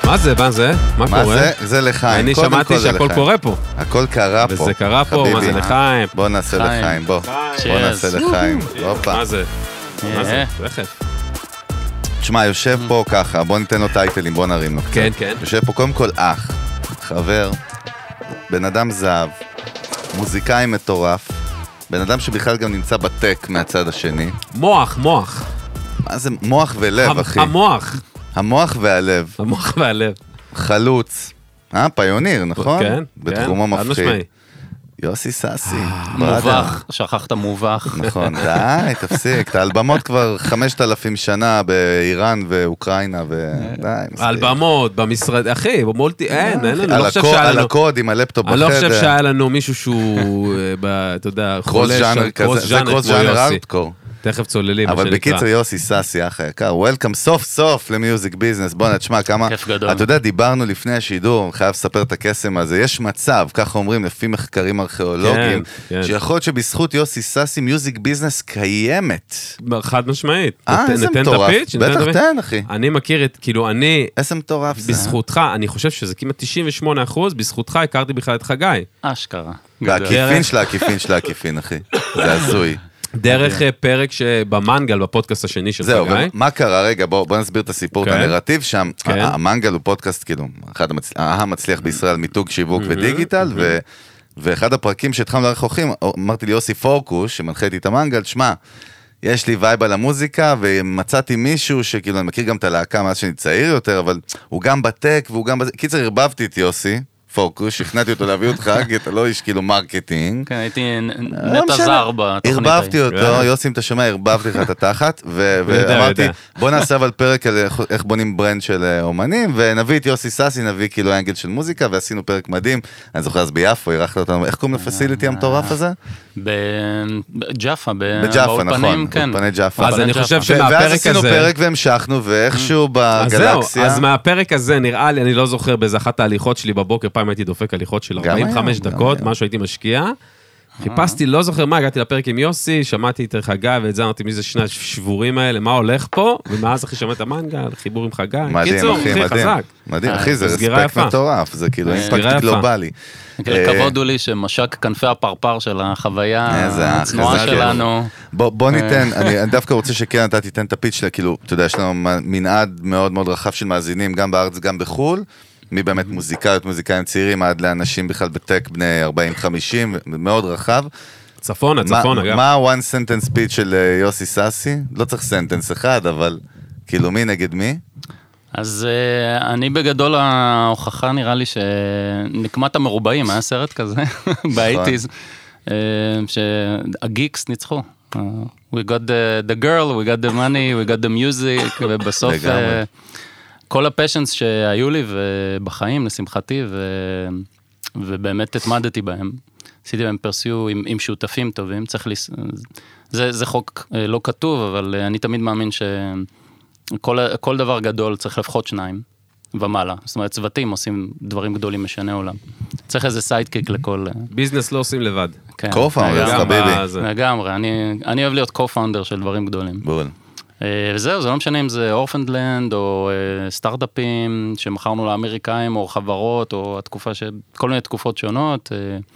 מה זה? מה זה? מה קורה? מה זה? זה לחיים. אני שמעתי שהכל קורה פה. הכל קרה פה. וזה קרה פה, מה זה לחיים? בוא נעשה לחיים, בוא. בוא נעשה לחיים. מה זה? מה זה? תכף. תשמע, יושב פה ככה, בוא ניתן לו טייטלים, בוא נרים לו קצת. כן, כן. יושב פה קודם כל אח, חבר, בן אדם זהב, מוזיקאי מטורף, בן אדם שבכלל גם נמצא בטק מהצד השני. מוח. מה זה? מוח ולב, אחי. המוח. המוח והלב. המוח והלב. חלוץ. פיוניר, נכון? כן. בתחומו חד מפחיד. משמעי. יוסי סאסי. מובך, שכחת מובך. נכון, די, תפסיק. את האלבמות כבר 5,000 שנה באיראן ואוקראינה, ודי, מספיק. אלבמות, במשרד, אחי, במולטי, אין, אני לא חושב שהיה על לנו... הקוד עם הלפטופ בחדר. אני לא חושב שהיה לנו מישהו שהוא, אתה יודע, קרוס ז'אנר כזה, זה קרוס ז'אנר ארטקור. תכף צוללים, מה שנקרא. אבל בקיצור יוסי סאסי, אחי יקר, וולקאם סוף סוף למיוזיק ביזנס, בוא נשמע כמה, כיף גדול. אתה יודע, דיברנו לפני השידור, חייב לספר את הקסם הזה, יש מצב, ככה אומרים לפי מחקרים ארכיאולוגיים, כן. שיכול להיות שבזכות יוסי סאסי מיוזיק ביזנס קיימת. חד משמעית. איזה מטורף, בטח תן אחי. אני מכיר את, כאילו אני, איזה מטורף זה. בזכותך, אני חושב שזה כמעט 98%, בזכותך הכרתי בכלל את חגי. אשכרה. והכיפין של הכיפין, אחי. זה הזוי. דרך פרק שבמנגל, בפודקאסט השני של חגי. זהו, מה קרה? רגע, בוא נסביר את הסיפור, את הנרטיב שם. המנגל הוא פודקאסט, כאילו, המצליח בישראל, מיתוג, שיווק ודיגיטל, ואחד הפרקים שהתחלנו לערך אורחים, אמרתי לי יוסי פורקוש, שמנחה איתי את המנגל, שמע, יש לי וייב על המוזיקה, ומצאתי מישהו שכאילו, אני מכיר גם את הלהקה מאז שאני צעיר יותר, אבל הוא גם בטק, והוא גם בזה, קיצר, הרבבתי את יוסי, פוקוס, שכנעתי אותו להביא אותך, כי אתה לא איש כאילו מרקטינג. כן, הייתי נטע זר בתוכנית. הרבבתי אותו, יוסי, אם אתה שומע, הרבבתי לך את התחת, ואמרתי, בוא נעשה אבל פרק על איך בונים ברנד של אומנים, ונביא את יוסי סאסי, נביא כאילו האנגל של מוזיקה, ועשינו פרק מדהים, אני זוכר אז ביפו, אירחת אותנו, איך קוראים לפסיליטי המטורף הזה? בג'אפה, בג'אפה, נכון, אולפני ג'אפה. אז אני חושב שמהפרק הזה... ואז עשינו פרק והמשכנו, ואיכשהו בגלקסיה... אז מהפרק הזה נראה לי, אני לא זוכר באיזה אחת ההליכות שלי בבוקר, פעם הייתי דופק הליכות של 45 דקות, משהו הייתי משקיע. חיפשתי, לא זוכר מה, הגעתי לפרק עם יוסי, שמעתי את חגי, ואת זה אמרתי, מי זה שני השבורים האלה, מה הולך פה? ומאז אחי שמע את המנגל, חיבור עם חגי. מדהים, אחי, מדהים. מדהים, אחי, זה רספקט מטורף, זה כאילו אימפקט גלובלי. כבוד הוא לי שמשק כנפי הפרפר של החוויה הצנועה שלנו. בוא ניתן, אני דווקא רוצה שכן אתה תיתן את הפיץ' שלה, כאילו, אתה יודע, יש לנו מנעד מאוד מאוד רחב של מאזינים, גם בארץ, גם בחול, מי באמת מוזיקאים צעירים, עד לאנשים בכלל בטק בני 40-50, מאוד רחב. צפונה גם. מה ה-one sentence speech של יוסי סאסי? לא צריך סנטנס אחד, אבל כאילו מי נגד מי? אז אני בגדול ההוכחה נראה לי שנקמת המרובעים, היה סרט כזה ב-80s, שהגיקס ניצחו. We got the girl, we got the money, we got the music, ובסוף כל הפשנס שהיו לי בחיים, לשמחתי, ובאמת התמדתי בהם. עשיתי בהם פרסיו עם שותפים טובים, זה חוק לא כתוב, אבל אני תמיד מאמין שכל דבר גדול צריך לפחות 2 ומעלה. זאת אומרת, צוותים עושים דברים גדולים משנה עולם. צריך איזה סיידקיק לכל... ביזנס לא עושים לבד. קו-פאונדר, חביבי. לגמרי, אני אוהב להיות קו-פאונדר של דברים גדולים. בול. וזהו, זה לא משנה אם זה אורפנדלנד, או סטארט-אפים שמכרנו לאמריקאים, או חברות, או כל מיני תקופות שונות.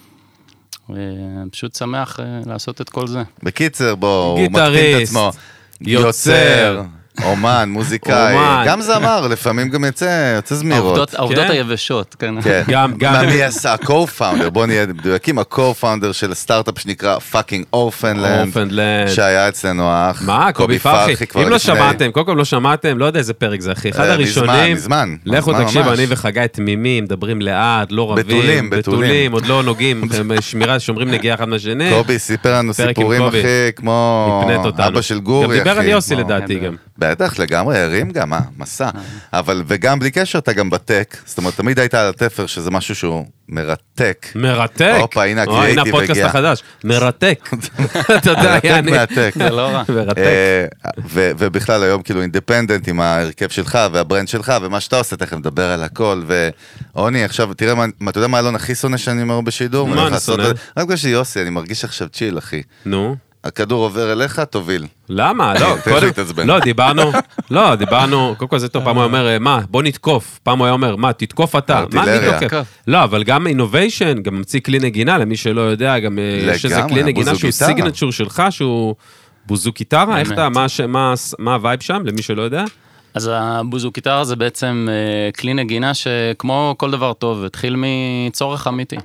פשוט שמח לעשות את כל זה. בקיצר, הוא מקטין את עצמו. יוצר, אומן, מוזיקאי, גם זמר, לפעמים גם יוצא זמירות. העובדות היבשות, כן. גם מי עשה, ה-co-founder, בוא נהיה מדויקים, ה-co-founder של הסטארט-אפ שנקרא פאקינג אורפנדלנד, שהיה אצלנו האח, מה, קובי פרחי, אם לא שמעתם, קודם כל לא שמעתם, לא יודע איזה פרק זה אחי, אחד הראשונים, לכו תקשיב, אני וחגי תמימים, מדברים לאט, לא רבים, בתולים, עוד לא נוגעים, שומרים נגיעה אחד מהשני. קובי סיפר לנו סיפורים אחי, כמו אבא של גורי, גם דיבר על יוסי לדעתי גם. בטח, לגמרי, הרים גם, מסע. אבל, וגם בלי קשר, אתה גם בטק. זאת אומרת, תמיד היית על התפר, שזה משהו שהוא מרתק. מרתק? הופה, הנה הקריאיטיב הגיע. הנה הפודקאסט החדש. מרתק. אתה יודע, יעני. מרתק. זה לא רע. מרתק. ובכלל היום, כאילו, אינדפנדנט עם ההרכב שלך, והברנד שלך, ומה שאתה עושה, תכף מדבר על הכל. ועוני, עכשיו, תראה, אתה יודע מה אלון הכי שונא שאני אומר בשידור? מה אני שונא? רק בגלל שיוסי, אני מרגיש עכשיו צ'יל, אחי. נו. הכדור עובר אליך, תוביל. למה? לא, דיברנו, קודם כל זה טוב, פעם הוא אומר, מה, בוא נתקוף, פעם הוא אומר, מה, תתקוף אתה, מה נתקוף? לא, אבל גם innovation, גם ממציא כלי נגינה, למי שלא יודע, גם יש איזה כלי נגינה שהוא סיגנצ'ור שלך, שהוא בוזוקיטרה, איך אתה, מה הווייב שם, למי שלא יודע? אז הבוזוקיטרה זה בעצם כלי נגינה שכמו כל דבר טוב, התחיל מצורך אמיתי.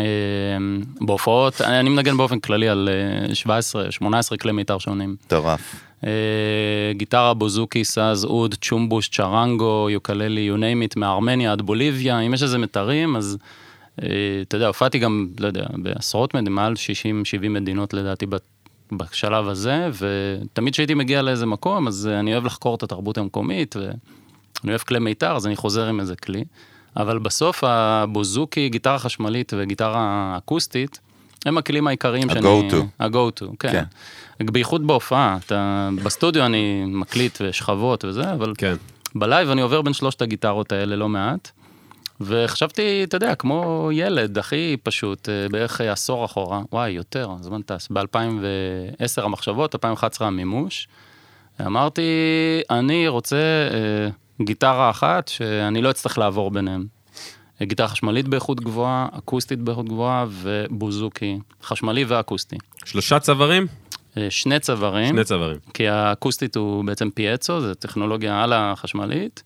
בהופעות, אני מנגן באופן כללי על 17-18 כלי מיתר שונים. טורף. גיטרה, בוזוקי, סאז, אוד, צ'ומבוש, צ'רנגו, יוקללי, you name it, מארמניה עד בוליביה, אם יש איזה מיתרים, אז אתה יודע, הופעתי גם, לא יודע, בעשרות מעל 60-70 מדינות לדעתי בשלב הזה, ותמיד שהייתי מגיע לאיזה מקום, אז אני אוהב לחקור את התרבות המקומית, ואני אוהב כלי מיתר, אז אני חוזר עם איזה כלי. אבל בסוף הבוזוקי, גיטרה חשמלית וגיטרה אקוסטית, הם הכלים העיקריים ה-go-to, כן. בייחוד בהופעה, בסטודיו אני מקליט ושכבות וזה, אבל בלייב אני עובר בין שלושת הגיטרות האלה לא מעט, וחשבתי, אתה יודע, כמו ילד, הכי פשוט, בערך עשור אחורה, וואי, יותר, זמן טס, ב-2010 המחשבות, 2011 המימוש, אמרתי, אני רוצה גיטרה אחת שאני לא אצטרך לעבור ביניהם. גיטרה חשמלית באיכות גבוהה, אקוסטית באיכות גבוהה, ובוזוקי, חשמלי ואקוסטי. 3 צווארים? 2 צווארים. 2 צווארים. כי האקוסטית הוא בעצם פיאצו, זה טכנולוגיה על החשמלית.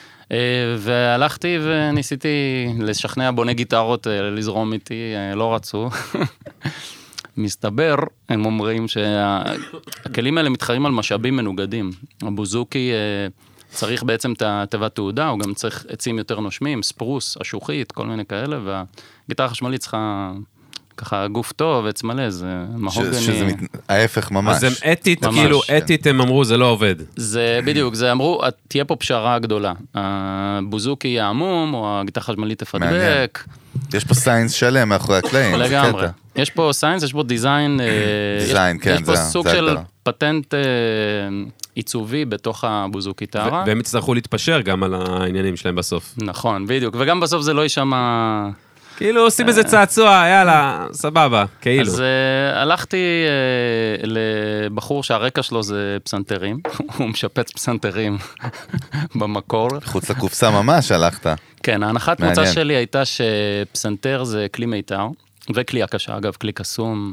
והלכתי וניסיתי לשכנע בוני גיטרות לזרום איתי, לא רצו. מסתבר, הם אומרים שהכלים האלה מתחרים על משאבים מנוגדים. הבוזוקי צריך בעצם את התיבת תעודה, הוא גם צריך עצים יותר נושמים, ספרוס, אשוחית, כל מיני כאלה, והגיטרה החשמלית צריכה ככה גוף טוב, עץ מלא, זה מהוגני. שזה ההפך ממש. אז הם אתית, כאילו אתית הם אמרו, זה לא עובד. זה בדיוק, זה אמרו, תהיה פה פשרה גדולה. הבוזוקי יהיה עמום, או הגיטרה החשמלית תפדבק. יש פה סיינס שלם מאחורי הקלעים. לגמרי. יש פה סיינס, יש פה דיזיין. דיזיין, כן, יש פה סוג של פטנט עיצובי בתוך הבוזוקיטרה. והם יצטרכו להתפשר גם על העניינים שלהם בסוף. נכון, בדיוק. וגם בסוף זה לא יישמע... כאילו עושים איזה צעצוע, יאללה, סבבה, כאילו. אז הלכתי לבחור שהרקע שלו זה פסנתרים, הוא משפץ פסנתרים במקור. חוץ לקופסה ממש הלכת. כן, ההנחת מוצא שלי הייתה שפסנתר זה כלי מיתר, וכלי הקשה, אגב, כלי קסום.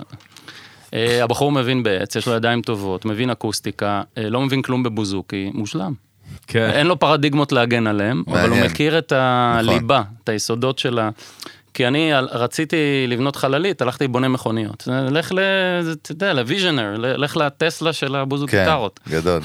הבחור מבין בעץ, יש לו ידיים טובות, מבין אקוסטיקה, לא מבין כלום בבוזוקי, מושלם. אין לו פרדיגמות להגן עליהם, אבל הוא מכיר את הליבה, את היסודות שלה. כי אני רציתי לבנות חללית, הלכתי בונה מכוניות. לך לוויז'נר, לך לטסלה של הבוזוקיטרות. כן, גדול.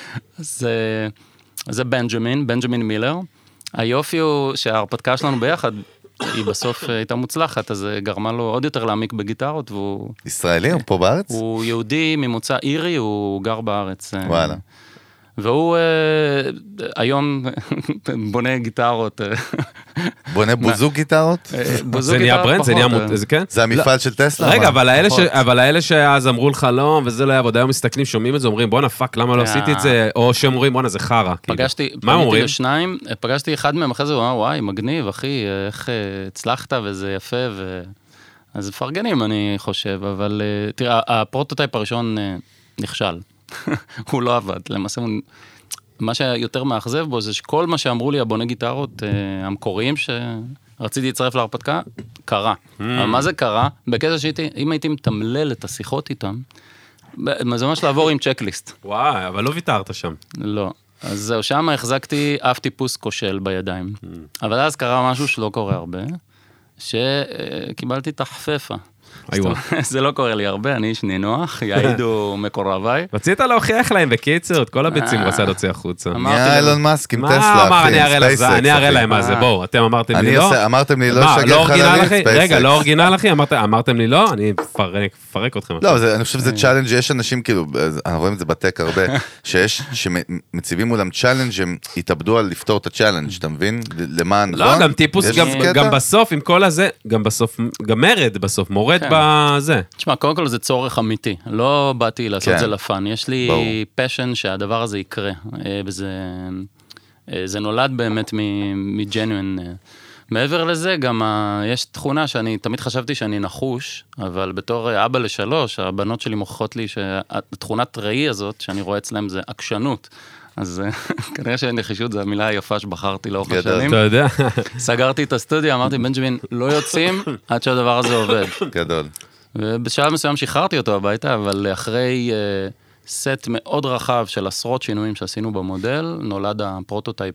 זה בנג'מין מילר. היופי הוא שההרפתקה שלנו ביחד, היא בסוף הייתה מוצלחת, אז גרמה לו עוד יותר להעמיק בגיטרות, והוא... ישראלי, הוא פה בארץ? הוא יהודי ממוצא אירי, הוא גר בארץ. וואלה. והוא היום בונה גיטרות. בונה בוזוק גיטרות? זה נהיה ברנד? זה נהיה כן? זה המפעל של טסלה? רגע, אבל האלה שאז אמרו לך לא, וזה לא יעבוד, היום מסתכלים, שומעים את זה, אומרים, בואנה פאק, למה לא עשיתי את זה? או שהם אומרים, בואנה, זה חרא. פניתי לשניים, פגשתי אחד מהם אחרי זה, הוא אמר, וואי, מגניב, אחי, איך הצלחת וזה יפה, אז פרגנים, אני חושב, אבל תראה, הפרוטוטייפ הראשון נכשל. הוא לא עבד, למעשה מה שיותר מאכזב בו זה שכל מה שאמרו לי הבוני גיטרות המקוריים שרציתי להצטרף להרפתקה, קרה. אבל מה זה קרה? בקטע שאם הייתי מתמלל את השיחות איתם, זה ממש לעבור עם צ'קליסט. וואי, אבל לא ויתרת שם. לא. אז זהו, שם החזקתי אף טיפוס כושל בידיים. אבל אז קרה משהו שלא קורה הרבה, שקיבלתי תחפפה. זה לא קורה לי הרבה, אני איש נינוח, יעידו מקורביי. רצית להוכיח להם בקיצור, את כל הביצים הוא רצה להוציא החוצה. נהיה אילון מאסק עם טסלה, אחי, אני אראה להם מה זה, בואו, אתם אמרתם לי לא. אמרתם לי לא שגר חללית, רגע, לא אורגינל אחי, אמרתם לי לא, אני אפרק אתכם. לא, אני חושב שזה צ'אלנג', יש אנשים כאילו, אנחנו רואים את זה בטק הרבה, שמציבים מולם צ'אלנג' הם יתאבדו על לפתור את הצ'אלנג', אתה מבין? למען, נכון? לא, גם טיפוס, גם בסוף, עם כל הזה, גם בסוף, גם מרד בסוף, מורד בזה. תשמע, קודם כל זה צורך אמיתי, לא באתי לעשות זה לפן, יש לי פשן שהדבר הזה יקרה, וזה נולד באמת מג'נואן מעבר לזה, גם יש תכונה שאני תמיד חשבתי שאני נחוש, אבל בתור אבא לשלוש, הבנות שלי מוכיחות לי שהתכונת ראי הזאת, שאני רואה אצלם זה עקשנות. אז כנראה שנחישות זו המילה היפה שבחרתי לאורך השנים. אתה יודע. סגרתי את הסטודיו, אמרתי, בנג'מין, לא יוצאים עד שהדבר הזה עובד. גדול. ובשלב מסוים שחררתי אותו הביתה, אבל אחרי סט מאוד רחב של עשרות שינויים שעשינו במודל, נולד הפרוטוטייפ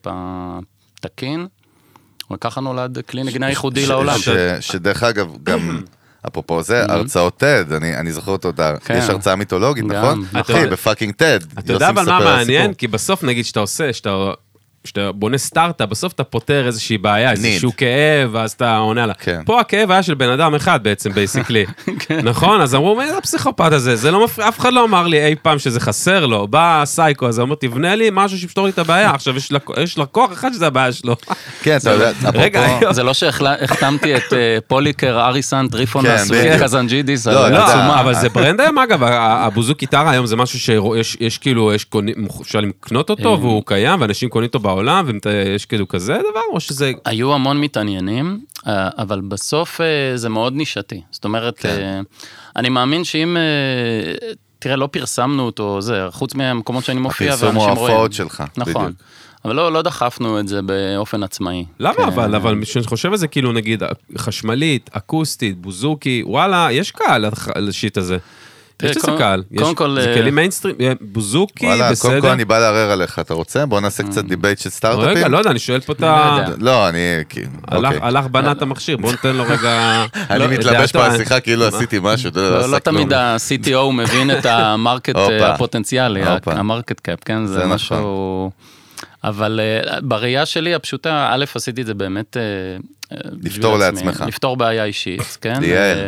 התקין, וככה נולד כלי נגינה ייחודי לעולם. שדרך אגב, גם אפרופו זה, הרצאות TED, אני זוכר אותו, יש הרצאה מיתולוגית, נכון? אחי, בפאקינג TED. אתה יודע אבל מה מעניין? כי בסוף נגיד שאתה עושה, שאתה בונה סטארט-אפ, בסוף אתה פותר איזושהי בעיה, איזשהו כאב, ואז אתה עונה לה. פה הכאב היה של בן אדם אחד בעצם, בייסיקלי. נכון? אז אמרו, מה זה הפסיכופת הזה? אף אחד לא אמר לי אי פעם שזה חסר לו. בא סייקו, אז אמר, תבנה לי משהו שיפתור לי את הבעיה. עכשיו, יש לקוח אחד שזה הבעיה שלו. כן, אתה יודע, רגע, זה לא שהחתמתי את פוליקר, אריסן, טריפונס וקזנג'ידיס. לא, אבל זה ברנד היום, אגב, הבוזוק גיטרה היום זה משהו שיש כאילו, אפשר לקנות אותו, והוא קיים, ואנשים קונים אותו בעולם, ויש כאילו כזה דבר, או שזה... היו המון מתעניינים, אבל בסוף זה מאוד נישתי. זאת אומרת, אני מאמין שאם... תראה, לא פרסמנו אותו, זה, חוץ מהמקומות שאני מופיע, ואנשים רואים. הפרסום ההופעות שלך. נכון. אבל לא דחפנו את זה באופן עצמאי. למה אבל כשאני חושב על זה, כאילו נגיד, חשמלית, אקוסטית, בוזוקי, וואלה, יש קהל לשיט הזה. יש לזה קהל, זה כלים מיינסטרים, בוזוקי, וואלה, בסדר. קודם כל אני בא לערער עליך, אתה רוצה? בוא נעשה קצת דיבייט של סטארט-אפים. רגע, לא יודע, אני שואל פה את ה... לא, אני... הלך בנה את המכשיר, בוא נתן לו רגע... אני מתלבש פה השיחה כאילו עשיתי משהו, לא תמיד ה-CTO מבין את המרקט הפוטנציאלי, המרקט קאפ, כן? זה משהו... אבל בראייה שלי הפשוטה, א', עשיתי את זה באמת... לפתור לעצמך. לפתור בעיה אישית, כן?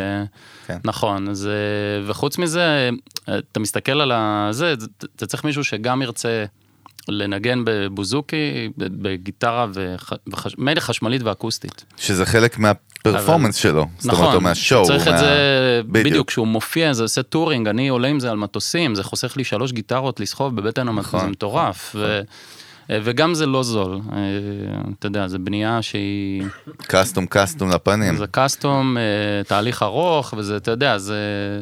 נכון, וחוץ מזה, אתה מסתכל על זה, אתה צריך מישהו שגם ירצה לנגן בבוזוקי, בגיטרה, מילא חשמלית ואקוסטית. שזה חלק מהפרפורמנס שלו, זאת אומרת, או מהשואו. צריך את זה, בדיוק, כשהוא מופיע, זה עושה טורינג, אני עולה עם זה על מטוסים, זה חוסך לי 3 גיטרות לסחוב בבטן המטוס, זה מטורף, וגם זה לא זול, אתה יודע, זה בנייה שהיא... קסטום לפנים. זה קסטום, תהליך ארוך, וזה, אתה יודע, זה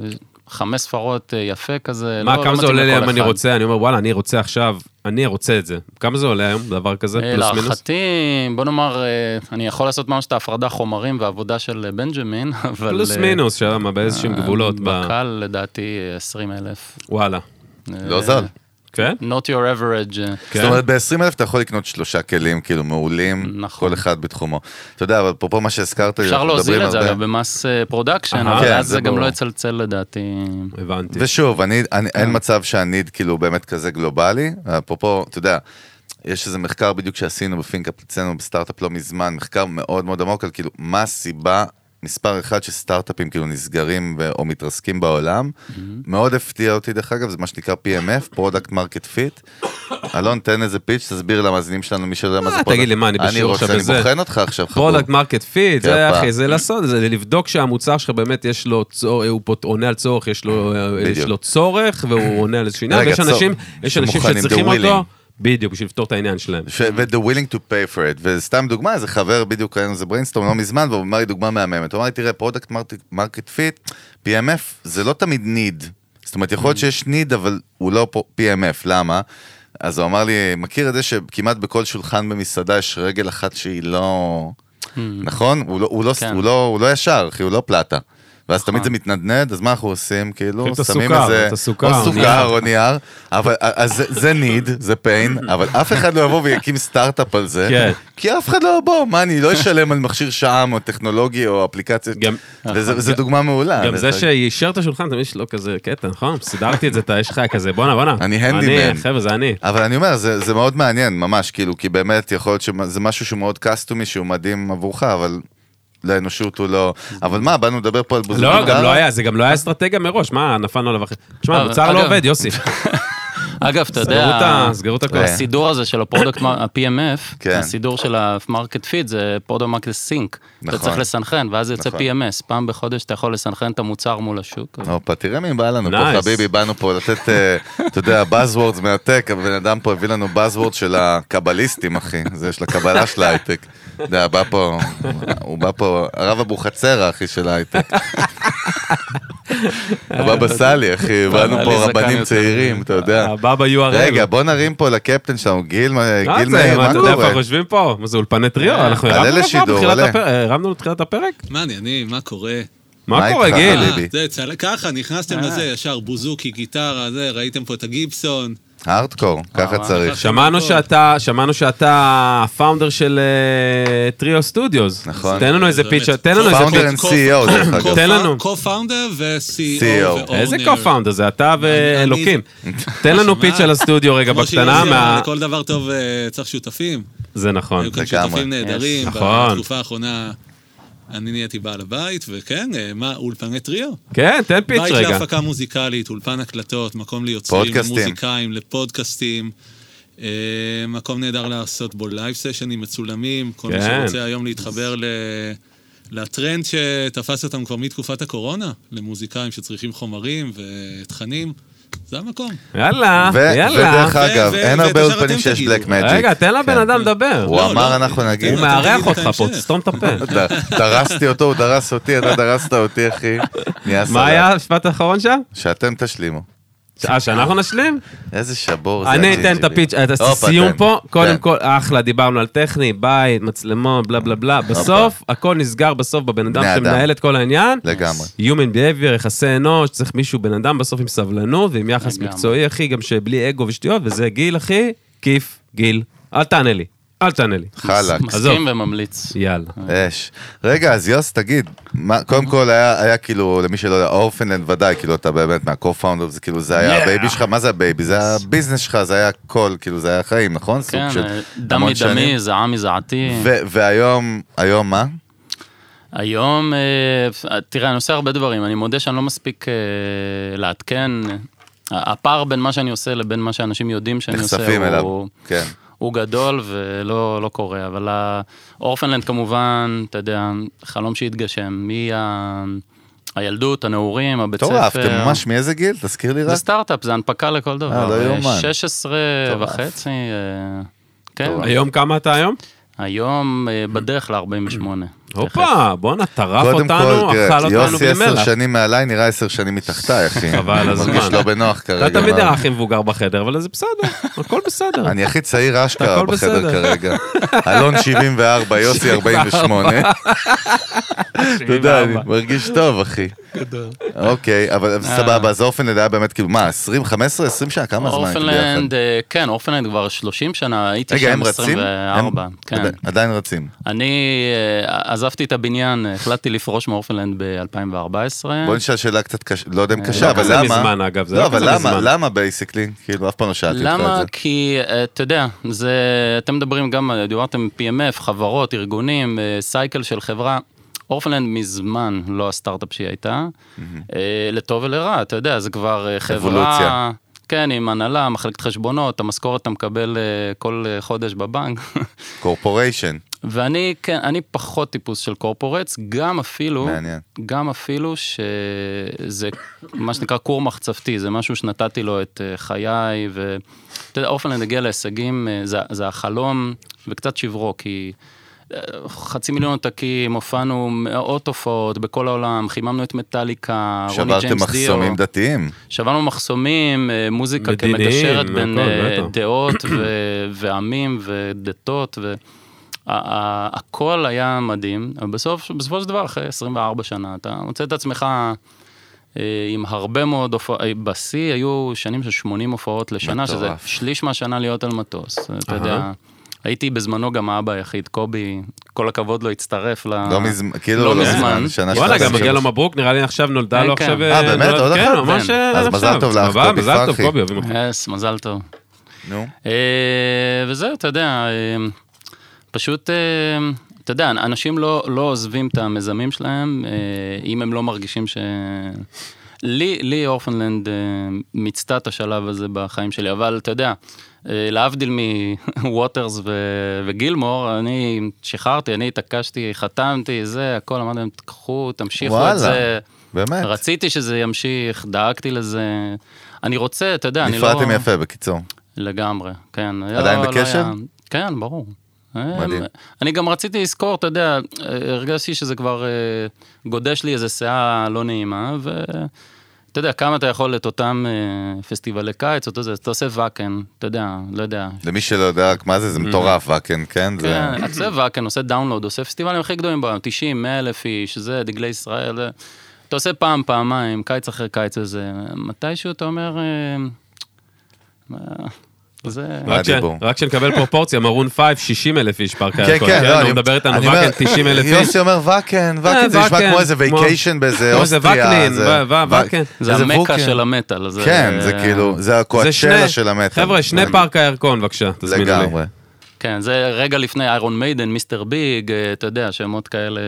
5 ספרות יפה כזה. מה, כמה זה עולה לי אם אני רוצה? אני אומר, וואלה, אני רוצה עכשיו, אני רוצה את זה. כמה זה עולה היום, דבר כזה, פלוס מינוס? להערכתי, בוא נאמר, אני יכול לעשות ממש את ההפרדה חומרים והעבודה של בנג'מין, אבל... פלוס מינוס, שם, באיזשהם גבולות. בקל, לדעתי, 20,000. וואלה. לא זל. כן? Not your average. זאת אומרת, ב-20,000 אתה יכול לקנות 3 כלים, כאילו, מעולים, כל אחד בתחומו. אתה יודע, אבל פה מה שהזכרת... אפשר להוזיל את זה, אגב, במס פרודקשן, אבל אז זה גם לא יצלצל לדעתי. הבנתי. ושוב, אין מצב שהניד כאילו באמת כזה גלובלי, אפרופו, אתה יודע, יש איזה מחקר בדיוק שעשינו בפינקאפ, אצלנו בסטארט-אפ לא מזמן, מחקר מאוד מאוד עמוק על כאילו, מה הסיבה מספר אחד שסטארט-אפים כאילו נסגרים או מתרסקים בעולם. מאוד הפתיע אותי דרך אגב, זה מה שנקרא PMF, Product Market Fit. אלון, תן איזה פיץ', תסביר למאזינים שלנו, מי שלא יודע מה זה פרודקט. תגיד לי, מה, אני בשיעור עכשיו בזה? אני בוחן אותך עכשיו. Product Market Fit, זה אחי, זה לעשות, זה לבדוק שהמוצר שלך באמת יש לו צורך, הוא עונה על צורך, יש לו צורך, והוא עונה על איזשהו עניין, ויש אנשים שצריכים אותו, בדיוק, בשביל לפתור את העניין שלהם. ו-the willing to pay for it, וסתם דוגמה, איזה חבר בדיוק, זה בריינסטורם לא מזמן, והוא אמר לי דוגמה מהממת, הוא אמר לי, תראה, Product Market Fit, PMF, זה לא תמיד need, זאת אומרת, יכול להיות שיש need, אבל הוא לא PMF, למה? אז הוא אמר לי, מכיר את זה שכמעט בכל שולחן במסעדה יש רגל אחת שהיא לא... נכון? הוא לא ישר, אחי, הוא לא פלטה. ואז תמיד זה מתנדנד, אז מה אנחנו עושים? כאילו, שמים איזה... או סוכר או נייר. אז זה ניד, זה פיין, אבל אף אחד לא יבוא ויקים סטארט-אפ על זה. כי אף אחד לא בוא, מה, אני לא אשלם על מכשיר שעם או טכנולוגי או אפליקציה. וזו דוגמה מעולה. גם זה שישר את השולחן, תמיד יש לו כזה קטע, נכון? סידרתי את זה, יש לך כזה, בואנה. אני הנדימן. חבר'ה, זה אני. אבל אני אומר, זה מאוד מעניין, ממש, כאילו, כי באמת יכול להיות שזה משהו שהוא מאוד קסטומי, שהוא מדהים עבורך, אבל... לאנושות הוא לא... אבל מה, באנו לדבר פה על בוזוקי? לא, גם לא היה, זה גם לא היה אסטרטגיה מראש, מה, נפלנו עליו אחרי. תשמע, המוצר לא עובד, יוסי. אגב, אתה יודע, סגרו את הכל. הסידור הזה של הפרודקט, ה-PMF, הסידור של ה-Market Fit, זה פרודקט Market Sync. אתה צריך לסנכרן, ואז יוצא PMS. פעם בחודש אתה יכול לסנכרן את המוצר מול השוק. אופה, תראה מי בא לנו פה, חביבי, באנו פה לתת, אתה יודע, Buzzwords מהטק, הבן אדם פה הביא לנו Buzzwords של הקבליסטים, אחי. זה של הקבלה של ההייטק. הוא בא פה, הרב אבו חצר, אחי של הייטק. הבבא סאלי, אחי, באנו פה רבנים צעירים, אתה יודע. הבבא URL. רגע, בוא נרים פה לקפטן שלנו, גיל מאיר, מה אתה יודע איפה קורה? חושבים פה? מה זה אולפני טריו? אנחנו הרמנו לתחילת הפרק? מה אני, מה קורה? מה קורה, גיל? ככה, נכנסתם לזה, ישר בוזוקי, גיטרה, ראיתם פה את הגיבסון. הארדקור, ככה צריך. שמענו שאתה הפאונדר של טריו סטודיוס. נכון. תן לנו איזה פיץ', תן לנו איזה פאונדר and CEO, דרך אגב. תן לנו. קו-פאונדר ו-CEO. איזה קו-פאונדר? זה אתה ואלוקים. תן לנו פיץ' על הסטודיו רגע בקטנה. לכל דבר טוב צריך שותפים. זה נכון. היו כאן שותפים נהדרים. בתקופה האחרונה אני נהייתי בעל הבית, וכן, אולפני טריו. כן, תן פיץ' רגע. בית להפקה מוזיקלית, אולפן הקלטות, מקום ליוצרים, למוזיקאים, לפודקאסטים, מקום נהדר לעשות בו לייב סשנים מצולמים, כל מי שרוצה היום להתחבר לטרנד שתפס אותם כבר מתקופת הקורונה, למוזיקאים שצריכים חומרים ותכנים. זה המקום. יאללה, ודרך אגב, אין הרבה אולפנים שיש בלק מג'יק. רגע, תן לבן אדם לדבר. הוא אמר, אנחנו נגיד. הוא מארח אותך פה, תסתום את הפה. דרסתי אותו, הוא דרס אותי, אתה דרסת אותי, אחי. מה היה המשפט האחרון שם? שאתם תשלימו. שאנחנו נשלים? איזה שבור זה. אני אתן את הפיץ', את הסיום פה, קודם כל, אחלה, דיברנו על טכני, בית, מצלמות, בלה בלה בלה, בסוף, הכל נסגר בסוף בבן אדם שמנהל את כל העניין. לגמרי. Human behavior, יחסי אנוש, צריך מישהו בן אדם בסוף עם סבלנות, ועם יחס מקצועי, אחי, גם שבלי אגו ושטויות, וזה גיל, אחי, כיף, גיל, אל תענה לי. אל תענה לי. חלק. מסכים וממליץ. יאללה. אש. רגע, אז יוס, תגיד, קודם כל היה כאילו, למי שלא יודע, אורפנלנד ודאי, כאילו אתה באמת מהקו-פאונדר, זה כאילו, זה היה הבייבי שלך, מה זה הבייבי? זה היה הביזנס שלך, זה היה הכל, כאילו זה היה חיים, נכון? כן, דמי דמי, זעמי זעתי. והיום מה? היום, תראה, אני עושה הרבה דברים, אני מודה שאני לא מספיק לעדכן, הפער בין מה שאני עושה לבין מה שאנשים יודעים שאני עושה, נחשפים אליו, כן. הוא גדול ולא קורה, אבל אורפנלנד כמובן, אתה יודע, חלום שהתגשם, הילדות, הנעורים, הבית ספר. טוב, אתם ממש מאיזה גיל? תזכיר לי רק. זה סטארט-אפ, זה הנפקה לכל דבר. לא יומן. 16 וחצי, כן. היום כמה אתה היום? היום בדרך ל-48. הופה, בוא נטרף אותנו, אכל אותנו יוסי בלי 10 שנים מעליי, נראה 10 שנים מתחתיי, אחי. חבל הזמן. מרגיש לא בנוח כרגע. אתה תמיד היה הכי מבוגר בחדר, אבל זה בסדר, הכל בסדר. אני הכי צעיר אשכרה בחדר כרגע. אלון 74, יוסי 48. אתה יודע, אני מרגיש טוב, אחי. אוקיי, אבל סבבה, אז אורפנלנד היה באמת כאילו, מה, 20, 15, 20 שנה? כמה זמן? אורפנלנד, כן, אורפנלנד כבר 30 שנה, הייתי שם 24. עדיין רצים. אני עזבתי את הבניין, החלטתי לפרוש מאורפנלנד ב-2014. בוא נשאל שאלה קצת קשה, לא יודע אם קשה, אבל זה למה? מזמן אגב, זה לא, לא כזה אבל מזמן. למה בייסיקלי? כאילו, אף פעם לא שאלתי אותך את זה. למה? כי, אתה יודע, אתם מדברים גם, דיברתם PMF, חברות, ארגונים, סייקל של חברה. אורפנלנד מזמן לא הסטארט-אפ שהיא הייתה, לטוב ולרע, אתה יודע, זה כבר חברה, כן, עם הנהלה, מחלקת חשבונות, המשכורת אתה מקבל כל חודש בבנק. קורפוריישן. ואני, כן, אני פחות טיפוס של קורפורטס, גם אפילו שזה מה שנקרא קור מחצבתי, זה משהו שנתתי לו את חיי, ואתה יודע, אורפנלנד הגיע להישגים, זה החלום, וקצת שברו, כי 500,000 עותקים, הופענו מאות הופעות בכל העולם, חיממנו את מטליקה, רוני ג'יימס דיו. שברתם מחסומים דתיים. שברנו מחסומים, מוזיקה כמגשרת בין דעות ועמים ודתות, הכל היה מדהים, אבל בסופו של דבר, אחרי 24 שנה, אתה מוצא את עצמך עם הרבה מאוד הופעות, בשיא היו שנים של 80 הופעות לשנה, שזה שליש מהשנה להיות על מטוס, אתה יודע. הייתי בזמנו גם האבא היחיד, קובי, כל הכבוד לא הצטרף לא מזמן. וואלה, גם מגיע לו מברוק, נראה לי עכשיו נולדה לו עכשיו... באמת? עוד אחד? כן, ממש אז מזל טוב לך, קובי מזל טוב, פרחי. קובי, אוהבים אותך. מזל טוב. נו. וזהו, אתה יודע, פשוט, אתה יודע, אנשים לא עוזבים את המיזמים שלהם, אם הם לא מרגישים ש... לי אורפנלנד מצטה את השלב הזה בחיים שלי, אבל אתה יודע, להבדיל מווטרס וגילמור, אני שחררתי, אני התעקשתי, חתמתי, זה, הכל, אמרתי להם, תקחו, תמשיכו את זה. באמת? רציתי שזה ימשיך, דאגתי לזה. אני רוצה, אתה יודע, אני לא... נפרדתם יפה, בקיצור. לגמרי, כן. עדיין בקשר? כן, ברור. מדהים. אני גם רציתי לזכור, אתה יודע, הרגשתי שזה כבר גודש לי איזה שעה לא נעימה, ואתה יודע, כמה אתה יכול את אותם פסטיבלי קיץ, אתה עושה וקן, אתה יודע, לא יודע. למי שלא יודע רק מה זה, זה מטורף וקן, כן? כן, אתה עושה וקן, עושה דאונלוד, עושה פסטיבלים הכי גדולים בעולם, 90, 100,000 איש, זה דגלי ישראל, אתה עושה פעם, פעמיים, קיץ אחרי קיץ הזה, מתישהו אתה אומר, רק שנקבל פרופורציה, מרון 5, 60,000 איש פארק הירקון. כן, הוא מדבר איתנו וקן, 90,000 איש. יוסי אומר וקן, זה נשמע כמו איזה וייקיישן באיזה אוסטריה. וקן. זה המקה של המטל. כן, זה כאילו, זה הקואצ'לה של המטל. חבר'ה, שני פארק הירקון, בבקשה, תזמינו לי. לגמרי. כן, זה רגע לפני איירון מיידן, מיסטר ביג, אתה יודע, שמות כאלה.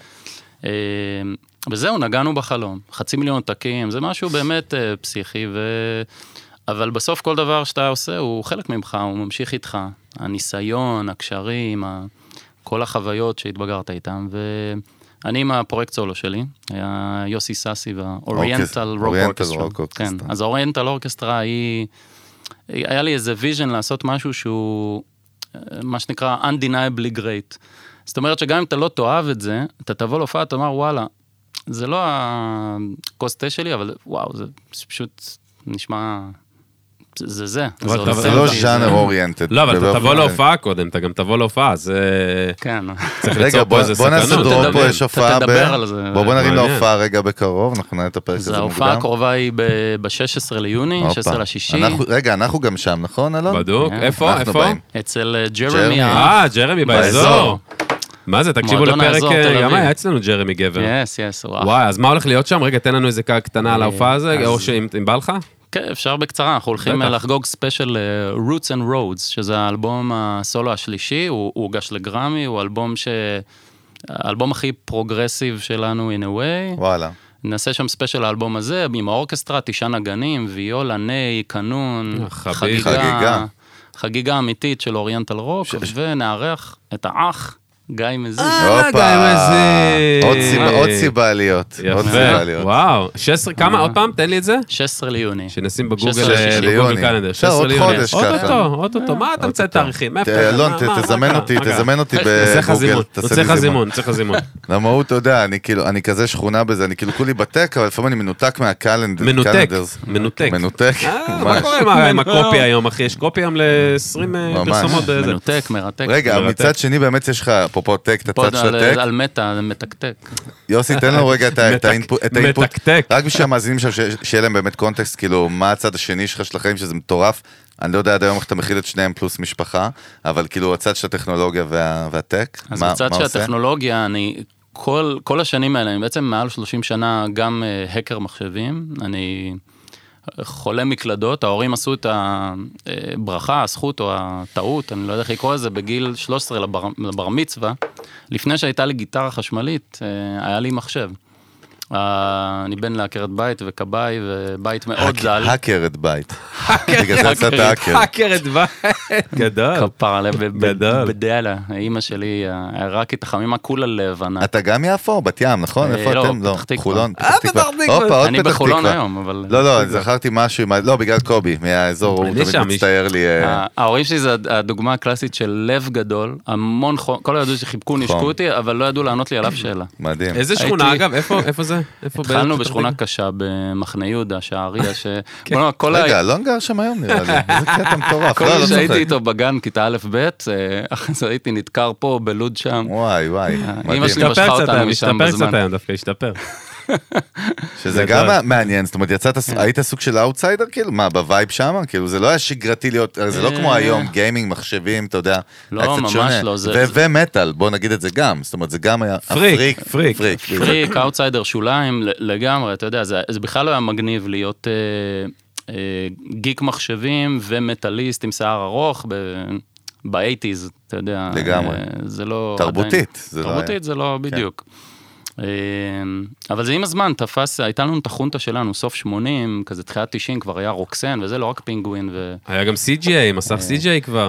וזהו, נגענו בחלום. 500,000 עותקים, זה משהו באמת פסיכי, אבל בסוף כל דבר שאתה עושה הוא חלק ממך, הוא ממשיך איתך. הניסיון, הקשרים, כל החוויות שהתבגרת איתם, ואני עם הפרויקט סולו שלי, היה יוסי סאסי והאוריינטל רוק אורקסטרה. כן, אז האוריינטל אורקסטרה היה לי איזה ויז'ן לעשות משהו שהוא, מה שנקרא, undeniably great. זאת אומרת שגם אם אתה לא תאהב את זה, אתה תבוא להופעה, אתה אומר, וואלה, זה לא הכוס תה שלי, אבל וואו, זה פשוט נשמע... זה לא ז'אנר אוריינטד. לא, אבל אתה תבוא להופעה קודם, אתה גם תבוא להופעה, זה... כן. רגע, בוא נעשה דרור פה, יש הופעה בוא נרים להופעה רגע בקרוב, אנחנו נראה את הפרק הזה מוקדם. ההופעה הקרובה היא ב-16 ליוני, 16 לשישי. רגע, אנחנו גם שם, נכון, אלון? בדוק, איפה? אצל ג'רמי. ג'רמי באזור. מה זה, תקשיבו לפרק, גם היה אצלנו ג'רמי גבר. יס, וואי, אז מה הולך להיות שם? רגע, תן לנו איזה קטנה על ההופעה הזה, או שאם בא לך? כן, אפשר בקצרה, אנחנו הולכים לחגוג ספיישל Roots and Roads, שזה האלבום הסולו השלישי, הוא הוגש לגרמי, הוא האלבום הכי פרוגרסיב שלנו in a way. וואלה. נעשה שם ספיישל האלבום הזה, עם האורקסטרה, 9 נגנים, ויולה, ניי, קנון, חגיגה אמיתית של אוריינטל רוק, ונארח את האח. גיא מזיק. עוד סיבה להיות. וואו. 16, כמה? עוד פעם, תן לי את זה. 16 ליוני. שנשים בגוגל קלנדר. 16 ליוני. אוטוטו. מה אתה מצא תאריכים? אלון, תזמן אותי בגוגל. צריך חזימון. למה הוא, אתה יודע, אני כזה שכונה בזה, אני כאילו כולי בטק, אבל לפעמים אני מנותק מהקלנדר. מנותק. מה קורה עם הקופי היום, אחי? יש קופי היום ל-20 פרסומות. מנותק, מרתק. רגע, מצד שני באמת יש לך אפרופו טק, את הצד של הטק. על מטה, מתקתק. יוסי, תן לנו רגע את האינפוט. רק בשביל המאזינים שיהיה להם באמת קונטקסט, כאילו, מה הצד השני שלך של החיים, שזה מטורף. אני לא יודע עד היום איך אתה מכיל את שניהם פלוס משפחה, אבל כאילו, הצד של הטכנולוגיה והטק, אז הצד של הטכנולוגיה, כל השנים האלה, אני בעצם מעל 30 שנה גם הקר מחשבים, אני... חולה מקלדות, ההורים עשו את הברכה, הזכות או הטעות, אני לא יודע איך לקרוא לזה, בגיל 13 לבר מצווה, לפני שהייתה לי גיטרה חשמלית, היה לי מחשב. אני בן לעקרת בית וקבאי, ובית מאוד זל. הקרת בית. בגלל זה יצאת האקר. הקרת בית. גדול. כפר עליהם בדאלה. אמא שלי, העיראקית החמימה כולה לבנה. אתה גם יפו, בת ים, נכון? איפה אתם? לא, פתח תקווה. חולון. אני בחולון היום, אבל... לא, זכרתי משהו, לא, בגלל קובי, מהאזור, הוא תמיד מצטייר לי... ההורים שלי זה הדוגמה הקלאסית של לב גדול, המון חום, כל הידוע שחיבקו נשקו אותי, אבל לא ידעו לענות לי עליו שאלה. מדהים. איזה שכונה, אגב? איפה זה? התחלנו בשכונה קשה במחנה יהודה, שעריה, רגע, לא נגר שם היום נראה לי, איזה קטע מטורף. כל מי שהייתי איתו בגן, כיתה א' ב', אחרי זה הייתי נתקר פה, בלוד שם. וואי, אמא שלי משכה אותנו משם בזמן. משתפר קצת היום, דווקא השתפר. שזה גם מעניין, זאת אומרת, היית סוג של אאוטסיידר, כאילו, מה, בווייב שם? כאילו, זה לא היה שגרתי להיות, זה לא כמו היום, גיימינג, מחשבים, אתה יודע, לא, ממש לא. ומטל, בוא נגיד את זה גם, זאת אומרת, זה גם היה פריק, אאוטסיידר שוליים, לגמרי, אתה יודע, זה בכלל לא היה מגניב להיות גיק מחשבים ומטליסט עם שיער ארוך ב-80s, אתה יודע. לגמרי. זה לא... תרבותית. תרבותית זה לא בדיוק. אבל זה עם הזמן תפס, הייתה לנו את החונטה שלנו, סוף 80, כזה תחילת 90, כבר היה רוקסן, וזה לא רק פינגווין. היה גם CGA, מסך CGA כבר.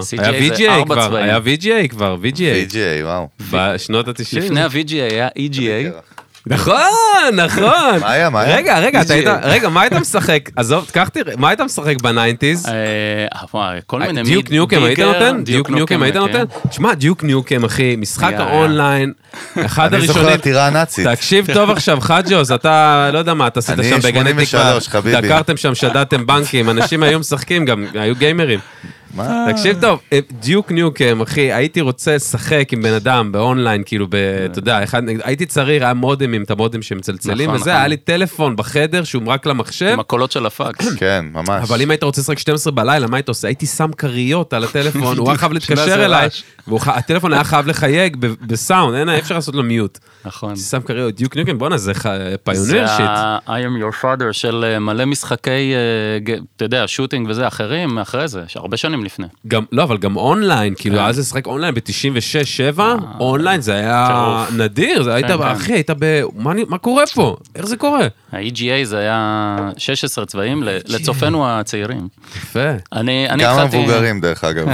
היה VGA כבר, VGA, וואו. בשנות ה-90. לפני ה-VGA היה EGA, נכון. מה היה? רגע, מה היית משחק? עזוב, תקח תראה, מה היית משחק בניינטיז? כל מיני... דיוק ניוקם היית נותן? דיוק ניוקם היית נותן? תשמע, דיוק ניוקם, אחי, משחק האונליין, אחד הראשונים... אני זוכר עתירה נאצית. תקשיב טוב עכשיו, חג'וס, אתה, לא יודע מה, אתה עשית שם בגנטיקה, דקרתם שם, שדדתם בנקים, אנשים היו משחקים גם, היו גיימרים. תקשיב טוב, דיוק ניוקם, אחי, הייתי רוצה לשחק עם בן אדם באונליין, כאילו, אתה יודע, הייתי צריך, היה מודמים, את המודם שמצלצלים, וזה, היה לי טלפון בחדר שהוא רק למחשב. עם הקולות של הפאקס. כן, ממש. אבל אם היית רוצה לשחק 12 בלילה, מה היית עושה? הייתי שם קריות על הטלפון, הוא היה חייב להתקשר אליי, והטלפון היה חייב לחייג בסאונד, אי אפשר לעשות לו מיוט. נכון. שם קריות, דיוק ניוקם, בוא'נה, זה פיוניר שיט. זה I am your father של מלא משחקי, אתה יודע, שוטינג וזה, אחרים, אחרי זה, הרבה שנים לפני. לא, אבל גם אונליין, כאילו, אז לשחק אונליין ב-96-7, אונליין זה היה נדיר, זה היית, אחי, היית מה קורה פה? איך זה קורה? ה-EGA זה היה 16 צבעים לצופנו הצעירים. יפה. גם המבוגרים, דרך אגב.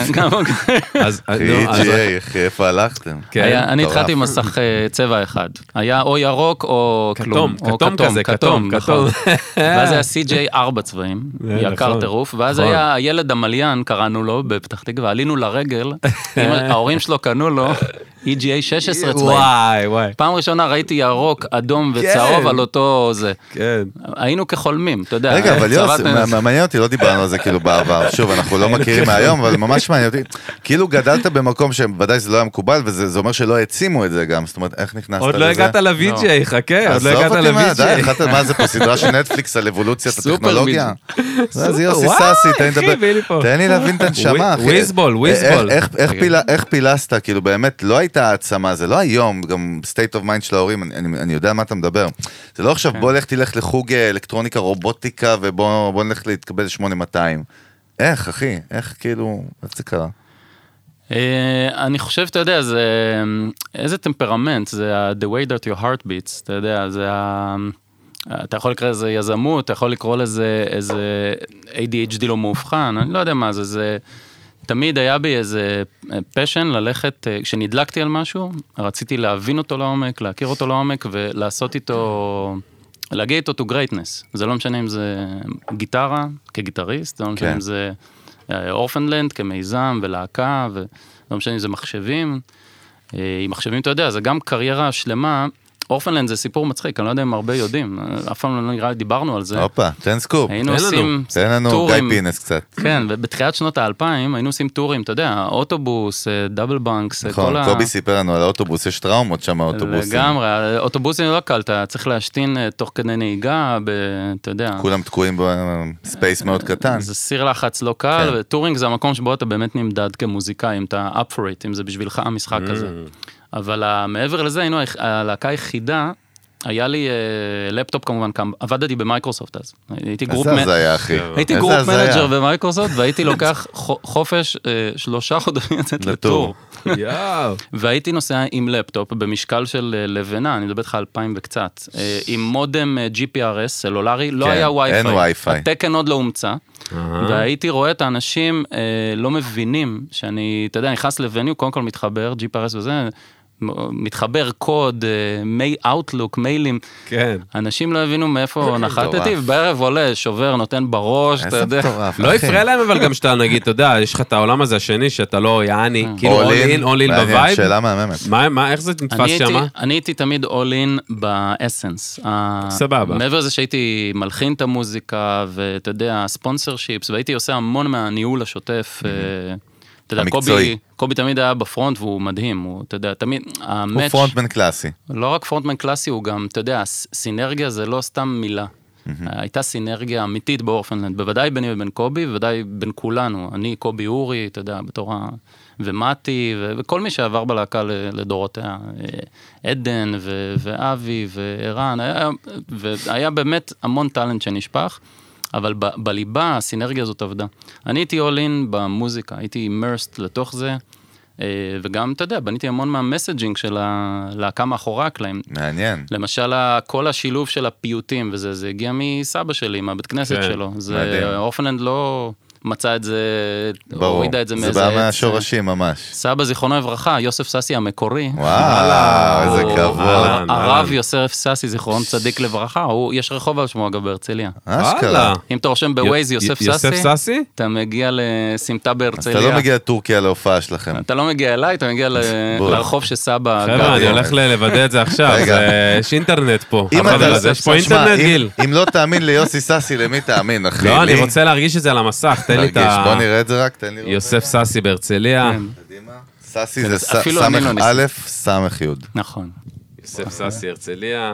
EGA, איפה הלכתם? אני התחלתי עם מסך צבע אחד. היה או ירוק או כלום. כתום כזה, כתום. ואז היה CJ 4 צבעים, יקר טירוף, ואז היה הילד המליין, קראנו לו, בפתח תקווה, עלינו לרגל, ההורים שלו קנו לו, EGA 16 צבעים. וואי. פעם ראשונה ראיתי ירוק, אדום וצהוב על אותו זה. כן. היינו כחולמים, אתה יודע. רגע, אבל יוס, מעניין אותי, לא דיברנו על זה כאילו בעבר. שוב, אנחנו לא מכירים מהיום, אבל ממש מעניין אותי. כאילו גדלת במקום שוודאי זה לא היה מקובל, וזה אומר שלא העצימו את זה גם. זאת אומרת, איך נכנסת לזה? עוד לא הגעת לווי-ג'יי, חכה, עוד לא הגעת לווי-ג'יי. מה זה פה, סדרה של נטפליקס על אבולוציית הטכנולוגיה? זה יוסי סאסי, תן לי להבין את הנשמה, אחי. וויזבול. איך פילסת, כאילו באמת לא הייתה העצמה, זה לא היום, גם state of mind של ההורים, אני יודע מה אתה מדבר. זה לא עכשיו, בוא תלך לחוג אלקטרוניקה, רובוטיקה, ובוא נלך להתקבל 8200. איך, אחי? איך כאילו, איך זה קרה? אני חושב, אתה יודע, זה איזה טמפרמנט, זה the way that your heart beats, אתה יודע, זה אתה יכול לקרוא לזה יזמות, אתה יכול לקרוא לזה איזה ADHD לא מאובחן, אני לא יודע מה זה, זה תמיד היה בי איזה פשן ללכת, כשנדלקתי על משהו, רציתי להבין אותו לעומק, להכיר אותו לעומק, ולעשות איתו, להגיע איתו to greatness. זה לא משנה אם זה גיטרה, כגיטריסט, זה לא משנה אם זה אורפנלנד, כמיזם ולהקה, ולא משנה אם זה מחשבים. עם מחשבים, אתה יודע, זה גם קריירה שלמה, אורפנלנד זה סיפור מצחיק, אני לא יודע אם הרבה יודעים, אף פעם לא נראה לי דיברנו על זה. הופה, תן סקופ. היינו עושים תן לנו גיא פינס קצת. כן, ובתחילת שנות ה-2000 היינו עושים טורים, אתה יודע, אוטובוס, דאבל בנקס, נכון, קובי סיפר לנו על האוטובוס, יש טראומות שם האוטובוסים. לגמרי, אוטובוסים לא קל, אתה צריך להשתין תוך כדי נהיגה, אתה יודע. כולם תקועים בספייס מאוד קטן. זה סיר לחץ לא קל, וטורינג זה המקום שבו אתה באמת נמדד כמוזיקאי, אם אתה up for it, אם זה בשבילך המשחק הזה. אבל מעבר לזה, היינו הלהקה היחידה, היה לי לפטופ כמובן, עבדתי במייקרוסופט אז. הייתי גרופ מנג'ר במייקרוסופט, והייתי לוקח חופש 3 חודשים לצאת לטור. והייתי נוסע עם לפטופ במשקל של לבנה, אני מדבר איתך 2000 וקצת, עם מודם GPRS סלולרי, לא היה וי-פיי. התקן עוד לא הומצא, והייתי רואה את האנשים לא מבינים, שאני, אתה יודע, נכנס לבניו, קודם כל מתחבר, GPRS וזה, מתחבר קוד, אאוטלוק, מיילים. כן. אנשים לא הבינו מאיפה נחתתי, ובערב עולה, שובר, נותן בראש, אתה יודע. לא יפריע להם, אבל גם שאתה נגיד, אתה יודע, יש לך את העולם הזה השני, שאתה לא יעני, כאילו אול אין בווייב. שאלה מהממת. איך זה נתפס שמה? אני הייתי תמיד אול אין באסנס. סבבה. מעבר לזה שהייתי מלחין את המוזיקה, ואתה יודע, ספונסר שיפס, והייתי עושה המון מהניהול השוטף, אתה יודע, קובי תמיד היה בפרונט והוא מדהים, הוא, אתה יודע, תמיד, הוא פרונטמן קלאסי. לא רק פרונטמן קלאסי, הוא גם, אתה יודע, סינרגיה זה לא סתם מילה. הייתה סינרגיה אמיתית באורפנלנד, בוודאי ביני ובין קובי, בוודאי בין כולנו. אני, קובי אורי, אתה יודע, בתור ומתי, וכל מי שעבר בלהקה לדורותיה, עדן ואבי וערן, והיה באמת המון טלנט שנשפך. אבל בליבה הסינרגיה הזאת עבדה. אני הייתי all-in במוזיקה, הייתי immersed לתוך זה, וגם, אתה יודע, בניתי המון מהמסג'ינג של הלהקה מאחורי הקלעים. מעניין. למשל, כל השילוב של הפיוטים, וזה הגיע מסבא שלי, מהבית כנסת שלו. זה אורפנלנד לא... מצא את זה, הורידה את זה מאיזה... זה בא מהשורשים ממש. סבא זיכרונו לברכה, יוסף ססי המקורי. וואו, איזה כבוד. הרב יוסף ססי, זיכרון צדיק לברכה, יש רחוב על שמו אגב בהרצליה. אשכרה. אם אתה רושם בווייז יוסף ססי, אתה מגיע לסמטה בהרצליה. אתה לא מגיע לטורקיה להופעה שלכם. אתה לא מגיע אליי, אתה מגיע לרחוב שסבא... חבר'ה, אני הולך לוודא את זה עכשיו, יש אינטרנט פה. יש פה אינטרנט, גיל. אם לא תאמין ליוסי ססי, למי תאמין, אחי? לא, אני רוצה להרגיש את זה על המסך, תן לי את ה... בוא נראה את זה רק, תן לי לראות. יוסף ססי בהרצליה. ססי זה סמך א' סמך י'. נכון. יוסף ססי הרצליה.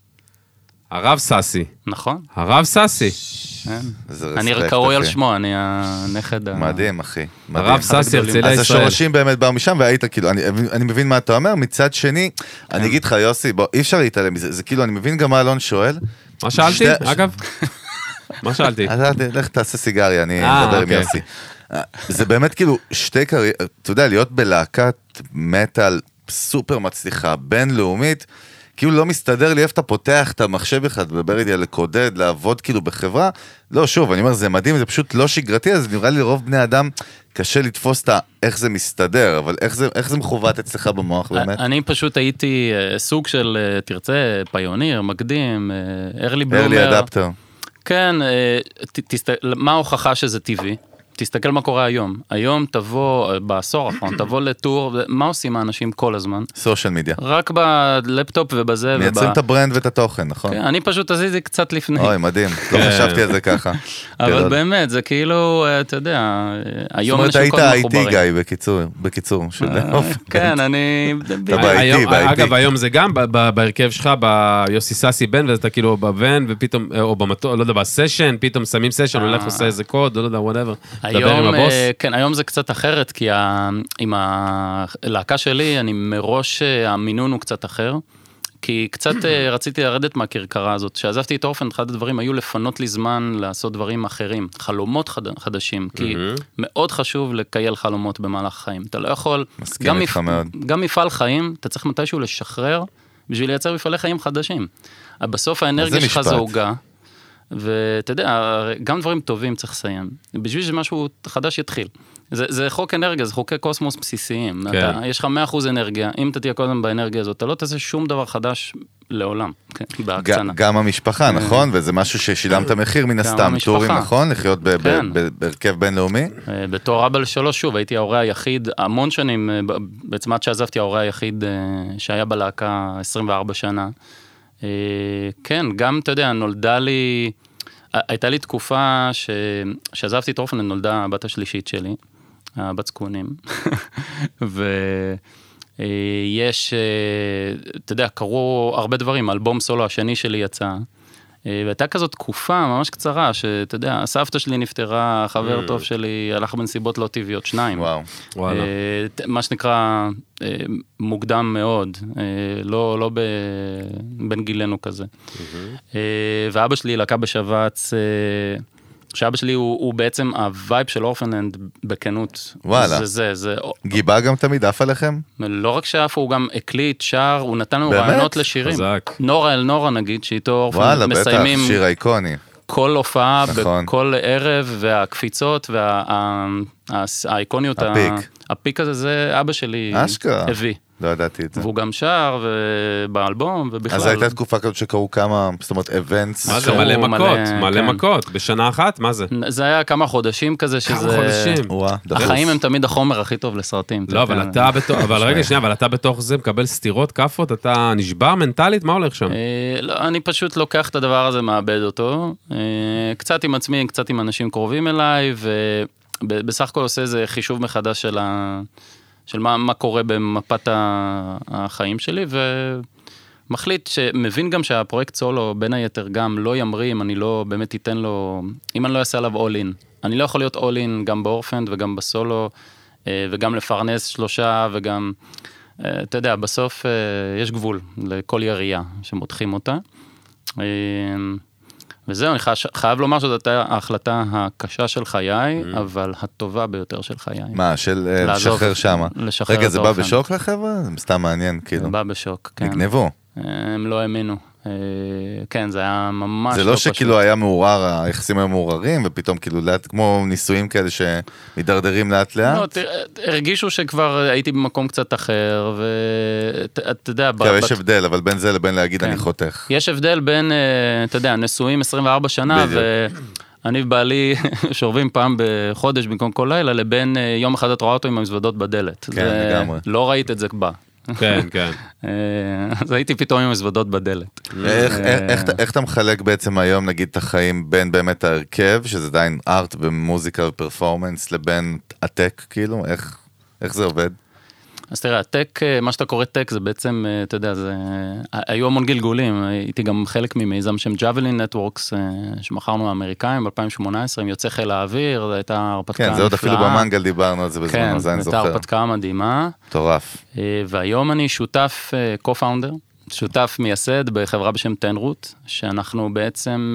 הרב ססי. נכון. הרב ססי. אני קרוי על שמו, אני הנכד... מדהים, אחי. הרב ססי הרצליה ישראל. אז השורשים באמת באו משם, והיית כאילו, אני מבין מה אתה אומר, מצד שני, אני אגיד לך, יוסי, בוא, אי אפשר להתעלם מזה, זה כאילו, אני מבין גם מה אלון שואל. מה שאלתי, אגב? מה שאלתי? אז לך תעשה סיגריה, אני מדבר עם יוסי. זה באמת כאילו שתי קריירות, אתה יודע, להיות בלהקת מטל סופר מצליחה, בינלאומית, כאילו לא מסתדר לי איפה אתה פותח את המחשב אחד, לדבר איתי על לקודד, לעבוד כאילו בחברה, לא, שוב, אני אומר, זה מדהים, זה פשוט לא שגרתי, אז נראה לי לרוב בני אדם קשה לתפוס את איך זה מסתדר, אבל איך זה מכוות אצלך במוח באמת? אני פשוט הייתי סוג של, תרצה, פיוניר, מקדים, early bloomer. early adapter. כן, מה ההוכחה שזה טבעי? תסתכל מה קורה היום. היום תבוא, בעשור האחרון, תבוא לטור, מה עושים האנשים כל הזמן? סושיאל מדיה. רק בלפטופ ובזה. מייצרים את הברנד ואת התוכן, נכון? כן, אני פשוט עשיתי קצת לפני. אוי, מדהים. לא חשבתי על זה ככה. אבל באמת, זה כאילו, אתה יודע, היום אנשים כל מחוברים. זאת אומרת, היית IT גיא, בקיצור. כן, אני... אגב, היום זה גם בהרכב שלך, ביוסי ססי בן, ואתה כאילו בבן, ופתאום, או במטור, לא יודע, בסשן, פתאום שמים סשן, הולך עושה איזה קוד, לא יודע, whatever. היום, כן, היום זה קצת אחרת, כי עם הלהקה שלי, אני מראש, המינון הוא קצת אחר, כי קצת רציתי לרדת מהקרקרה הזאת. כשעזבתי את אורפן, אחד הדברים היו לפנות לי זמן לעשות דברים אחרים, חלומות חדשים, כי מאוד חשוב לקייל חלומות במהלך החיים. אתה לא יכול, גם מפעל חיים, אתה צריך מתישהו לשחרר, בשביל לייצר מפעלי חיים חדשים. בסוף האנרגיה שלך זה הוגה, ואתה יודע, גם דברים טובים צריך לסיים, בשביל שמשהו חדש יתחיל. זה חוק אנרגיה, זה חוקי קוסמוס בסיסיים. יש לך 100% אנרגיה, אם אתה תהיה קודם באנרגיה הזאת, אתה לא תעשה שום דבר חדש לעולם, בהקצנה. גם המשפחה, נכון? וזה משהו ששילמת מחיר מן הסתם, טורים, נכון? לחיות בהרכב בינלאומי? בתור אבא לשלוש, שוב, הייתי ההורה היחיד, המון שנים, בעצם עד שעזבתי ההורה היחיד שהיה בלהקה 24 שנה, כן, גם, אתה יודע, נולדה לי, הייתה לי תקופה שעזבתי את אורפן, נולדה הבת השלישית שלי, הבת זקונים, ויש, אתה יודע, קרו הרבה דברים, אלבום סולו השני שלי יצא, והייתה כזאת תקופה ממש קצרה, שאתה יודע, הסבתא שלי נפטרה, חבר טוב שלי הלך בנסיבות לא טבעיות, 2. וואו. מה שנקרא מוקדם מאוד, לא בין גילנו כזה. ואבא שלי לקה בשבץ, שאבא שלי הוא בעצם הווייב של אורפנלנד בכנות. וואלה. גיבה גם תמיד עף עליכם? לא רק שעף, הוא גם הקליט, שר, הוא נתן לנו רעיונות לשירים. חזק. נורה אל נורה נגיד, שאיתו אורפנלנד מסיימים. וואלה, בטח, שיר איקוני. כל הופעה, בכל ערב, והקפיצות, והאיקוניות, הפיק הזה, זה אבא שלי הביא. לא ידעתי את זה. והוא גם שר, ובאלבום, ובכלל. אז הייתה תקופה כזאת שקרו כמה, זאת אומרת, אבנטס. מה זה, מלא מכות, בשנה אחת, מה זה? זה היה כמה חודשים כזה, שזה... כמה חודשים. החיים הם תמיד החומר הכי טוב לסרטים. לא, אבל רגע שנייה, אבל אתה בתוך זה מקבל סתירות, כאפות, אתה נשבר מנטלית, מה הולך שם? לא, אני פשוט לוקח את הדבר הזה, מאבד אותו, קצת עם עצמי, קצת עם אנשים קרובים אליי, ובסך הכל עושה איזה חישוב מחדש של מה קורה במפת החיים שלי, ומחליט שמבין גם שהפרויקט סולו, בין היתר גם לא ימריא, אם אני לא באמת אתן לו, אם אני לא אעשה עליו all in. אני לא יכול להיות all in גם באורפנד וגם בסולו, וגם לפרנס 3, וגם, אתה יודע, בסוף יש גבול לכל ירייה שמותחים אותה. וזהו, אני חייב לומר שזאת ההחלטה הקשה של חיי, אבל הטובה ביותר של חיי. מה, של לשחרר שמה? רגע, זה בא בשוק לחבר'ה? זה סתם מעניין, כאילו. זה בא בשוק, כן. נגנבו? הם לא האמינו. כן, זה היה ממש זה לא שכאילו היה מעורר, היחסים היו מעוררים, ופתאום כאילו לאט, כמו ניסויים כאלה שמדרדרים לאט לאט? לא, הרגישו שכבר הייתי במקום קצת אחר, ואתה יודע... יש הבדל, אבל בין זה לבין להגיד אני חותך. יש הבדל בין, אתה יודע, נשואים 24 שנה, אני ובעלי שורבים פעם בחודש במקום כל לילה, לבין יום אחד את רואה אותו עם המזוודות בדלת. כן, לגמרי. לא ראית את זה בה. כן, כן. אז הייתי פתאום עם מזוודות בדלת. איך אתה מחלק בעצם היום, נגיד, את החיים בין באמת ההרכב, שזה עדיין ארט ומוזיקה ופרפורמנס, לבין הטק, כאילו? איך זה עובד? אז תראה, הטק, מה שאתה קורא טק, זה בעצם, אתה יודע, היו המון גלגולים, הייתי גם חלק ממיזם שם Javelin Networks, שמכרנו האמריקאים ב-2018, עם יוצא חיל האוויר, זו הייתה הרפתקה נפלאה. כן, זה עוד אפילו במנגל דיברנו על זה בזמן, כן, זו הייתה הרפתקה מדהימה. מטורף. והיום אני שותף, co-founder, שותף מייסד בחברה בשם Tenroot, שאנחנו בעצם...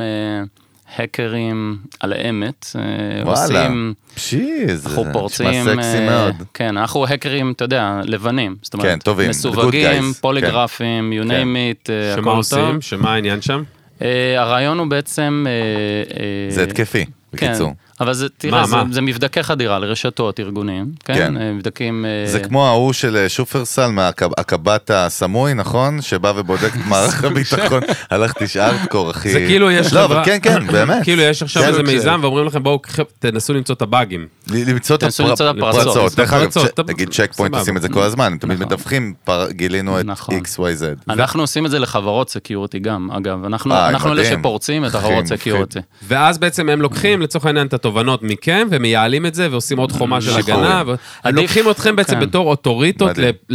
הקרים על האמת, עושים, אנחנו פורצים, כן, אנחנו הקרים, אתה יודע, לבנים, זאת אומרת, מסווגים, פוליגרפים, you name it, שמה עושים? שמה העניין שם? הרעיון הוא בעצם... זה התקפי, בקיצור. אבל תראה, זה מבדקי חדירה לרשתות, ארגונים, כן? מבדקים... זה כמו ההוא של שופרסל, מהקב"ט הסמוי, נכון? שבא ובודק את מערך הביטחון, הלך תשאר קור, אחי. זה כאילו יש... לא, אבל כן, כן, באמת. כאילו יש עכשיו איזה מיזם, ואומרים לכם, בואו, תנסו למצוא את הבאגים. למצוא את הפרצות. דרך אגב, תגיד צ'ק פוינט, עושים את זה כל הזמן, תמיד מדווחים, גילינו את XYZ. אנחנו עושים את זה לחברות סקיוריטי גם, אגב. אנחנו אלה שפורצים את החברות סקיוריטי. ואז בעצם הם לוקחים לצורך העניין את התובנות מכם, ומייעלים את זה, ועושים עוד חומה של הגנה, הם לוקחים אתכם בעצם בתור אוטוריטות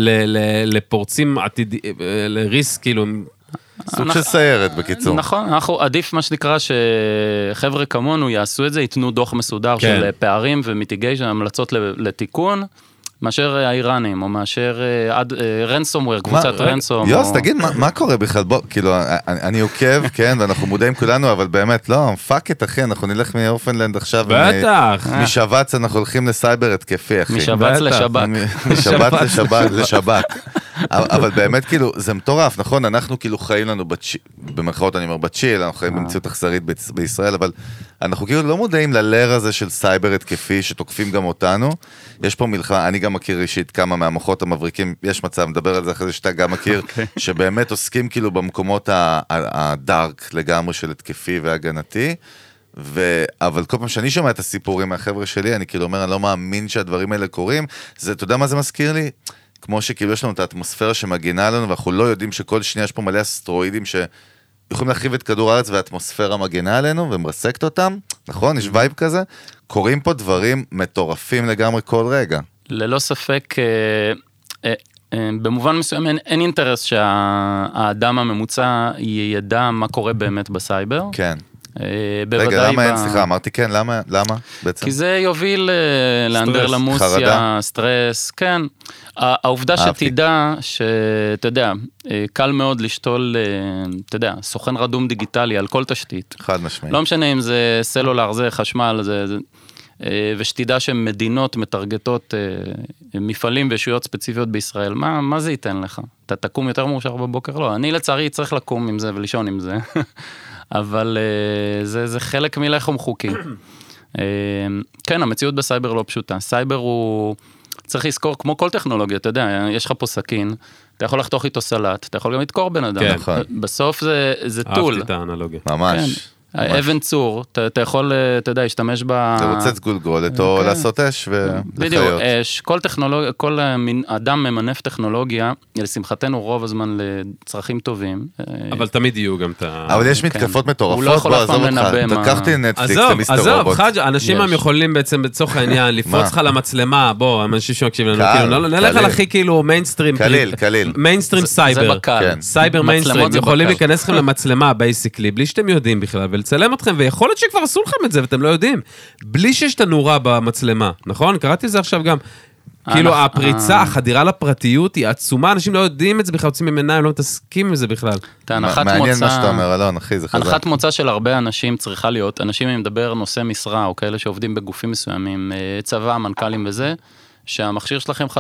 לפורצים עתידי, לריסק, כאילו... סוג של סיירת, בקיצור. נכון, עדיף מה שנקרא שחבר'ה כמונו יעשו את זה, ייתנו דוח מסודר של פערים ומיטיגיישן, המלצות לתיקון, מאשר האיראנים, או מאשר רנסומוור, קבוצת רנסום. יוס, תגיד, מה קורה בכלל? בוא, כאילו, אני עוקב, כן, ואנחנו מודעים כולנו, אבל באמת, לא, פאק את, אחי, אנחנו נלך מאופנלנד עכשיו. בטח. משבץ אנחנו הולכים לסייבר התקפי, אחי. משבץ לשבק. משבץ לשבק. אבל באמת, כאילו, זה מטורף, נכון? אנחנו כאילו חיים לנו, במרכאות אני אומר, בצ'יל, אנחנו חיים במציאות אכזרית בישראל, אבל אנחנו כאילו לא מודעים ללר הזה של סייבר התקפי, שתוקפים גם אותנו. יש פה מלחמה, אני גם מכיר אישית כמה מהמוחות המבריקים, יש מצב, מדבר על זה אחרי זה שאתה גם מכיר, שבאמת עוסקים כאילו במקומות הדארק לגמרי של התקפי והגנתי, אבל כל פעם שאני שומע את הסיפורים מהחבר'ה שלי, אני כאילו אומר, אני לא מאמין שהדברים האלה קורים, זה, אתה יודע מה זה מזכיר לי? כמו שכאילו יש לנו את האטמוספירה שמגינה לנו, ואנחנו לא יודעים שכל שנייה יש פה מלא אסטרואידים שיכולים להחריב את כדור הארץ, והאטמוספירה מגינה עלינו ומרסקת אותם, נכון? יש וייב כזה? קורים פה דברים מטורפים לגמרי כל רגע. ללא ספק, במובן מסוים אין אינטרס שהאדם הממוצע ידע מה קורה באמת בסייבר. כן. רגע, למה אין? סליחה, אמרתי כן, למה בעצם? כי זה יוביל לאנדרלמוסיה, סטרס, כן. העובדה שתדע, שאתה יודע, קל מאוד לשתול, אתה יודע, סוכן רדום דיגיטלי על כל תשתית. חד משמעי. לא משנה אם זה סלולר, זה חשמל, ושתדע שמדינות מטרגטות מפעלים וישויות ספציפיות בישראל, מה זה ייתן לך? אתה תקום יותר מאושר בבוקר? לא, אני לצערי צריך לקום עם זה ולישון עם זה. אבל זה חלק מלחם חוקי. כן, המציאות בסייבר לא פשוטה. סייבר הוא, צריך לזכור, כמו כל טכנולוגיה, אתה יודע, יש לך פה סכין, אתה יכול לחתוך איתו סלט, אתה יכול גם לתקור בן אדם. בסוף זה טול. אהבתי את האנלוגיה. ממש. אבן צור, אתה יכול, אתה יודע, להשתמש אתה רוצה את גולגולת או לעשות אש ולחיות. בדיוק, אש, כל טכנולוגיה, כל אדם ממנף טכנולוגיה, לשמחתנו רוב הזמן לצרכים טובים. אבל תמיד יהיו גם את אבל יש מתקפות מטורפות. הוא לא יכול אף פעם לנבא מה... תקחתי נטפליקס למיסטר רובוט. עזוב, חג' אנשים הם יכולים בעצם בצורך העניין, לפרוץ לך למצלמה, בוא, אנשים שמקשיבים לנו, נלך על הכי כאילו מיינסטרים. קליל. מיינסטרים סייבר. סייבר מיינסטרים. יכולים להיכנס לכם למצלמה, בייסיקלי, בלי שאתם יודעים בכלל, ולצלם אתכם, ויכול להיות שכבר עשו לכם את זה, ואתם לא יודעים. בלי שיש את הנורה במצלמה, נכון? קראתי את זה עכשיו גם. כאילו, הפריצה, החדירה לפרטיות היא עצומה, אנשים לא יודעים את זה בכלל, יוצאים ממנה, הם לא מתעסקים עם זה בכלל. מעניין מה שאתה אומר, אלון, אחי, זה חזק. הנחת מוצא של הרבה אנשים צריכה להיות, אנשים אם מדבר נושא משרה, או כאלה שעובדים בגופים מסוימים, צבא, מנכ"לים וזה, שהמכשיר שלכם חדור.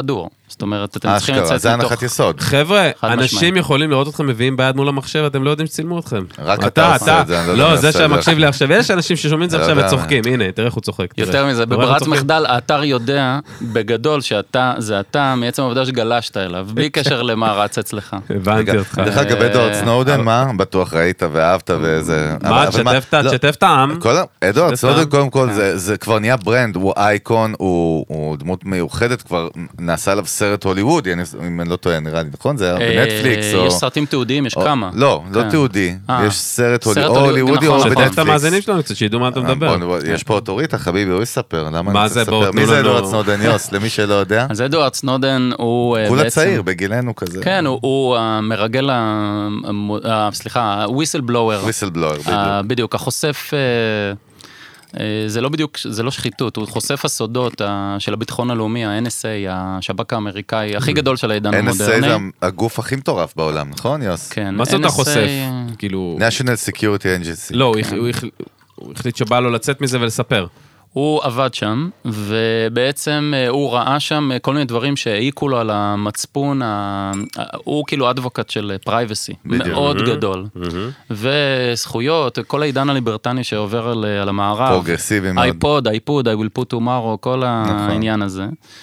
זאת אומרת, אתם צריכים לצאת מתוך... זה הנחת יסוד. חבר'ה, אנשים יכולים לראות אתכם מביאים ביד מול המחשב, אתם לא יודעים שצילמו אתכם. רק אתה עושה את זה, אני לא יודע. לא, זה שמקשיב לי עכשיו, יש אנשים ששומעים את זה עכשיו וצוחקים, הנה, תראה איך הוא צוחק. יותר מזה, בברירת מחדל, האתר יודע בגדול שזה אתה, מעצם העובדה שגלשת אליו, בלי קשר למה רץ אצלך. הבנתי אותך. דרך אגב, אדוארד סנודן, מה? בטוח ראית ואהבת וזה... מה, תשתף את העם. אדוארד סנודן, קודם כל, זה כבר נהיה ברנד, הוא אייקון, הוא דמות מיוחדת, כבר נעשה עליו סרט הוליוודי, אם אני לא טועה, נראה לי, נכון? זה היה בנטפליקס או... יש סרטים תיעודיים, יש כמה. לא תיעודי, יש סרט הוליוודי או בנטפליקס. שתף את המאזינים שלנו קצת, שידעו מה אתה מדבר. יש פה אוטוריטה, חביבי, הוא יספר, למה מה זה? מי זה אדוארד סנודן, יוס, למי שלא יודע? אז אדוארד סנודן הוא בעצם... כולה צעיר, בגילנו כזה. כן, הוא המרגל, סליחה, וויסלבלואר. וויסלבלואר, בדיוק, החושף... זה לא בדיוק, זה לא שחיתות, הוא חושף הסודות של הביטחון הלאומי, ה-NSA, השב"כ האמריקאי, הכי גדול של העידן המודרני. NSA זה הגוף הכי מטורף בעולם, נכון, יוס? כן. מה זאת החושף? כאילו... National Security Agency. לא, הוא החליט שבא לו לצאת מזה ולספר. הוא עבד שם, ובעצם הוא ראה שם כל מיני דברים שהעיקו לו על המצפון, הוא כאילו אדבוקט של פרייבסי, מאוד גדול. וזכויות, כל העידן הליברטני שעובר על המערב. פרוגרסיבי מאוד. אייפוד, I will put tomorrow, כל העניין הזה.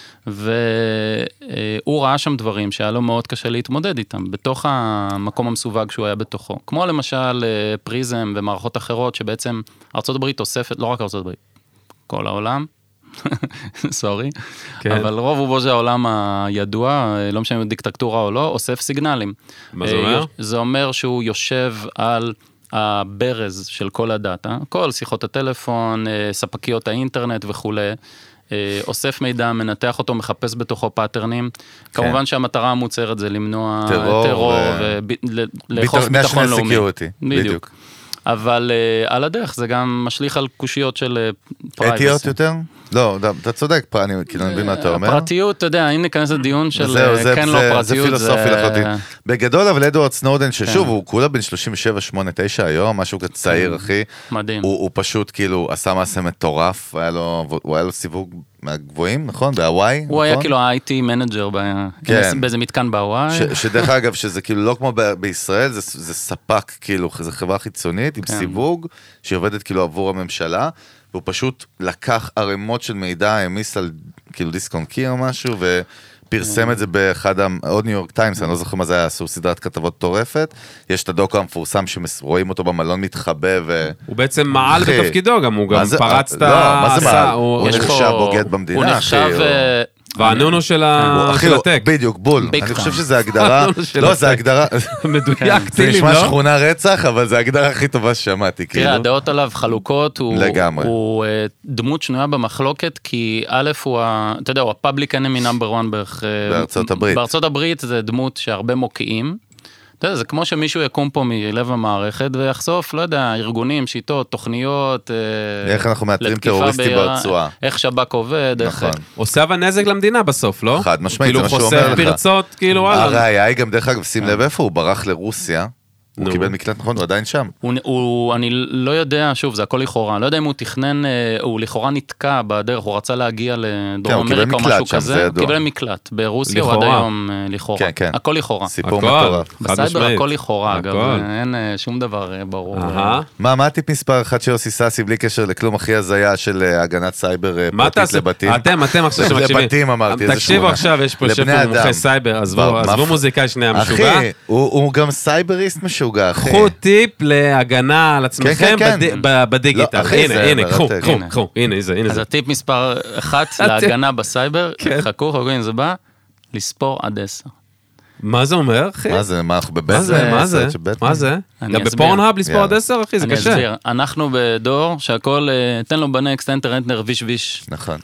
והוא ראה שם דברים שהיה לו מאוד קשה להתמודד איתם, בתוך המקום המסווג שהוא היה בתוכו. כמו למשל פריזם ומערכות אחרות, שבעצם ארצות הברית אוספת, לא רק ארצות הברית, כל העולם, סורי, אבל רוב רובו של העולם הידוע, לא משנה אם דיקטטורה או לא, אוסף סיגנלים. מה זה אומר? זה אומר שהוא יושב על הברז של כל הדאטה, כל שיחות הטלפון, ספקיות האינטרנט וכו', אוסף מידע, מנתח אותו, מחפש בתוכו פאטרנים. כמובן שהמטרה המוצרת זה למנוע טרור ולאכוף ביטחון לאומי. בדיוק. אבל על הדרך זה גם משליך על קושיות של פרייבסי. אתיות יותר? לא, אתה צודק, אני כאילו מבין מה אתה אומר. הפרטיות, אתה יודע, אם ניכנס לדיון של כן לא פרטיות, זה פילוסופי לחלוטין. בגדול, אבל אדוארד סנודן, ששוב, הוא כולה בין 37, 8, 9 היום, משהו כזה צעיר, אחי. מדהים. הוא פשוט כאילו עשה מעשה מטורף, הוא היה לו סיווג מהגבוהים, נכון? בהוואי? הוא היה כאילו ה-IT מנג'ר באיזה מתקן בהוואי. שדרך אגב, שזה כאילו לא כמו בישראל, זה ספק, כאילו, זה חברה חיצונית עם סיווג, שעובדת כאילו עבור הממשלה, והוא פשוט לקח ערימות של מידע, העמיס על כאילו דיסק און קי או משהו, ופרסם את זה באחד, עוד ניו יורק טיימס, אני לא זוכר מה זה היה, עשו סדרת כתבות טורפת, יש את הדוקו המפורסם שרואים אותו במלון מתחבא הוא בעצם מעל בתפקידו גם, הוא גם פרץ את מה זה מעל? הוא נחשב בוגד במדינה. הוא נחשב... והנונו של הטק. בדיוק, בול. אני חושב שזה הגדרה, לא, זה הגדרה, מדויק, זה נשמע שכונה רצח, אבל זה הגדרה הכי טובה ששמעתי. תראה, הדעות עליו חלוקות, הוא דמות שנויה במחלוקת, כי א' הוא, אתה יודע, הוא הפאבליק אנמי נאמבר 1 בערך. בארצות הברית. בארצות הברית זה דמות שהרבה מוקיעים. אתה יודע, זה כמו שמישהו יקום פה מלב המערכת ויחשוף, לא יודע, ארגונים, שיטות, תוכניות, איך אנחנו מאתרים טרוריסטים ברצועה. איך שב"כ עובד, נכון. עושה אבל נזק למדינה בסוף, לא? חד משמעית, זה מה שהוא אומר לך. כאילו חושף פרצות, כאילו וואלה. הראיה היא גם דרך אגב, שים לב איפה, הוא ברח לרוסיה, הוא קיבל מקלט, נכון, הוא עדיין שם. אני לא יודע, שוב, זה הכל לכאורה, לא יודע אם הוא תכנן, הוא לכאורה נתקע בדרך, הוא רצה להגיע לדרום אמריקה או משהו כזה, הוא קיבל מקלט, ברוסיה הוא עד היום לכאורה, הכל לכאורה. סיפור מטורף. בסייבר הכל לכאורה, אגב, אין שום דבר ברור. מה הטיפ מספר 1 של יוסי סאסי, בלי קשר לכלום הכי הזיה של הגנת סייבר פרטית לבתים? אתם עכשיו שמקשיבים. לבתים אמרתי, תקשיבו עכשיו, יש פה מומחי סייבר, עזבו מוזיקאי שני המשוגע. הוא גם סייבריסט משוגע, אחי. קחו טיפ להגנה על עצמכם בדיגיטל. הנה, קחו, הנה זה. אז הטיפ מספר 1 להגנה בסייבר, חכו, הנה זה בא, לספור עד 10. מה זה אומר, אחי? מה זה? מה אנחנו בבית? מה זה? גם בפורנהאב לספור עד 10, אחי, זה קשה. אני אסביר. אנחנו בדור שהכל, תן לו בנקסט, אנטרנט נרביש ויש. נכון.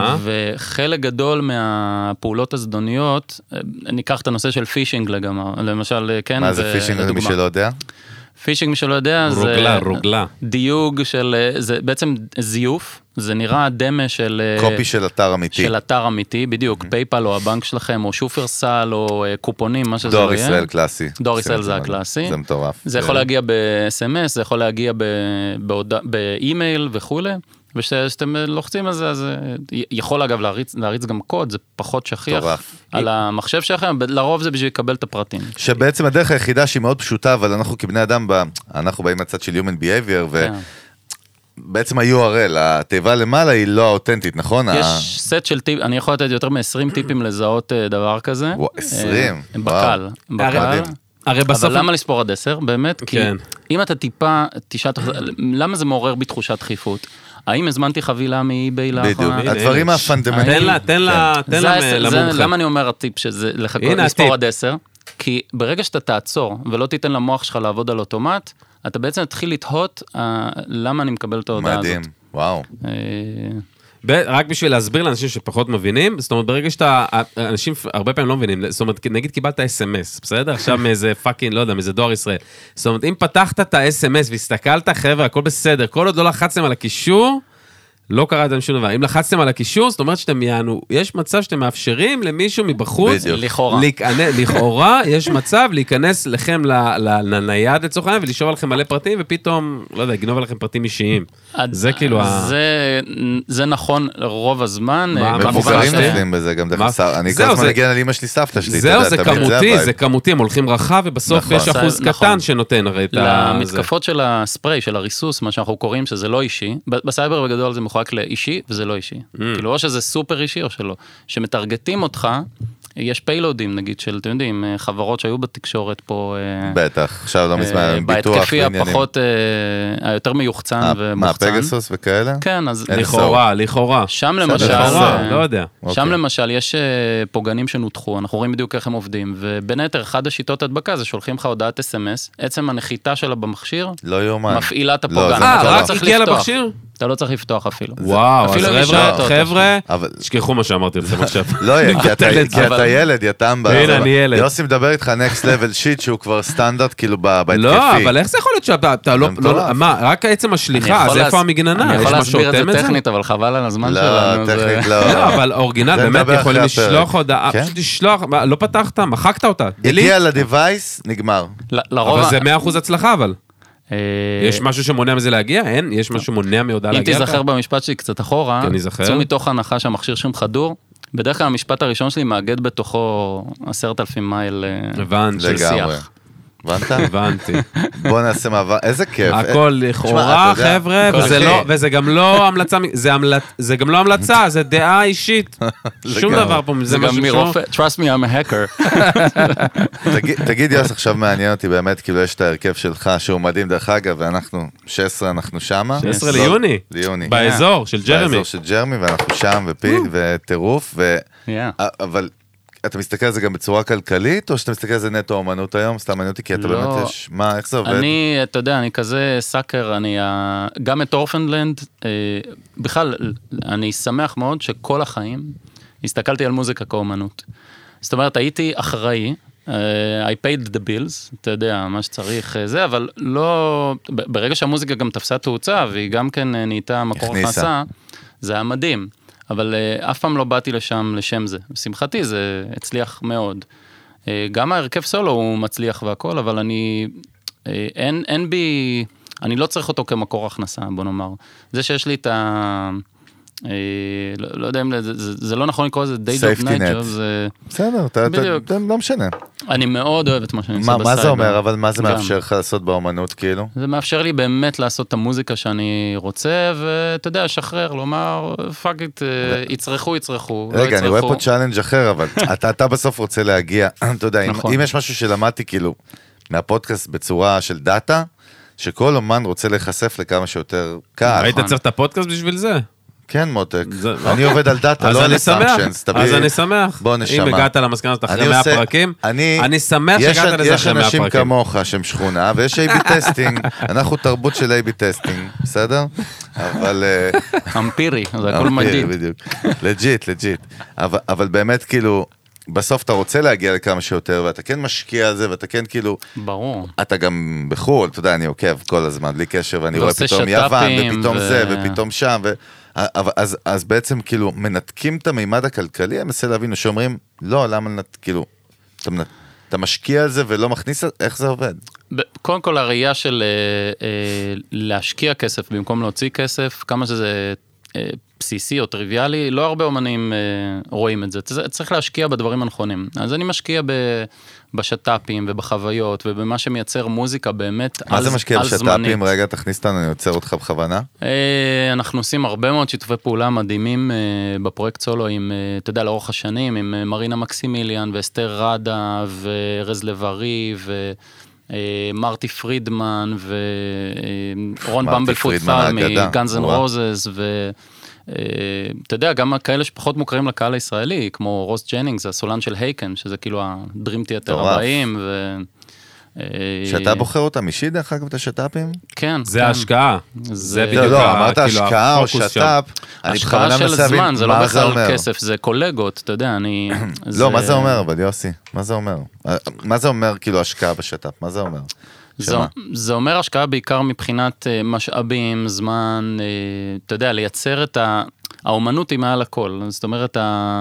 וחלק גדול מהפעולות הזדוניות, ניקח את הנושא של פישינג למשל, כן. מה זה פישינג למי שלא יודע? פישינג, מי שלא יודע, זה דיוג של, זה בעצם זיוף, זה נראה דמה של... קופי של אתר אמיתי. של אתר אמיתי, בדיוק, פייפל או הבנק שלכם, או שופרסל, או קופונים, מה שזה לא יהיה. דואר ישראל קלאסי. דואר ישראל זה הקלאסי. זה מטורף. זה יכול להגיע ב-SMS, זה יכול להגיע באימייל וכו'. וכשאתם לוחצים על זה, אז יכול אגב להריץ גם קוד, זה פחות שכיח על המחשב שלכם, לרוב זה בשביל לקבל את הפרטים. שבעצם הדרך היחידה שהיא מאוד פשוטה, אבל אנחנו כבני אדם, אנחנו באים מהצד של Human Behavior, ובעצם ה-URL, התיבה למעלה היא לא האותנטית, נכון? יש סט של טיפ, אני יכול לתת יותר מ-20 טיפים לזהות דבר כזה. 20? בקל. הרי בסוף... אבל למה לספור עד 10? באמת? כי אם אתה טיפה, למה זה מעורר בתחושת דחיפות? האם הזמנתי חבילה מאי-ביי לאחרונה? בדיוק, הדברים הפונדמנטליים. תן למומחה. למה אני אומר הטיפ שזה לחכות לספור עד 10? כי ברגע שאתה תעצור ולא תיתן למוח שלך לעבוד על אוטומט, אתה בעצם תתחיל לתהות למה אני מקבל את ההודעה הזאת. מדהים, וואו. רק בשביל להסביר לאנשים שפחות מבינים, זאת אומרת, ברגע שאתה, אנשים הרבה פעמים לא מבינים, זאת אומרת, נגיד קיבלת SMS, בסדר? עכשיו מאיזה פאקינג, לא יודע, מאיזה דואר ישראל. זאת אומרת, אם פתחת את ה-SMS והסתכלת, חבר'ה, הכל בסדר, כל עוד לא לחצתם על הקישור, לא קראתם שום דבר. אם לחצתם על הקישור, זאת אומרת שאתם יענו, יש מצב שאתם מאפשרים למישהו מבחוץ, לכאורה, יש מצב להיכנס לכם לנייד לצורך העניין, ולשאוב עליכם מלא פרטים, ופתאום, לא יודע, גנוב עליכם פרטים אישיים. זה כאילו זה נכון רוב הזמן. מבוגרים נופלים בזה גם דרך השר. אני כל הזמן מגיע על אמא שלי, סבתא שלי. זהו, זה כמותי, הם הולכים רחב, ובסוף יש אחוז קטן שנותן הרי את זה. למתקפות של הספרי, של הריסוס, מה שאנחנו קוראים שזה לא אישי, בסייבר בגדול זה מחולק לאישי, וזה לא אישי. כאילו, או שזה סופר אישי או שלא. שמתרגטים אותך, יש פיילודים, נגיד, של, אתם יודעים, חברות שהיו בתקשורת פה... בטח, עכשיו לא מזמן, ביטוח בהתקפי הפחות, היותר מיוחצן ומוחצן. מה, פגסוס וכאלה? כן, אז... לכאורה. שם למשל... לא יודע. שם למשל, יש פוגענים שנותחו, אנחנו רואים בדיוק איך הם עובדים, ובין היתר, אחד השיטות הדבקה זה שולחים לך הודעת SMS, עצם הנחיתה שלה במכשיר, מפעילה את הפוגען. רק הגיע למכשיר? אתה לא צריך לפתוח אפילו. וואו, אז חבר'ה, שכחו מה שאמרתי לכם עכשיו. לא, כי אתה ילד, יתם. הנה, אני ילד. יוסי מדבר איתך next level shit, שהוא כבר סטנדרט, כאילו, בהתקפי. לא, אבל איך זה יכול להיות שאתה לא... מה, רק עצם השליחה, אז איפה המגננה? אני יכול להסביר את זה טכנית, אבל חבל על הזמן שלנו. לא, טכנית לא. לא, אבל אורגינל, באמת יכולים לשלוח הודעה, פשוט לשלוח, לא פתחת, מחקת אותה. הגיע לדיווייס, נגמר. אבל זה 100% הצלחה, אבל. יש משהו שמונע מזה להגיע? אין? יש משהו שמונע מהודעה להגיע? אם תיזכר במשפט שלי קצת אחורה, צאו מתוך הנחה שהמכשיר שם חדור, בדרך כלל המשפט הראשון שלי מאגד בתוכו 10,000 מייל של שיח. הבנתי. בוא נעשה מעבר, איזה כיף. הכל לכאורה, חבר'ה, וזה גם לא המלצה, זה גם לא המלצה, זה דעה אישית. שום דבר פה, זה גם מרופא, trust me, I'm a hacker. תגיד יוס, עכשיו מעניין אותי באמת, כאילו יש את ההרכב שלך, שהוא מדהים דרך אגב, ואנחנו 16, אנחנו שמה. 16 ליוני. באזור של ג'רמי. באזור של ג'רמי, ואנחנו שם, וטירוף, אבל... אתה מסתכל על זה גם בצורה כלכלית, או שאתה מסתכל על זה נטו אומנות היום? סתם מעניין אותי, כי אתה באמת יש... מה, איך זה עובד? אתה יודע, אני כזה סאקר, גם את אורפנדלנד, בכלל, אני שמח מאוד שכל החיים הסתכלתי על מוזיקה כאומנות. זאת אומרת, הייתי אחראי, I paid the bills, אתה יודע, מה שצריך זה, אבל לא... ברגע שהמוזיקה גם תפסה תאוצה, והיא גם כן נהייתה מקור הכנסה, זה היה מדהים. אבל אף פעם לא באתי לשם זה. שמחתי, זה הצליח מאוד. גם ההרכב סולו הוא מצליח והכל, אבל אין בי, אני לא צריך אותו כמקור הכנסה, בוא נאמר. זה שיש לי את ה... לא יודע אם זה לא נכון לקרוא לזה day job, night job, זה... בסדר, לא משנה. אני מאוד אוהב את מה שאני עושה בסייבר. מה זה אומר, אבל מה זה מאפשר לך לעשות באומנות, כאילו? זה מאפשר לי באמת לעשות את המוזיקה שאני רוצה, ואתה יודע, שחרר, לומר, פאק איט, יצרכו, רגע, אני רואה פה צ'אלנג' אחר, אבל אתה בסוף רוצה להגיע, אתה יודע, אם יש משהו שלמדתי, כאילו, מהפודקאסט בצורה של דאטה, שכל אומן רוצה להיחשף לכמה שיותר קהל. היית צריך את הפודקאסט בשביל זה? כן, מותק. אני עובד על דאטה, לא על אסמפשנס. אז אני שמח. בוא נשמע. אם הגעת למסקנה הזאת אחרי 100 פרקים, אני שמח שהגעת לזה אחרי 100 פרקים. יש אנשים כמוך שהם שכונה, ויש A-B טסטינג. אנחנו תרבות של A-B טסטינג, בסדר? אבל... אמפירי, זה הכל מדיד. בדיוק. לג'יט. אבל באמת, כאילו... בסוף אתה רוצה להגיע לכמה שיותר, ואתה כן משקיע על זה, ואתה כן כאילו... ברור. אתה גם בחול, אתה יודע, אני עוקב כל הזמן, בלי קשר, ואני רואה פתאום יוון, ופתאום זה, ופתאום שם, אז בעצם כאילו מנתקים את המימד הכלכלי, אני מנסה להבין, שאומרים, לא, למה כאילו, אתה משקיע על זה ולא מכניס, איך זה עובד? קודם כל, הראייה של להשקיע כסף במקום להוציא כסף, כמה שזה בסיסי או טריוויאלי, לא הרבה אומנים רואים את זה. צריך להשקיע בדברים הנכונים. אז אני משקיע בשטאפים ובחוויות ובמה שמייצר מוזיקה באמת על זמנית. מה זה משקיע בשטאפים? רגע, תכניס אותנו, אני יוצר אותך בכוונה. אנחנו עושים הרבה מאוד שיתופי פעולה מדהימים בפרויקט סולו עם, אתה יודע, לאורך השנים, עם מרינה מקסימיליאן ואסתר רדה ורז לב-ארי מרטי פרידמן ורון במבלפוט-פאל מגאנז אנד רוזס אתה יודע, גם כאלה שפחות מוכרים לקהל הישראלי, כמו רוס ג'נינגס, הסולן של הייקן, שזה כאילו הדרים תיאטר הבאים. שאתה בוחר אותם אישי דרך אגב את השטאפים? כן. זה ההשקעה. זה בדיוק. לא, אמרת השקעה או שטאפ. השקעה של זמן, זה לא בכלל כסף, זה קולגות, אתה יודע, אני... לא, מה זה אומר, אבל יוסי? מה זה אומר? מה זה אומר כאילו השקעה בשטאפ? מה זה אומר? זה אומר השקעה בעיקר מבחינת משאבים, זמן, אתה יודע, לייצר את האומנות היא מעל הכל. זאת אומרת,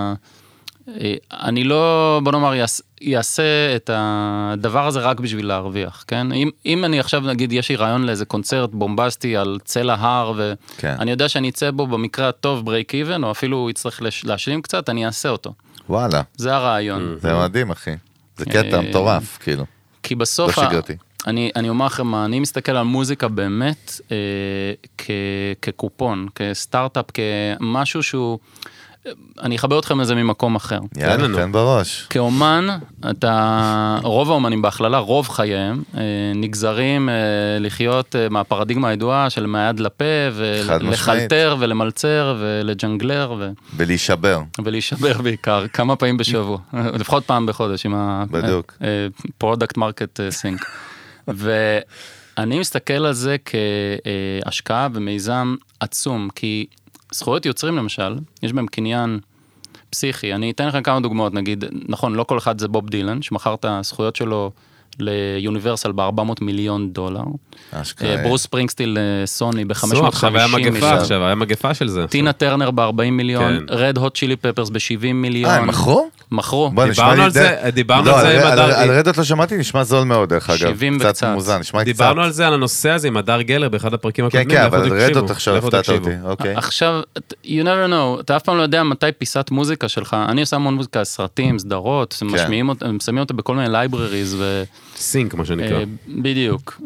אני לא, בוא נאמר, יעשה את הדבר הזה רק בשביל להרוויח, כן? אם אני עכשיו נגיד, יש לי רעיון לאיזה קונצרט בומבסטי על צלע הר, ואני יודע שאני אצא בו במקרה הטוב ברייק איבן, או אפילו יצטרך להשלים קצת, אני אעשה אותו. וואלה. זה הרעיון. זה מדהים, אחי. זה קטע מטורף, כאילו. כי בסוף, אני אומר לכם, אני מסתכל על מוזיקה באמת כקופון, כסטארט-אפ, כמשהו שהוא, אני אחבר אתכם לזה ממקום אחר. יאללה, תן בראש. כאומן, רוב האומנים בהכללה, רוב חייהם, נגזרים לחיות מהפרדיגמה הידועה של מהיד לפה, ולחלטר ולמלצר ולג'נגלר. ולהישבר. ולהישבר בעיקר, כמה פעמים בשבוע, לפחות פעם בחודש, עם ה-product market sync. ואני מסתכל על זה כהשקעה ומיזם עצום, כי זכויות יוצרים למשל, יש בהם קניין פסיכי. אני אתן לכם כמה דוגמאות, נגיד, נכון, לא כל אחד זה בוב דילן, שמכר את הזכויות שלו ליוניברסל ב$400 מיליון. ברוס ספרינגסטיל לסוני ב$550 מיליון. עכשיו, היה מגפה של זה. טינה טרנר ב$40 מיליון, רד הוט צ'ילי פפרס ב$70 מיליון. הם מכרו? מכרו. דיברנו על זה עם הדר... על רדות לא שמעתי, נשמע זול מאוד, דרך אגב. 70 וקצת. דיברנו על זה, על הנושא הזה עם הדר גלר, באחד הפרקים הקודמים. כן, אבל רדות עכשיו הפתעת אותי, אוקיי. עכשיו, you never know, אתה אף פעם לא יודע מתי פיסת מוזיקה שלך. אני עושה המון מוזיקה, סרטים, סדרות, שמים אותה בכל מיני libraries סינק, מה שנקרא. בדיוק.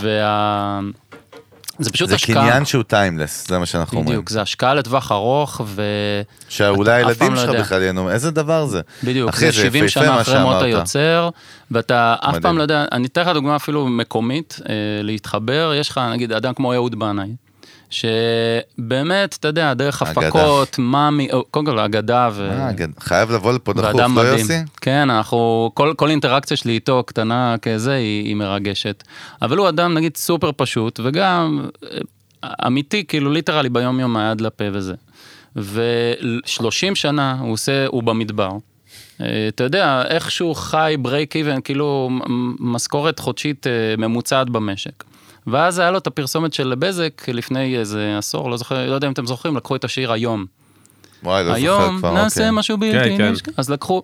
זה פשוט השקעה. זה קניין שהוא טיימלס, זה מה שאנחנו אומרים. בדיוק, זה השקעה לטווח ארוך, שאולי הילדים שלך בכלל יינו, איזה דבר זה? בדיוק, זה 70 שנה אחרי מות היוצר, ואתה אף פעם לא יודע, אני אתן לך דוגמה אפילו מקומית, להתחבר, יש לך נגיד אדם כמו אהוד בנאי, שבאמת, אתה יודע, דרך הפקות, מאמי, קודם כל, אגדה חייב לבוא לפה דחוף, לא יוסי? כן, כל אינטראקציה שלי איתו, קטנה כזה, היא מרגשת. אבל הוא אדם, נגיד, סופר פשוט, וגם אמיתי, כאילו ליטרלי ביום יום מהיד לפה וזה. ו30 שנה הוא במדבר. אתה יודע, איכשהו חי ברייק איבן, כאילו משכורת חודשית ממוצעת במשק. ואז היה לו את הפרסומת של בזק לפני איזה עשור, לא יודע אם אתם זוכרים, לקחו את השיר היום. וואי, לא זוכר כבר, היום נעשה משהו בלתי נשכח. אז לקחו,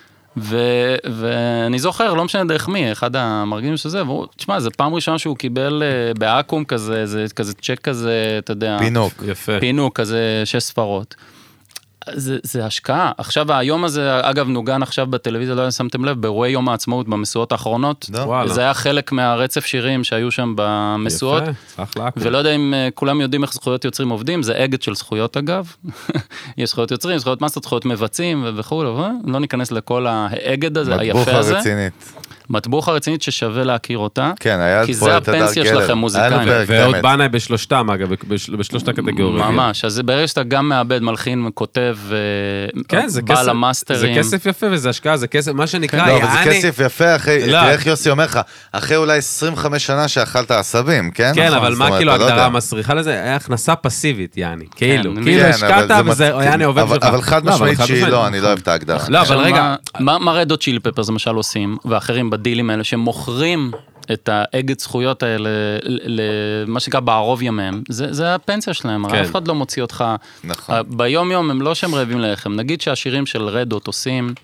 ואני זוכר, לא משנה דרך מי, אחד המרגימים שזה, והוא, תשמע, זה פעם ראשונה שהוא קיבל באקום כזה, כזה צ'ק כזה, אתה יודע. פינוק. יפה. פינוק כזה, 6 ספרות. זה השקעה. עכשיו, היום הזה, אגב, נוגן עכשיו בטלוויזיה, לא שמתם לב, באירועי יום העצמאות במסועות האחרונות, זה היה חלק מהרצף שירים שהיו שם במסועות, ולא יודע אם כולם יודעים איך זכויות יוצרים עובדים, זה אגד של זכויות אגב, יש זכויות יוצרים, זכויות מאסטר, זכויות מבצעים וכו', לא ניכנס לכל האגד הזה, היפה הזה. מטבוחה רצינית ששווה להכיר אותה, כי זה הפנסיה שלכם מוזיקאים. ועוד בנאי בשלושתם, אגב, בשלושת הקטגוריות. ממש, אז ברגע שאתה גם מאבד, מלחין, כותב, בעל המאסטרים. זה כסף יפה וזה השקעה, זה כסף, מה שנקרא, לא, אבל זה כסף יפה, תראה איך יוסי אומר לך, אחרי אולי 25 שנה שאכלת עשבים, כן? כן, אבל מה כאילו הגדרה מסריחה לזה? היה הכנסה פסיבית, יעני, כאילו השקעת וזה, יעני עובד שלך. אבל חד משמעית שהיא לא, אני לא אוהב את ההגדרה. לא, אבל רגע, מה רד הוט צ'ילי פפרס למשל עושים, ואחרים בדילים האלה, שמוכרים את האגד זכויות האלה, למה שנקרא בערוב ימיהם, זה הפנסיה שלהם, אף אחד לא מוציא אותך, ביום יום הם לא שהם רעבים לחם, נגיד שהשירים של רד הוט עושים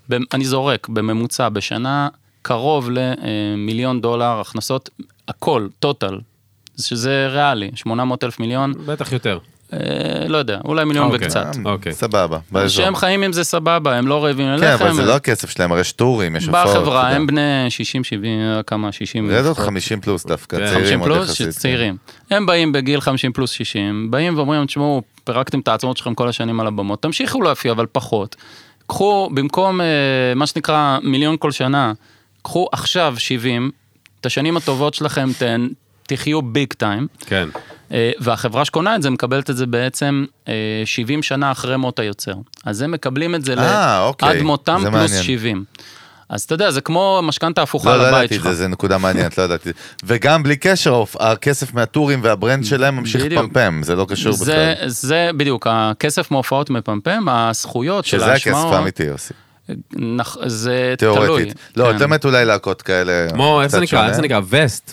אני זורק, בממוצע, בשנה קרוב ל$1,000,000 הכנסות, הכל, טוטל, שזה ריאלי, 800,000 מיליון. בטח יותר. לא יודע, אולי 1,000,000 וקצת. סבבה. שהם חיים עם זה סבבה, הם לא רעבים ללחם. כן, אבל זה לא הכסף שלהם, הרי יש טורים, יש הופעות. בחברה, הם בני 60, 70, כמה, 60. זה עוד 50 פלוס דווקא, צעירים עוד יחסית. 50 פלוס, צעירים. הם באים בגיל 50 פלוס 60, באים ואומרים, תשמעו, פירקתם את העצמות שלכם כל השנים על הבמות, תמשיכו להופיע, אבל פחות. קחו, במקום מה שנקרא מיליון כל שנה, קחו עכשיו 70, את השנים הטובות שלכם תחיו ביג טיים. כן. והחברה שקונה את זה, מקבלת את זה בעצם 70 שנה אחרי מות היוצר. אז הם מקבלים את זה עד מותם פלוס 70. אז אתה יודע, זה כמו משכנתה הפוכה על הבית שלך. לא ידעתי, זה נקודה מעניינת, לא ידעתי. וגם בלי קשר, הכסף מהטורים והברנד שלהם ממשיך פמפם, זה לא קשור בכלל. זה בדיוק, הכסף מהופעות מפמפם, הזכויות של ההשמעות. שזה הכסף האמיתי, יוסי. זה תלוי. תיאורטית. לא, באמת אולי להקות כאלה. כמו, איך זה נקרא? וסט.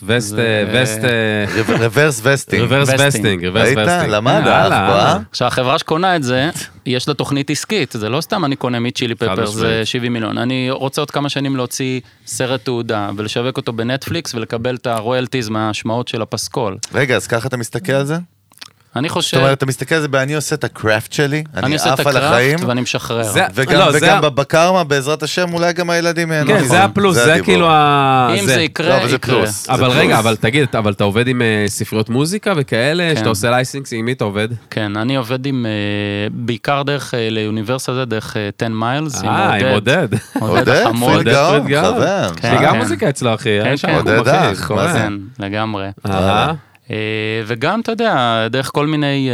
רוורס וסטינג. רוורס וסטינג. ראית? למד, כשהחברה שקונה את זה, יש לה תוכנית עסקית. זה לא סתם אני קונה מצ'ילי פפר, זה 70 מיליון. אני רוצה עוד כמה שנים להוציא סרט תעודה, ולשווק אותו בנטפליקס, ולקבל את הרויאלטיז מההשמעות של הפסקול. רגע, אז ככה אתה מסתכל על זה? אני חושב... זאת אומרת, אתה מסתכל על זה, אני עושה את הקראפט שלי, אני עושה את הקראפט ואני משחרר. וגם בקרמה, בעזרת השם, אולי גם הילדים יהנו. כן, זה הפלוס, זה כאילו אם זה יקרה, יקרה. אבל רגע, אבל תגיד, אבל אתה עובד עם ספריות מוזיקה וכאלה, שאתה עושה לייסינגס, עם מי אתה עובד? כן, אני עובד עם, בעיקר דרך לאוניברסיטה זה, דרך 10 מיילס, עם עודד. עודד, פריד גאון, חבר. שגם מוזיקה אצלו, אחי. עודד אח, מה זה? לגמרי. וגם, אתה יודע, דרך כל מיני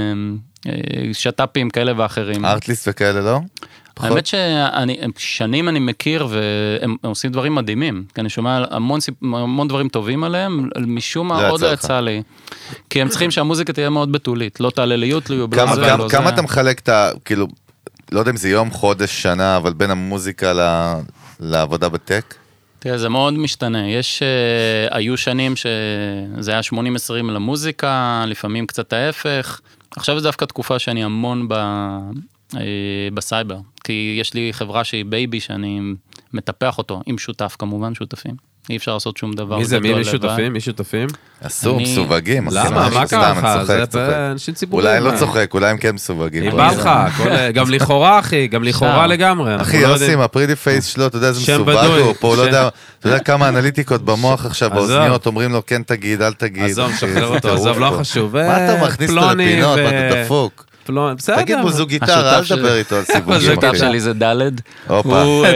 שטאפים כאלה ואחרים. ארטליסט וכאלה, לא? האמת ששנים אני מכיר, והם עושים דברים מדהימים, כי אני שומע המון דברים טובים עליהם, משום מה עוד לא יצא לי. כי הם צריכים שהמוזיקה תהיה מאוד בתולית, לא תעלה ליוטיוב, לא זה, לא זה. כמה אתה מחלק את ה... כאילו, לא יודע אם זה יום, חודש, שנה, אבל בין המוזיקה לעבודה בטק? תראה, זה מאוד משתנה. היו שנים שזה היה 80-20 למוזיקה, לפעמים קצת ההפך. עכשיו זה דווקא תקופה שאני המון בסייבר, כי יש לי חברה שהיא בייבי שאני מטפח אותו, עם שותף כמובן, שותפים. אי אפשר לעשות שום דבר. מי זה? מי שותפים? מי שותפים? אסור, מסווגים. למה? מה קרה לך? זה אנשים ציבוריים. אולי לא צוחק, אולי הם כן מסווגים. היא בא לך, גם לכאורה, אחי, גם לכאורה לגמרי. אחי, יוסי, הפריטי פייס שלו, אתה יודע איזה מסווג הוא פה, אתה יודע כמה אנליטיקות במוח עכשיו, באוזניות, אומרים לו, כן תגיד, אל תגיד. עזוב, שחרר אותו, עזוב, לא חשוב. מה אתה מכניס אותו לפינות, מה אתה דפוק? בסדר. תגיד בו זו גיטרה, אל תדבר איתו על סיווגים. השותף שלי זה דלד. הופה,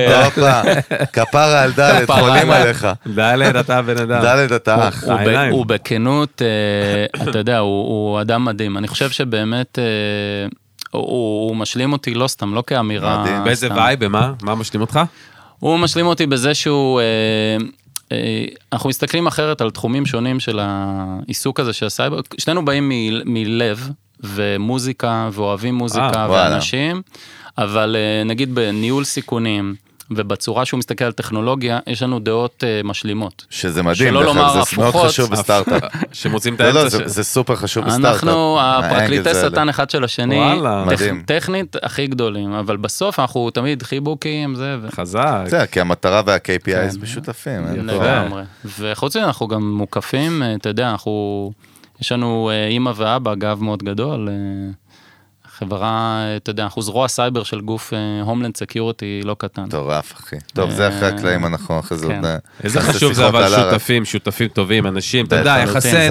כפרה על דלד, חולים עליך. דלד, אתה בן אדם. דלד, אתה אח. הוא בכנות, אתה יודע, הוא אדם מדהים. אני חושב שבאמת, הוא משלים אותי לא סתם, לא כאמירה. באיזה וואי, במה? מה משלים אותך? הוא משלים אותי בזה שהוא... אנחנו מסתכלים אחרת על תחומים שונים של העיסוק הזה של הסייבר. שנינו באים מלב, ומוזיקה, ואוהבים מוזיקה, ואנשים, אבל נגיד בניהול סיכונים, ובצורה שהוא מסתכל על טכנולוגיה, יש לנו דעות משלימות. שזה מדהים, זה מאוד חשוב בסטארט-אפ. שמוצאים את האמצע. זה סופר חשוב בסטארט-אפ. אנחנו הפרקליטי שטן אחד של השני, מדהים. טכנית הכי גדולים, אבל בסוף אנחנו תמיד חיבוקים, זה. חזק. זה, כי המטרה וה-KPIs משותפים. לגמרי. וחוץ מזה, אנחנו גם מוקפים, אתה יודע, יש לנו אמא ואבא, גב מאוד גדול, חברה, אתה יודע, אנחנו זרוע סייבר של גוף הומלנד סקיוריטי לא קטן. טורף, אחי. טוב, זה אחרי הקלעים אנחנו, אחרי זה עוד... איזה חשוב זה אבל שותפים טובים, אנשים, אתה יודע,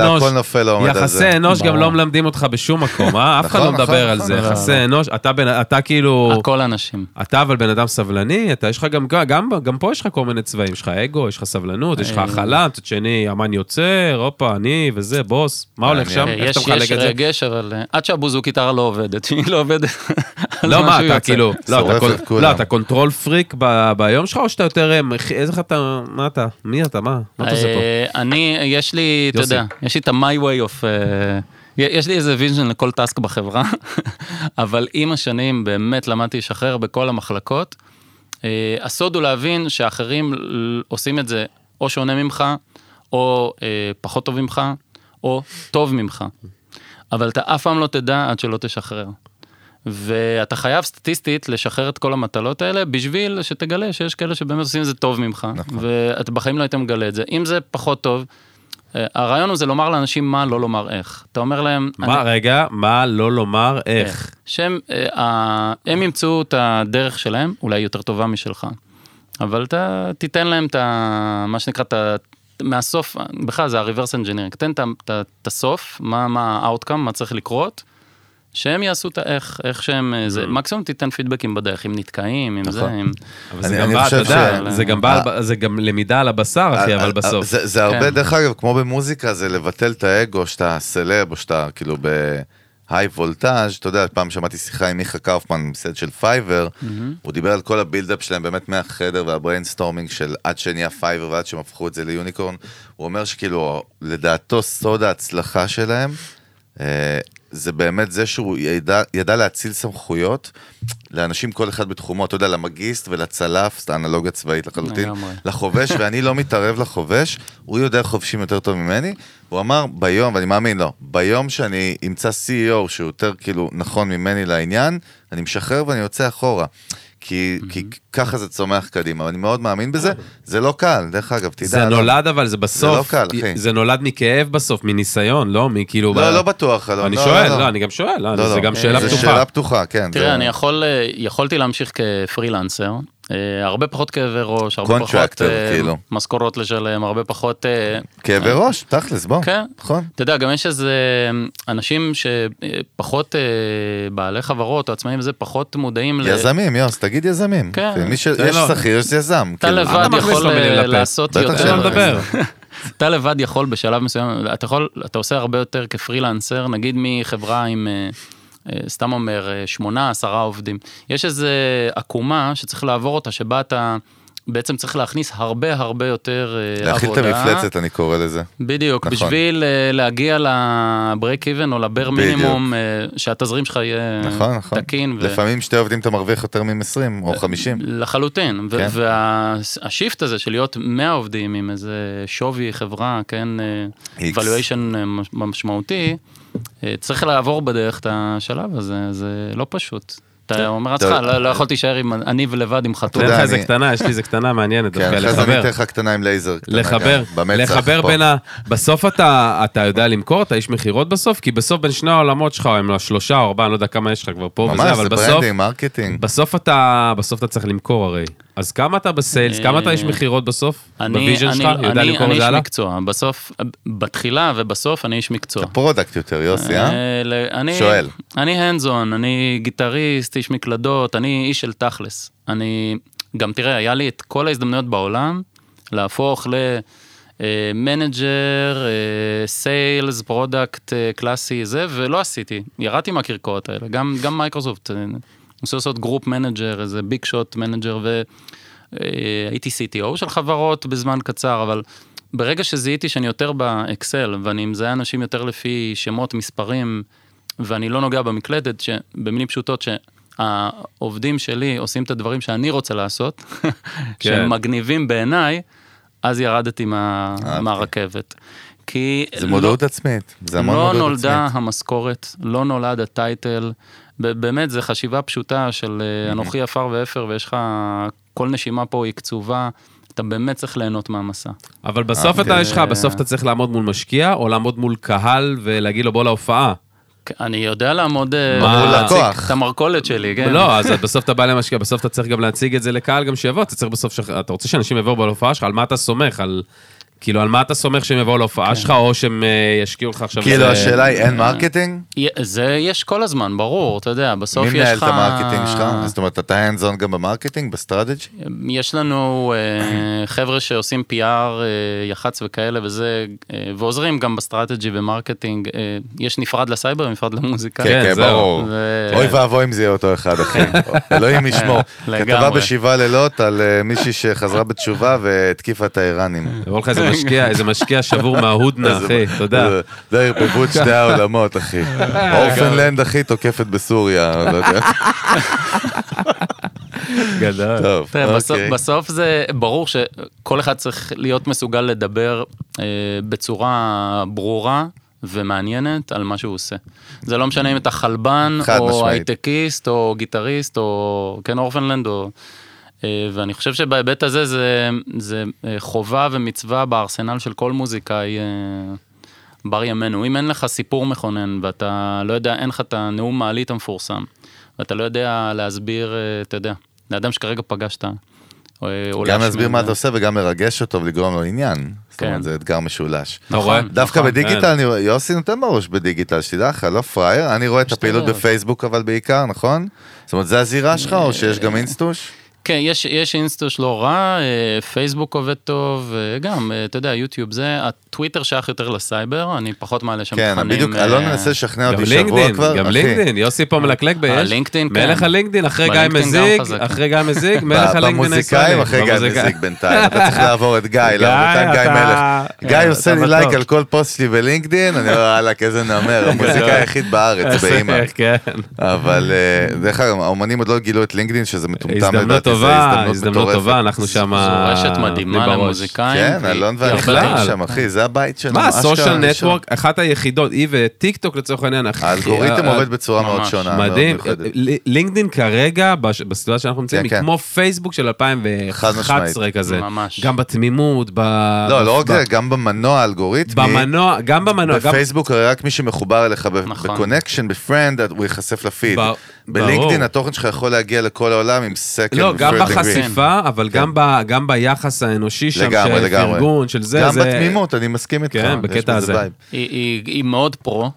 יחסי אנוש גם לא מלמדים אותך בשום מקום, אף אחד לא מדבר על זה, יחסי אנוש, אתה כאילו... הכל אנשים. אתה אבל בן אדם סבלני, יש לך גם פה יש לך כל מיני צבעים, יש לך אגו, יש לך סבלנות, יש לך הכלה, מצד שני, אמן יוצר, אופה, אני וזה, בוס, מה הולך שם? יש רגש, אבל עד שהבוזוקיטרה לא עובדת, לא עובד. לא, מה, אתה כאילו, לא, אתה קונטרול פריק ביום שלך, או שאתה יותר, איזה אתה, מה אתה, מי אתה, מה אתה עושה פה? יש לי, אתה יודע, יש לי את ה-my way of, יש לי איזה ויז'ן לכל טאסק בחברה, אבל עם השנים באמת למדתי לשחרר בכל המחלקות, הסוד הוא להבין שאחרים עושים את זה או שונה ממך, או פחות טוב ממך, או טוב ממך. אבל אתה אף פעם לא תדע עד שלא תשחרר. ואתה חייב סטטיסטית לשחרר את כל המטלות האלה, בשביל שתגלה שיש כאלה שבאמת עושים את זה טוב ממך, ואתה בחיים לא היית מגלה את זה. אם זה פחות טוב, הרעיון הוא זה לומר לאנשים מה לא לומר איך. אתה אומר להם... מה לא לומר איך? שהם ימצאו את הדרך שלהם, אולי יותר טובה משלך. אבל אתה תיתן להם מה שנקרא, מהסוף, בכלל זה ה-reverse engineering, תן את הסוף, מה ה-outcome, מה צריך לקרות, שהם יעשו את איך שהם, מקסימום תיתן פידבקים בדרך, אם נתקעים, אם זה, זה גם למידה על הבשר, אחי, אבל בסוף. זה הרבה, דרך אגב, כמו במוזיקה, זה לבטל את האגו, שאתה סלב, או שאתה כאילו בהיי וולטאז', אתה יודע, פעם שמעתי שיחה עם מיכה קאופמן, מסד של פייבר, הוא דיבר על כל הבילדאפ שלהם, באמת מהחדר והבריינסטורמינג של עד שנהיה פייבר, ועד שהם הפכו את זה ליוניקורן, הוא אומר שכאילו, לדעתו סוד ההצלחה שלהם, זה באמת זה שהוא ידע להציל סמכויות לאנשים כל אחד בתחומו, אתה יודע, למגיסט ולצלף, זאת האנלוגיה צבאית לחלוטין, לחובש, ואני לא מתערב לחובש, הוא יודע חובשים יותר טוב ממני, הוא אמר ביום, ואני מאמין לו, ביום שאני אמצא CEO שהוא יותר כאילו נכון ממני לעניין, אני משחרר ואני יוצא אחורה. כי ככה זה צומח קדימה, ואני מאוד מאמין בזה, זה לא קל, דרך אגב, תדע. זה נולד, אבל זה בסוף, זה לא קל, אחי. זה נולד מכאב בסוף, מניסיון, לא מכאילו... לא בטוח, אני שואל, לא, אני גם שואל, זה גם שאלה פתוחה. זה שאלה פתוחה, כן. תראה, אני יכולתי להמשיך כפרילנסר, הרבה פחות כאבי ראש, הרבה פחות משכורות לשלם, הרבה פחות... כאבי ראש, תכלס, בוא. כן. נכון. אתה יודע, גם יש איזה אנשים שפחות בעלי חברות או עצמאים וזה פחות מודעים יזמים, יוס, תגיד יזמים. כן. יש שכיר, יש יזם. אתה לבד יכול לעשות יותר. בטח אתה לבד יכול בשלב מסוים, אתה עושה הרבה יותר כפרילנסר, נגיד מחברה עם... סתם אומר, 8-10 עובדים. יש איזו עקומה שצריך לעבור אותה, שבה אתה בעצם צריך להכניס הרבה יותר עבודה. להכיל את המפלצת, אני קורא לזה. בדיוק, בשביל להגיע לברייק איבן או לבר מינימום, שהתזרים שלך יהיה תקין. לפעמים 2 עובדים אתה מרוויח יותר מ-20 או 50. לחלוטין, והשיפט הזה של להיות 100 עובדים עם איזה שווי חברה, כן, valuation משמעותי, צריך לעבור בדרך את השלב הזה, זה לא פשוט. אתה אומר עצמך, לא יכולתי להישאר עם אני ולבד עם חתול. תן לך איזה קטנה, יש לי איזה קטנה מעניינת. כן, אחרי זה אני אתן לך קטנה עם לייזר. לחבר בין בסוף אתה יודע למכור, אתה איש מחירות בסוף, כי בסוף בין שני העולמות שלך, הם לא 3 או 4, אני לא יודע כמה יש לך כבר פה וזה, אבל בסוף... ממש, זה ברנדינג, מרקטינג. בסוף אתה צריך למכור הרי. אז כמה אתה בסיילס, כמה אתה איש מחירות בסוף? בוויז'ן שלך? יודע למכור את זה הלאה? אני איש מקצוע. בסוף, בתחילה ובסוף אני איש מקצוע. אתה פרודקט יותר, יוסי, שואל. אני הנדזון, אני גיטריסט, איש מקלדות, אני איש של תכלס. גם תראה, היה לי את כל ההזדמנויות בעולם, להפוך למנג'ר, סיילס, פרודקט, קלאסי, זה, ולא עשיתי. ירדתי מהקרקעות האלה, גם מייקרוסופט, עושה לעשות גרופ מנג'ר, איזה ביג שוט מנג'ר, והייתי CTO של חברות בזמן קצר, אבל ברגע שזיהיתי שאני יותר באקסל, ואני מזהה אנשים יותר לפי שמות, מספרים, ואני לא נוגע במקלדת, במילים פשוטות שהעובדים שלי עושים את הדברים שאני רוצה לעשות, שהם מגניבים בעיניי, אז ירדתי מהרכבת. זה מודעות עצמית, זה המון מודעות עצמית. לא נולדה המשכורת, לא נולד הטייטל, באמת זה חשיבה פשוטה של אנוכי אפר ואפר, ויש לך כל נשימה פה היא קצובה, אתה באמת צריך ליהנות מהמסע. אבל בסוף בסוף אתה צריך לעמוד מול משקיע, או לעמוד מול קהל ולהגיד לו בוא להופעה. אני יודע לעמוד, את המרכולת שלי, כן. לא, אז בסוף אתה בא למשקיע, בסוף אתה צריך גם להציג את זה לקהל גם שיבוא, אתה רוצה שאנשים יבואו בהופעה שלך, על מה אתה סומך? כאילו, על מה אתה סומך שהם יבואו להופעה שלך, או שהם ישקיעו לך עכשיו... כאילו, השאלה היא, אין מרקטינג? זה יש כל הזמן, ברור, אתה יודע, בסוף יש לך... מי מנהל את המרקטינג שלך? זאת אומרת, אתה הנדזון גם במרקטינג, בסטרטג'י? יש לנו חבר'ה שעושים PR, יח"צ וכאלה, וזה, ועוזרים גם בסטרטג'י ומרקטינג. יש נפרד לסייבר, נפרד למוזיקה. כן, ברור. אוי ואבוי אם זה יהיה אותו אחד, אחי. אלוהים ישמור. כתבה ב7 לילות על מישהי שחזרה בתשובה והתקיפה את האיראנים. איזה משקיע שבור מההודנה, אחי, תודה. זה הרפבות שתי העולמות, אחי. אורפנלנד, אחי, תוקפת בסוריה. גדול. בסוף זה ברור שכל אחד צריך להיות מסוגל לדבר בצורה ברורה, ומעניינת על מה שהוא עושה. זה לא משנה אם אתה חלבן, או הייטקיסט, או גיטריסט, או כן אורפנלנד, ואני חושב שבהיבט הזה זה חובה ומצווה בארסנל של כל מוזיקאי בר ימינו. אם אין לך סיפור מכונן, ואתה לא יודע, אין לך את הנאום מעלית המפורסם, ואתה לא יודע להסביר, אתה יודע, לאדם שכרגע פגשת, גם להסביר מה אתה עושה וגם לרגש אותו ולגרום לו עניין. זאת אומרת, זה אתגר משולש. דווקא בדיגיטל, יוסי נותן בראש בדיגיטל, שתדע לך, לא פרייר, אני רואה את הפעילות בפייסבוק אבל בעיקר, נכון? זאת אומרת, זה הזירה שלך או שיש גם אינסטוש? כן, יש אינסטוש לא רע, פייסבוק עובד טוב, גם, אתה יודע, יוטיוב זה, הטוויטר שייך יותר לסייבר, אני פחות מעלה שם תכנים. כן, בדיוק, אלון מנסה לשכנע אותי שבוע כבר. גם לינקדין, יוסי פה מלקלק באש. מלך הלינקדין, אחרי גיא מזיג, מלך הלינקדין הישראלי. במוזיקאים אחרי גיא מזיג בינתיים, אתה צריך לעבור את גיא, בינתיים גיא מלך. גיא עושה לי לייק על כל פוסט שלי בלינקדין, אני אומר, הלאה, איזה נאמר, המוזיקאי היחיד בארץ, באמא. אבל דרך אגב, האומנים עוד לא גילו את לינקדין, שזה מטומטם לדעתי. הזדמנות טובה, אנחנו שם... זו רשת מדהימה למוזיקאים. כן, אלון ואני שם, אחי, זה הבית שלנו. מה, סושיאל נטוורק, אחת היחידות, היא וטיק טוק לצורך העניין, אחי. האלגוריתם עובד בצורה מאוד שונה. מדהים. לינקדין כרגע, בסיטואציה שאנחנו נמצאים, היא כמו פייסבוק של 2011 כזה. ממש. גם בתמימות, לא רק זה, גם במנוע האלגוריתמי. גם במנוע. בפייסבוק, רק מי שמחובר אליך בקונקשן, בפרנד, הוא יחשף לפיד. בלינקדין התוכן שלך יכול להגיע לכל העולם עם סקנד. לא, גם בחשיפה, אבל גם ביחס האנושי שם, של ארגון, של זה. גם בתמימות, אני מסכים איתך. כן, בקטע הזה. היא מאוד פרו,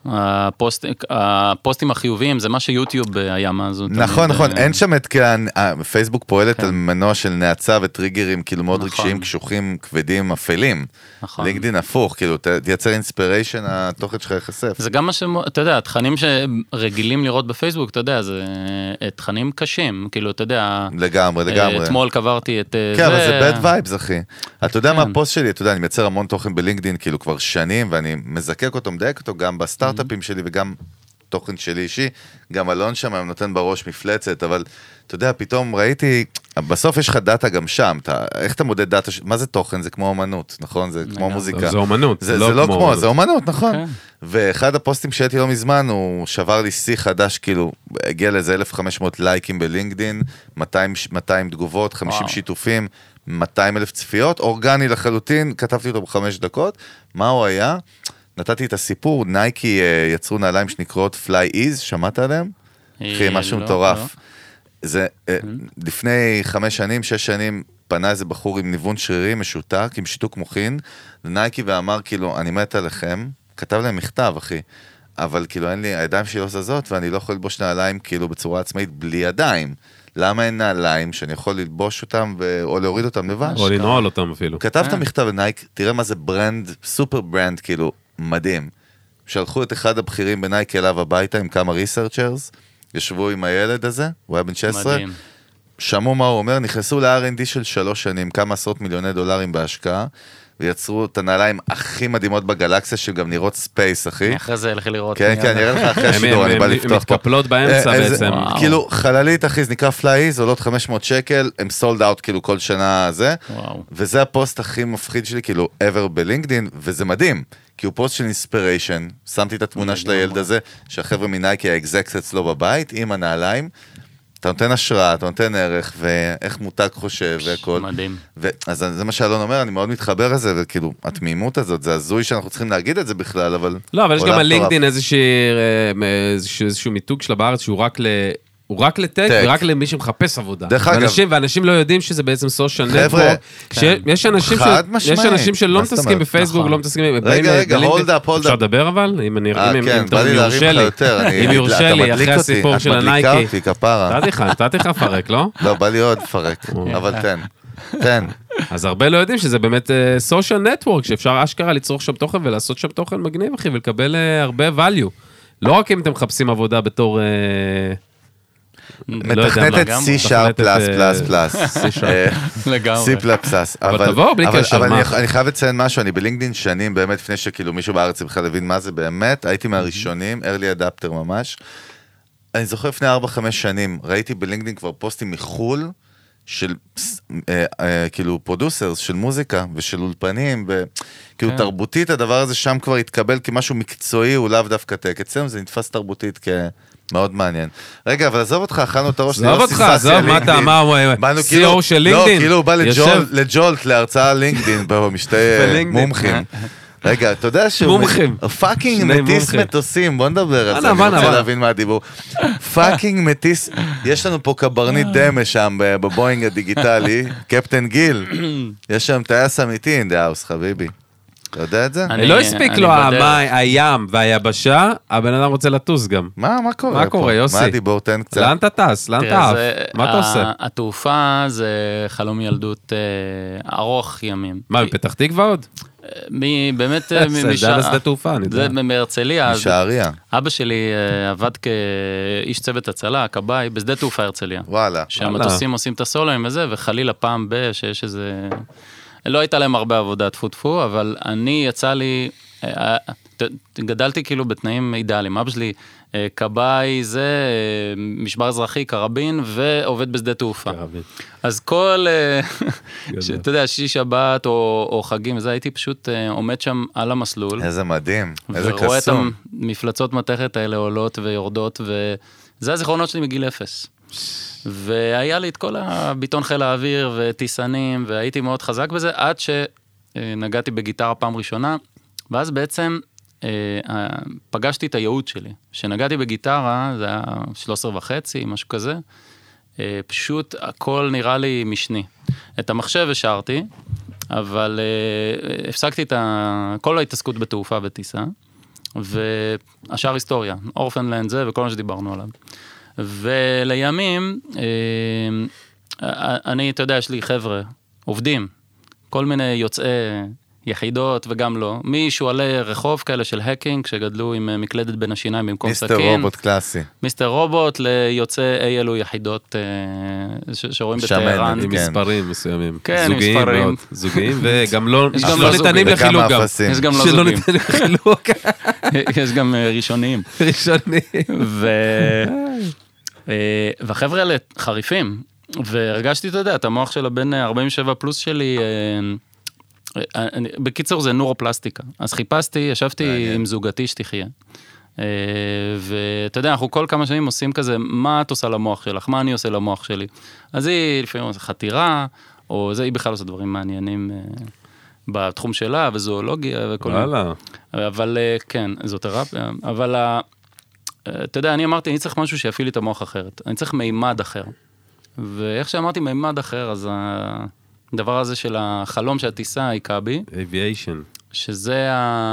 הפוסטים החיוביים, זה מה שיוטיוב היה מה זאת. נכון, אין שם את כאן, פייסבוק פועלת על מנוע של נעצה וטריגרים, כאילו מאוד רגשיים, קשוחים, כבדים, אפלים. לינקדין הפוך, כאילו, תייצר אינספיריישן, התוכן שלך יחשף. זה גם מה אתה יודע, התכנים שרגילים לראות בפייסבוק, אתה יודע, זה תכנים קשים, כאילו, אתה יודע, לגמרי. אתמול קברתי את כן, אבל זה bad vibes, אחי. אתה יודע מה הפוסט שלי, אתה יודע, אני מייצר המון תוכן בלינקדין, כאילו כבר שנים, ואני מזקק אותו, מדייק אותו, גם בסטארט-אפים שלי, וגם תוכן שלי אישי, גם אלון שם, אני נותן בראש מפלצת, אבל אתה יודע, פתאום ראיתי, בסוף יש לך דאטה גם שם, איך אתה מודד דאטה, מה זה תוכן? זה כמו אומנות, נכון? זה כמו מוזיקה. זה אומנות, זה לא כמו, זה אומנות, נכון. ואחד הפוסטים שהייתי לא מזמן, הוא שבר לי שיא חדש, כאילו, הגיע לאיזה 1,500 לייקים בלינקדין, 200 תגובות, 50 שיתופים, 200,000 צפיות, אורגני לחלוטין, כתבתי אותו ב5 דקות, מה הוא היה? נתתי את הסיפור, נייקי יצרו נעליים שנקראות Fly Ease, שמעת עליהם? אחי, משהו מטורף. זה, לפני 5 שנים, 6 שנים, פנה איזה בחור עם ניוון שרירי משותק, עם שיתוק מוחין, לנייקי ואמר, כאילו, אני מת עליכם, כתב להם מכתב, אחי, אבל כאילו, אין לי, הידיים שלי לא זזות, ואני לא יכול ללבוש נעליים, כאילו, בצורה עצמאית, בלי ידיים. למה אין נעליים שאני יכול ללבוש אותם, או להוריד אותם לבש? או לנעול אותם אפילו. כתב את המכתב לנייק, תראה מה זה ברנד, סופר ברנד, כאילו, מדהים. שלחו את אחד הבכירים בנייק אליו הביתה, עם כמה ריסרצ'רס, ישבו עם הילד הזה, הוא היה בן 16, מדהים. שמעו מה הוא אומר, נכנסו ל-R&D של 3 שנים, כמה עשרות מיליוני דולרים בהשקעה, ויצרו את הנעליים הכי מדהימות בגלקסיה, שגם נראות ספייס, אחי. אחרי זה הלכי לראות. כן, כן, אני אראה לך אחרי השידור, אני בא לפתוח פה. הם מתקפלות באמצע בעצם. כאילו, חללית, אחי, זה נקרא פלאיז, עולות 500 שקל, הם סולד אאוט כאילו כל שנה זה, וזה הפוסט הכי מפחיד שלי, כאילו, ever בלינקדין, וזה מדהים, כי הוא פוסט של אינספיריישן, שמתי את התמונה של הילד הזה, שהחבר'ה מנייקי האקזקס אצלו בבית, עם הנעליים, אתה נותן השראה, אתה נותן ערך, ואיך מותג חושב, והכל. מדהים. אז זה מה שאלון אומר, אני מאוד מתחבר לזה, וכאילו, התמימות הזאת, זה הזוי שאנחנו צריכים להגיד את זה בכלל, אבל... לא, אבל יש גם על לינקדין איזשהו מיתוג שלה בארץ, שהוא רק לטק ורק למי שמחפש עבודה. דרך אגב. ואנשים לא יודעים שזה בעצם סושיאל נטוורק. יש אנשים שלא מתעסקים בפייסבוק, לא מתעסקים... רגע, הולד אפ. אפשר לדבר אבל? אם אם יורשה לי, אחרי הסיפור של הנייקי. את מדליקה אותי, כפרה. נתתי לך פרק, לא? לא, בא לי עוד פרק, אבל תן. אז הרבה לא יודעים שזה באמת סושיאל נטוורק, שאפשר אשכרה ליצור שם תוכן ולעשות שם תוכן מגניב, אחי, ולקבל הרבה value. לא רק אם אתם מחפשים עבודה בתור... מתכנתת C#++. לגמרי. C++. אבל תבואו בלי קשר. אבל אני חייב לציין משהו, אני בלינקדין שנים, באמת לפני שכאילו מישהו בארץ בכלל הבין מה זה באמת, הייתי מהראשונים, early adapter ממש. אני זוכר לפני 4-5 שנים, ראיתי בלינקדין כבר פוסטים מחול, של כאילו פרודוסרס, של מוזיקה ושל אולפנים, וכאילו תרבותית הדבר הזה שם כבר התקבל כמשהו מקצועי, הוא לאו דווקא טק. אצלנו זה נתפס תרבותית מאוד מעניין. רגע, אבל עזוב אותך, אכלנו את הראש ליוסי סאסי. עזוב, מה אתה אמר, CEO של לינקדין. לא, כאילו הוא בא לג'ולט להרצאה לינקדין, במשתי מומחים. רגע, אתה יודע שהוא פאקינג מטיס מטוסים, בוא נדבר על זה, אני רוצה להבין מה הדיבור. פאקינג מטיס, יש לנו פה קברנית דמה שם בבואינג הדיגיטלי, קפטן גיל, יש שם טייס אמיתי, אינדיאוס, חביבי. אתה יודע את זה? לא הספיק לו הים והיבשה, הבן אדם רוצה לטוס גם. מה קורה פה? מה קורה, יוסי? מה הדיבור, תן קצת. לאן אתה טס? לאן אתה עף? מה אתה עושה? התעופה זה חלום ילדות ארוך ימים. מה, בפתח תקווה עוד? באמת, זה על השדה תעופה, אני יודע. זה מהרצליה. משעריה. אבא שלי עבד כאיש צוות הצלה, כבאי, בשדה תעופה הרצליה. וואלה. שהמטוסים עושים את הסולואים וזה, וחלילה פעם שיש איזה... לא הייתה להם הרבה עבודה, טפו, אבל אני יצא לי, גדלתי כאילו בתנאים אידיאליים. אבא שלי כבאי זה, משמר אזרחי, קרבין, ועובד בשדה תעופה. אז כל, אתה יודע, שיש שבת או חגים, זה הייתי פשוט עומד שם על המסלול. איזה מדהים, איזה קסום. ורואה את המפלצות מתכת האלה עולות ויורדות, וזה הזיכרונות שלי מגיל 0. והיה לי את כל הביטון חיל האוויר וטיסנים, והייתי מאוד חזק בזה, עד שנגעתי בגיטרה פעם ראשונה, ואז בעצם פגשתי את הייעוד שלי. שנגעתי בגיטרה, זה היה 13.5, משהו כזה, פשוט הכל נראה לי משני. את המחשב השארתי, אבל הפסקתי את כל ההתעסקות בתעופה וטיסה, והשאר היסטוריה, אורפנלנד זה וכל מה שדיברנו עליו. ולימים, אני, אתה יודע, יש לי חבר'ה, עובדים, כל מיני יוצאי יחידות וגם לא, משועלי רחוב כאלה של הקינג, שגדלו עם מקלדת בין השיניים במקום סכין. מיסטר רובוט קלאסי. מיסטר רובוט ליוצאי אלו יחידות שרואים בטהרן. עם מספרים מסוימים. כן, עם מספרים. זוגיים, וגם לא ניתנים לחילוק גם. יש גם לא זוגיים. יש גם ראשוניים. והחבר'ה האלה חריפים, והרגשתי, אתה יודע, את המוח של הבן 47 פלוס שלי, בקיצור זה נורופלסטיקה, אז חיפשתי, ישבתי עם זוגתי שתחיה, ואתה יודע, אנחנו כל כמה שנים עושים כזה, מה את עושה למוח שלך, מה אני עושה למוח שלי, אז היא לפעמים עושה חתירה, או זה, היא בכלל עושה דברים מעניינים בתחום שלה, וזואולוגיה וכל מיני, אבל כן, זוטרפיה, אבל אתה יודע, אני אמרתי, אני צריך משהו שיפעיל לי את המוח אחרת. אני צריך מימד אחר. ואיך שאמרתי מימד אחר, אז הדבר הזה של החלום של הטיסה היכה בי. Aviation. שזה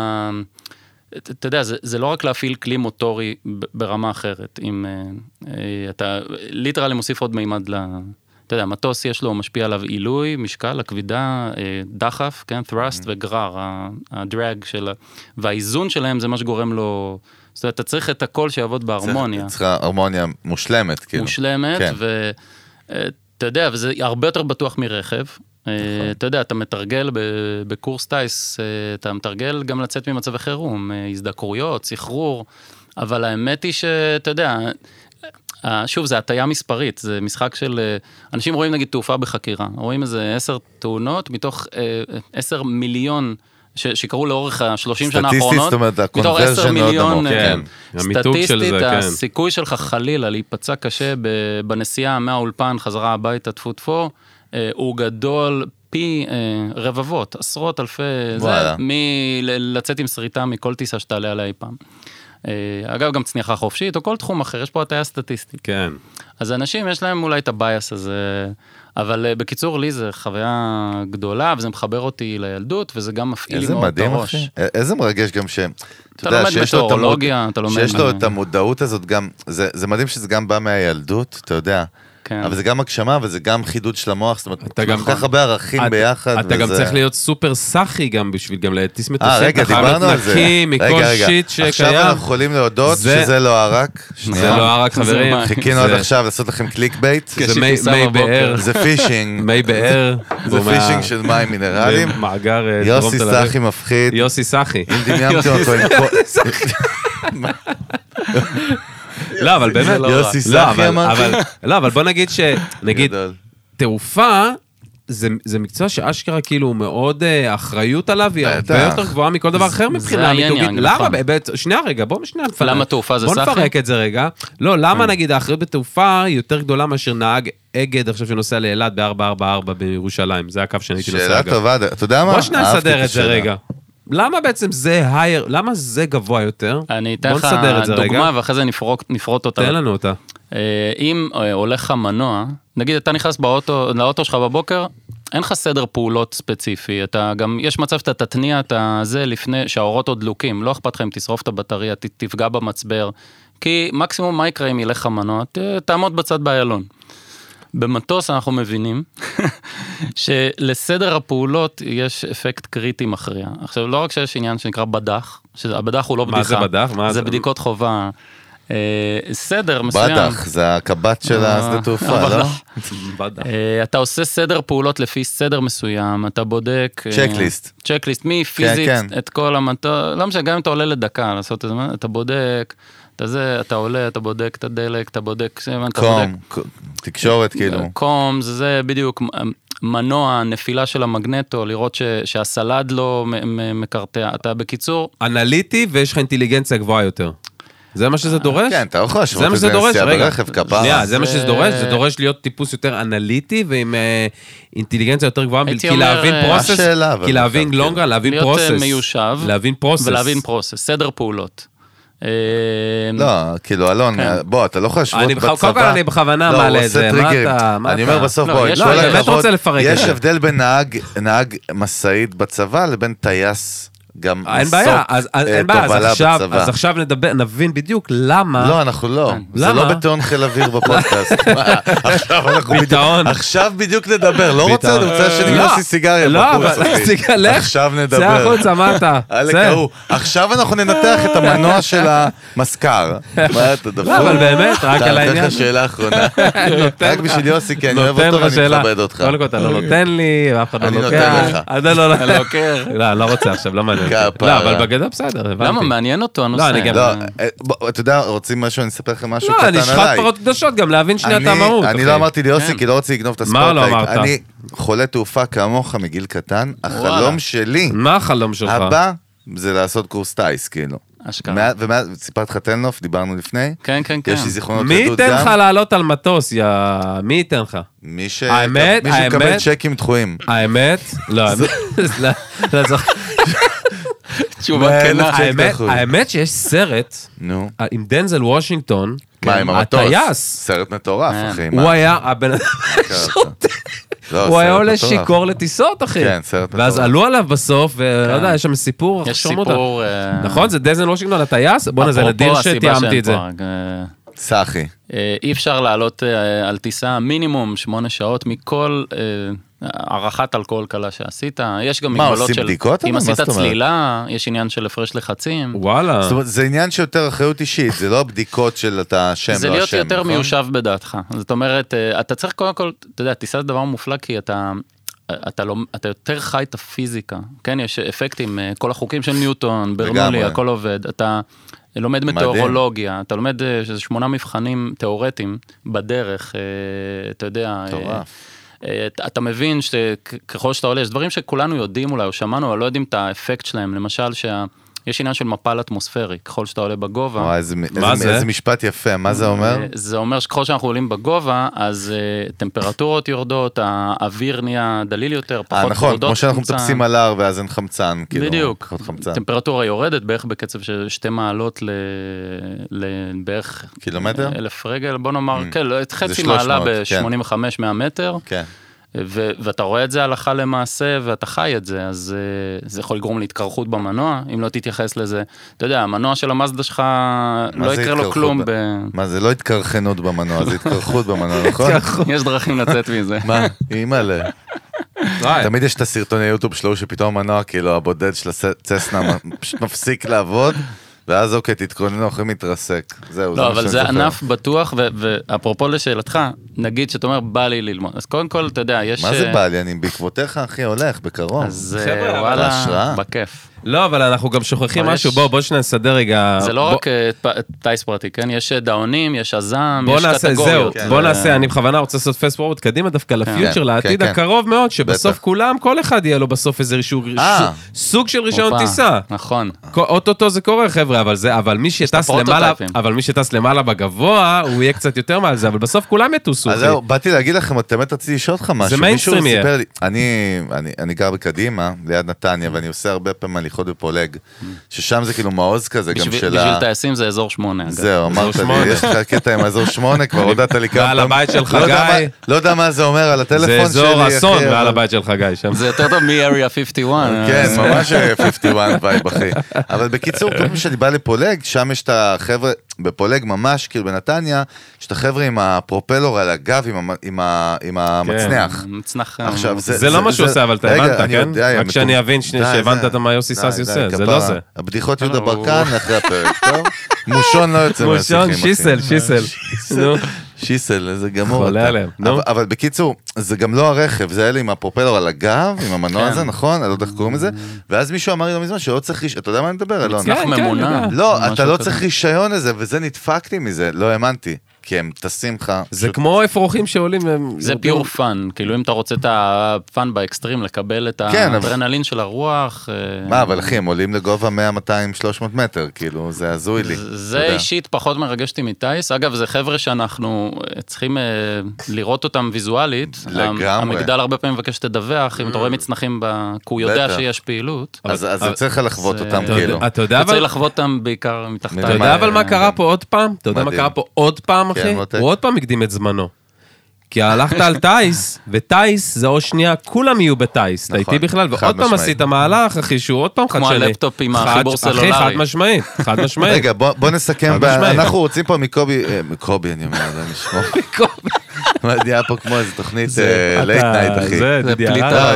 אתה יודע, זה לא רק להפעיל כלי מוטורי ברמה אחרת. אם אתה ליטרלי מוסיף עוד מימד אתה יודע, מטוס יש לו, משפיע עליו עילוי, משקל, הכבידה, דחף, כן, thrust וגרר, הדרג של והאיזון שלהם זה מה שגורם לו... זאת אומרת, אתה צריך את הכל שיעבוד בהרמוניה. צריך הרמוניה מושלמת, כאילו. מושלמת, ואתה יודע, וזה הרבה יותר בטוח מרכב. אתה יודע, אתה מתרגל בקורס טייס, אתה מתרגל גם לצאת ממצבי חירום, הזדקרויות, סחרור, אבל האמת היא שאתה יודע, שוב, זה הטיה מספרית, זה משחק של... אנשים רואים נגיד תעופה בחקירה, רואים איזה 10 תאונות מתוך 10 מיליון... שקראו לאורך ה-30 שנה האחרונות, מתוך 10 מיליון, סטטיסטית, הסיכוי שלך חלילה להיפצע קשה בנסיעה מהאולפן, חזרה הביתה, טפו, הוא גדול פי רבבות, עשרות אלפי, מלצאת עם שריטה מכל טיסה שתעלה עליה אי פעם. אגב, גם צניחה חופשית, או כל תחום אחר, יש פה הטיה סטטיסטית. כן. אז אנשים, יש להם אולי את הבייס הזה, אבל בקיצור, לי זה חוויה גדולה, וזה מחבר אותי לילדות, וזה גם מפעיל לי מאוד את הראש. איזה מדהים, אחי. איזה מרגש גם אתה לומד מטאורולוגיה, אתה לומד... שיש לו את המודעות הזאת גם, זה מדהים שזה גם בא מהילדות, אתה יודע. אבל זה גם הגשמה, וזה גם חידוד של המוח, זאת אומרת, גם כך הרבה ערכים ביחד. אתה גם צריך להיות סופר סחי גם בשביל גם להטיס מטוסים. רגע, דיברנו על זה. מכל שיט שקיים. עכשיו אנחנו יכולים להודות שזה לא ערק. זה לא ערק, חברים. חיכינו עד עכשיו לעשות לכם קליק בייט. זה מי באר. זה פישינג. מי באר. זה פישינג של מים מינרלים. מאגר דרום תל אביב. יוסי סחי מפחיד. יוסי סחי. אם דמיינתם אותו עם לא, אבל באמת, יוסי סחי אמרתי. לא, אבל בוא נגיד שנגיד, תעופה, זה מקצוע שאשכרה כאילו מאוד אחריות עליו, היא הרבה יותר גבוהה מכל דבר אחר מבחינה מיתוגית. למה? שנייה רגע, בואו נפרק. למה תעופה זה סחי? בואו נפרק את זה רגע. לא, למה נגיד האחריות בתעופה היא יותר גדולה מאשר נהג אגד עכשיו שנוסע לאילת ב-444 בירושלים. זה הקו שאני הייתי נוסע. שאלה טובה, אתה יודע מה? בוא שנייה נסדר את זה רגע. למה בעצם זה למה זה גבוה יותר? אני אתן לך דוגמה ואחרי זה נפרוט אותה. תן לנו אותה. אם הולך המנוע, נגיד אתה נכנס לאוטו שלך בבוקר, אין לך סדר פעולות ספציפי, אתה גם, יש מצב שאתה תתניע את זה לפני שהאורות עוד דלוקים, לא אכפת לך אם תשרוף את הבטריה, תפגע במצבר, כי מקסימום מה יקרה אם ילך המנוע, תעמוד בצד באיילון. במטוס אנחנו מבינים שלסדר הפעולות יש אפקט קריטי מכריע. עכשיו, לא רק שיש עניין שנקרא בדח, שהבדח הוא לא בדיחה. מה זה בדח? זה בדיקות חובה. סדר מסוים. בדח, זה הקבט של השדה תעופה, לא? אתה עושה סדר פעולות לפי סדר מסוים, אתה בודק... צ'קליסט, מפיזית את כל המטוס, לא משנה, גם אם אתה עולה לדקה לעשות את זה, אתה בודק, אתה עולה, אתה בודק את הדלק, אתה בודק... תקשורת כאילו. קום, זה בדיוק מנוע, נפילה של המגנטו, לראות שהסלד לא מקרטע, אתה בקיצור... אנליטי ויש לך אינטליגנציה גבוהה יותר. זה מה שזה דורש? כן, אתה יכול לשמות את זה נסיעה ברכב כפרה. זה מה שזה דורש, זה דורש להיות טיפוס יותר אנליטי, ועם אינטליגנציה יותר גבוהה, כי להבין פרוסס, כי להבין לונגרה, להבין פרוסס. להיות מיושב, להבין פרוסס. ולהבין פרוסס, סדר פעולות. לא, כאילו, אלון, בוא, אתה לא יכול לשמות בצבא. קודם כל אני בכוונה מעלה את זה, אני אומר בסוף, בוא, יש הבדל בין נהג מסעית בצבא, לבין טייס גם אין בעיה, אז עכשיו נבין בדיוק למה... לא, אנחנו לא. זה לא בטעון חיל אוויר בפודקאסט. עכשיו בדיוק נדבר. לא רוצה שאני יוסי סיגריה בחוץ. עכשיו נדבר. זה החוצה, מה אתה? עכשיו אנחנו ננתח את המנוע של המזכר. מה אתה דפוק? לא, אבל באמת, רק על העניין. אתה נותן לך שאלה אחרונה. רק בשביל יוסי, כי אני אוהב אותו ואני מכבד אותך. קודם כל אתה לא נותן לי, ואף אחד לא לוקח. אני נותן לך. לא, לא רוצה עכשיו, לא מעניין. לא, אבל בגדול בסדר, הבנתי. למה? מעניין אותו הנושא. לא, אתה יודע, רוצים משהו, אני אספר לכם משהו קטן עליי. לא, אני שחט פרות קדושות גם, להבין שנייה את המהות. אני לא אמרתי לי יוסי, כי לא רוצה לגנוב את הספורטייק. מה לא אמרת? אני חולה תעופה כמוך מגיל קטן, החלום שלי, מה החלום שלך? הבא, זה לעשות קורס טייס, כאילו. אשכרה. וסיפרת לך תלנוף, דיברנו לפני. כן, כן, כן. יש לי זיכרונות מי ייתן לך לעלות על מטוס, מי ייתן לך? מי שקבל צ'קים דחויים. האמת? לא, תשובה כנה. האמת שיש סרט עם דנזל וושינגטון, מה, עם המטוס? הטייס. סרט מטורף, אחי. הוא היה הבן אדם הוא היה עולה שיקור לטיסות, אחי. כן, סרט מטורף. ואז עלו עליו בסוף, ולא יודע, יש שם סיפור. יש סיפור... נכון, זה דנזל וושינגטון הטייס? בוא נזה נדיר שתיאמתי את זה. סחי. אי אפשר לעלות על טיסה מינימום 8 שעות מכל הערכת אלכוהול קלה שעשית. יש גם מגבלות של... מה, עושים בדיקות? אם עשית צלילה, יש עניין של הפרש לחצים. וואלה. זאת אומרת, זה עניין שיותר אחריות אישית, זה לא הבדיקות של אתה השם, לא השם. זה להיות יותר מיושב בדעתך. זאת אומרת, אתה צריך קודם כל, אתה יודע, טיסה זה דבר מופלא, כי אתה יותר חי את הפיזיקה. כן, יש אפקטים, כל החוקים של ניוטון, ברנולי, הכל עובד. אתה לומד מטאורולוגיה, אתה לומד 8 מבחנים תיאורטיים בדרך, אתה יודע... אתה מבין שככל שאתה עולה, יש דברים שכולנו יודעים אולי, או שמענו, אבל לא יודעים את האפקט שלהם. למשל, יש עניין של מפל אטמוספרי, ככל שאתה עולה בגובה. איזה משפט יפה, מה זה אומר? זה אומר שככל שאנחנו עולים בגובה, אז טמפרטורות יורדות, האוויר נהיה דליל יותר, פחות יורדות חמצן. נכון, כמו שאנחנו מטפסים על הר, ואז אין חמצן. בדיוק, טמפרטורה יורדת בערך בקצב של 2 מעלות לבערך... קילומטר? 1,000 רגל, בוא נאמר, כן, חצי מעלה ב-85-100 מטר. כן. ואתה רואה את זה הלכה למעשה, ואתה חי את זה, אז זה יכול לגרום להתקרחות במנוע, אם לא תתייחס לזה. אתה יודע, המנוע של המזדה שלך לא יקרה לו כלום. מה זה לא התקרחנות במנוע, זה התקרחות במנוע, נכון? יש דרכים לצאת מזה. מה? אימא'לה. תמיד יש את הסרטוני יוטיוב שלו, שפתאום המנוע, כאילו, הבודד של הצסנה פשוט מפסיק לעבוד, ואז אוקיי, תתכוננו, יכולים להתרסק. זהו, לא, אבל זה ענף בטוח, ואפרופו לשאלתך, נגיד שאתה אומר, בא לי ללמוד. אז קודם כל, אתה יודע, יש... מה זה בא לי? אני בעקבותיך, אחי, הולך, בקרוב. אז וואלה, בכיף. לא, אבל אנחנו גם שוכחים משהו, בוא שנסדר רגע. זה לא רק טייס פרטי, כן? יש דאונים, יש עזם, יש קטגוריות. זהו, בוא נעשה, אני בכוונה רוצה לעשות פסט פורוורד קדימה דווקא לפיוטר, לעתיד הקרוב מאוד, שבסוף כולם, כל אחד יהיה לו בסוף איזה סוג של רישיון טיסה. נכון. אוטוטו זה קורה, חבר'ה, אבל מי שטס למעלה בגבוה, הוא יהיה קצת יותר מעל זה, אבל בסוף כולם יטוסו. אז זהו, באתי להגיד לכם, באמת רציתי לשאול אותך משהו. זה מיינסטרים יהיה. אני גר בקדימה, ליד נתניה, ואני עושה הרבה פעמים הליכות בפולג, ששם זה כאילו מעוז כזה, גם של בשביל טייסים זה אזור 8. זהו, אמרת לי, יש לך קטע עם אזור 8, כבר הודעת לי כמה ועל הבית של חגי. לא יודע מה זה אומר על הטלפון שלי. זה אזור אסון ועל הבית של חגי שם. זה יותר טוב מ-Area 51. כן, ממש 51 וייב, אחי. אבל בקיצור, כל פעם שאני בא לפולג, שם יש את החבר'ה, בפולג ממש, כאילו בנתניה, יש את החבר'ה עם הפרופלור על הגב, עם המצנח. זה לא מה שהוא עושה, אבל אתה הבנת, כן? רק שאני אבין שהבנת מה יוסי סאסי עושה, זה לא זה. הבדיחות יהודה ברקן אחרי הפרק, טוב? מושון לא יוצא מהשיחים. מושון, שיסל. שיסל, איזה גמור. חולה עליהם. אבל בקיצור, זה גם לא הרכב, זה אלה עם הפרופלור על הגב, עם המנוע הזה, נכון? אני לא יודע איך קוראים לזה. ואז מישהו אמר לי לא מזמן שלא צריך רישיון, אתה יודע מה אני מדבר, אלון? מצנח ממונה. לא, אתה לא צריך רישיון לזה, וזה נדפקתי מזה, לא האמנתי. כי הם טסים לך. זה כמו אפרוחים שעולים. זה פיור פאן, כאילו אם אתה רוצה את הפאן באקסטרים, לקבל את האדרנלין של הרוח. מה, אבל אחי, הם עולים לגובה 100, 200, 300 מטר, כאילו, זה הזוי לי. זה אישית פחות מרגשתי מטייס. אגב, זה חבר'ה שאנחנו צריכים לראות אותם ויזואלית. לגמרי. המגדל הרבה פעמים מבקש תדווח, אם אתה רואה מצנחים כי הוא יודע שיש פעילות. אז צריך לחוות אותם, כאילו. אתה צריך לחוות אותם בעיקר מתחתיים. אתה יודע אבל מה קרה פה עוד פעם? אתה יודע מה קרה פה עוד פעם? הוא עוד פעם הקדים את זמנו. כי הלכת על טייס, וטייס זה או שנייה, כולם יהיו בטייס. אתה איתי בכלל, ועוד פעם עשית מהלך, אחי, שהוא עוד פעם חד שני. כמו הלפטופ עם החיבור סלולרי. אחי, חד משמעית, חד משמעית. רגע, בוא נסכם, אנחנו רוצים פה מקובי, אני אומר, זה נשמע. מקובי. היה פה כמו איזו תוכנית לייט נייט, אחי. זה פליטה.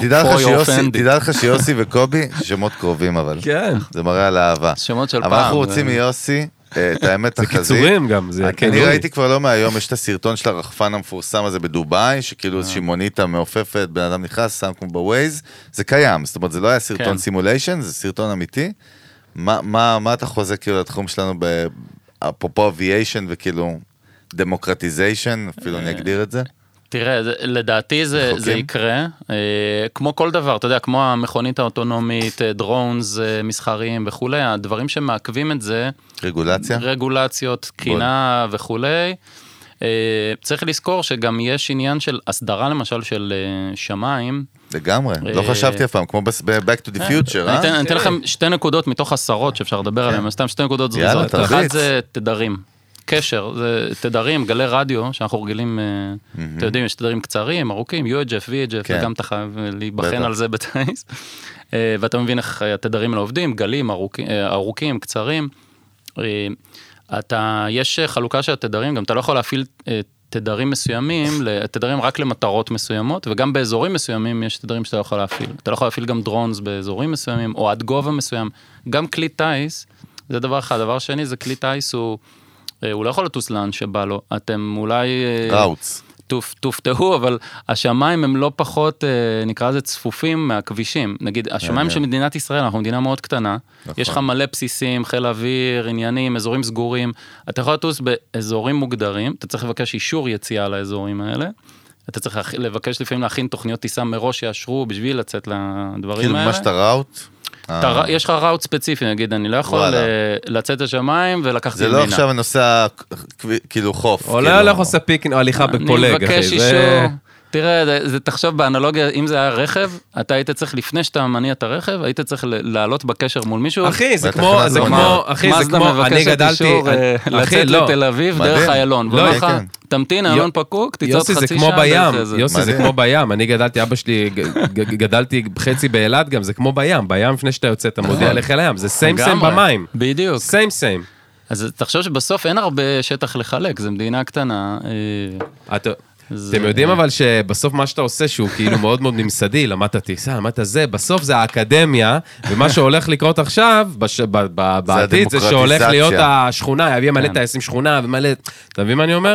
תדע לך שיוסי וקובי, שמות קרובים אבל. כן. זה מראה על האהבה. שמות של פעם. אבל אנחנו רוצים מיוסי, את האמת החזית. זה קיצורים גם, זה אני ראיתי כבר לא מהיום, יש את הסרטון של הרחפן המפורסם הזה בדובאי, שכאילו איזושהי מוניטה מעופפת, בן אדם נכנס, שם כמו בווייז, זה קיים, זאת אומרת, זה לא היה סרטון סימוליישן, זה סרטון אמיתי. מה אתה חוזה כאילו לתחום שלנו, אפרופו אביישן וכאילו דמוקרטיזיישן, אפילו אני אגדיר את זה? תראה, לדעתי זה יקרה, כמו כל דבר, אתה יודע, כמו המכונית האוטונומית, דרונס, מסחריים וכולי, הדברים שמעכבים את זה, רגולציות, תקינה וכולי, צריך לזכור שגם יש עניין של הסדרה למשל של שמיים. לגמרי, לא חשבתי אף פעם, כמו ב-Back to the Future, אני אתן לכם 2 נקודות מתוך 10 שאפשר לדבר עליהן, סתם 2 נקודות זריזות, אחד זה תדרים. קשר, זה תדרים, גלי רדיו, שאנחנו רגילים, אתם יודעים, יש תדרים קצרים, ארוכים, UHF, VHF, וגם אתה חייב להיבחן על זה בטייס, ואתה מבין איך התדרים האלה עובדים, גלים ארוכים, קצרים, יש חלוקה של התדרים, גם אתה לא יכול להפעיל תדרים מסוימים, תדרים רק למטרות מסוימות, וגם באזורים מסוימים יש תדרים שאתה לא יכול להפעיל, אתה לא יכול להפעיל גם דרונס באזורים מסוימים, או עד גובה מסוים, גם כלי טייס, זה דבר אחד, דבר שני זה כלי טייס הוא לא יכול לטוס לאן שבא לו, אתם אולי תופתעו, אבל השמיים הם לא פחות, נקרא לזה צפופים מהכבישים, נגיד, השמיים של מדינת ישראל, אנחנו מדינה מאוד קטנה, יש לך מלא בסיסים, חיל אוויר, עניינים, אזורים סגורים, אתה יכול לטוס באזורים מוגדרים, אתה צריך לבקש אישור יציאה לאזורים האלה, אתה צריך לבקש לפעמים להכין תוכניות טיסה מראש שיאשרו בשביל לצאת לדברים האלה. כאילו ממש את הראוט? יש לך ראוט ספציפי, נגיד, אני לא יכול לצאת לשמיים ולקחת ימינה. זה לא עכשיו הנושא, כאילו חוף. או לא הולך עושה פיקין או הליכה בפולג. אני מבקש אישור. תראה, תחשוב באנלוגיה, אם זה היה רכב, אתה היית צריך, לפני שאתה מניע את הרכב, היית צריך לעלות בקשר מול מישהו. אחי, זה כמו, אני גדלתי, לצאת לתל אביב דרך איילון. ואומר לך, תמתין, איילון פקוק, תצאות חצי שעה דרך זה. יוסי, זה כמו בים. אני גדלתי, אבא שלי, גדלתי חצי באילת גם, זה כמו בים. בים לפני שאתה יוצא, אתה מודיע לך לים. זה סיים במים. בדיוק. סיים. אז תחשוב שבסוף אין הרבה שטח לחלק, זה מדינה קטנה. אתם יודעים אבל שבסוף מה שאתה עושה שהוא כאילו מאוד מאוד נמסדי, למדת טיסה, למדת זה, בסוף זה האקדמיה, ומה שהולך לקרות עכשיו, בעתיד זה שהולך להיות השכונה, יביא מלא טייסים שכונה, ומלא, אתה מבין מה אני אומר?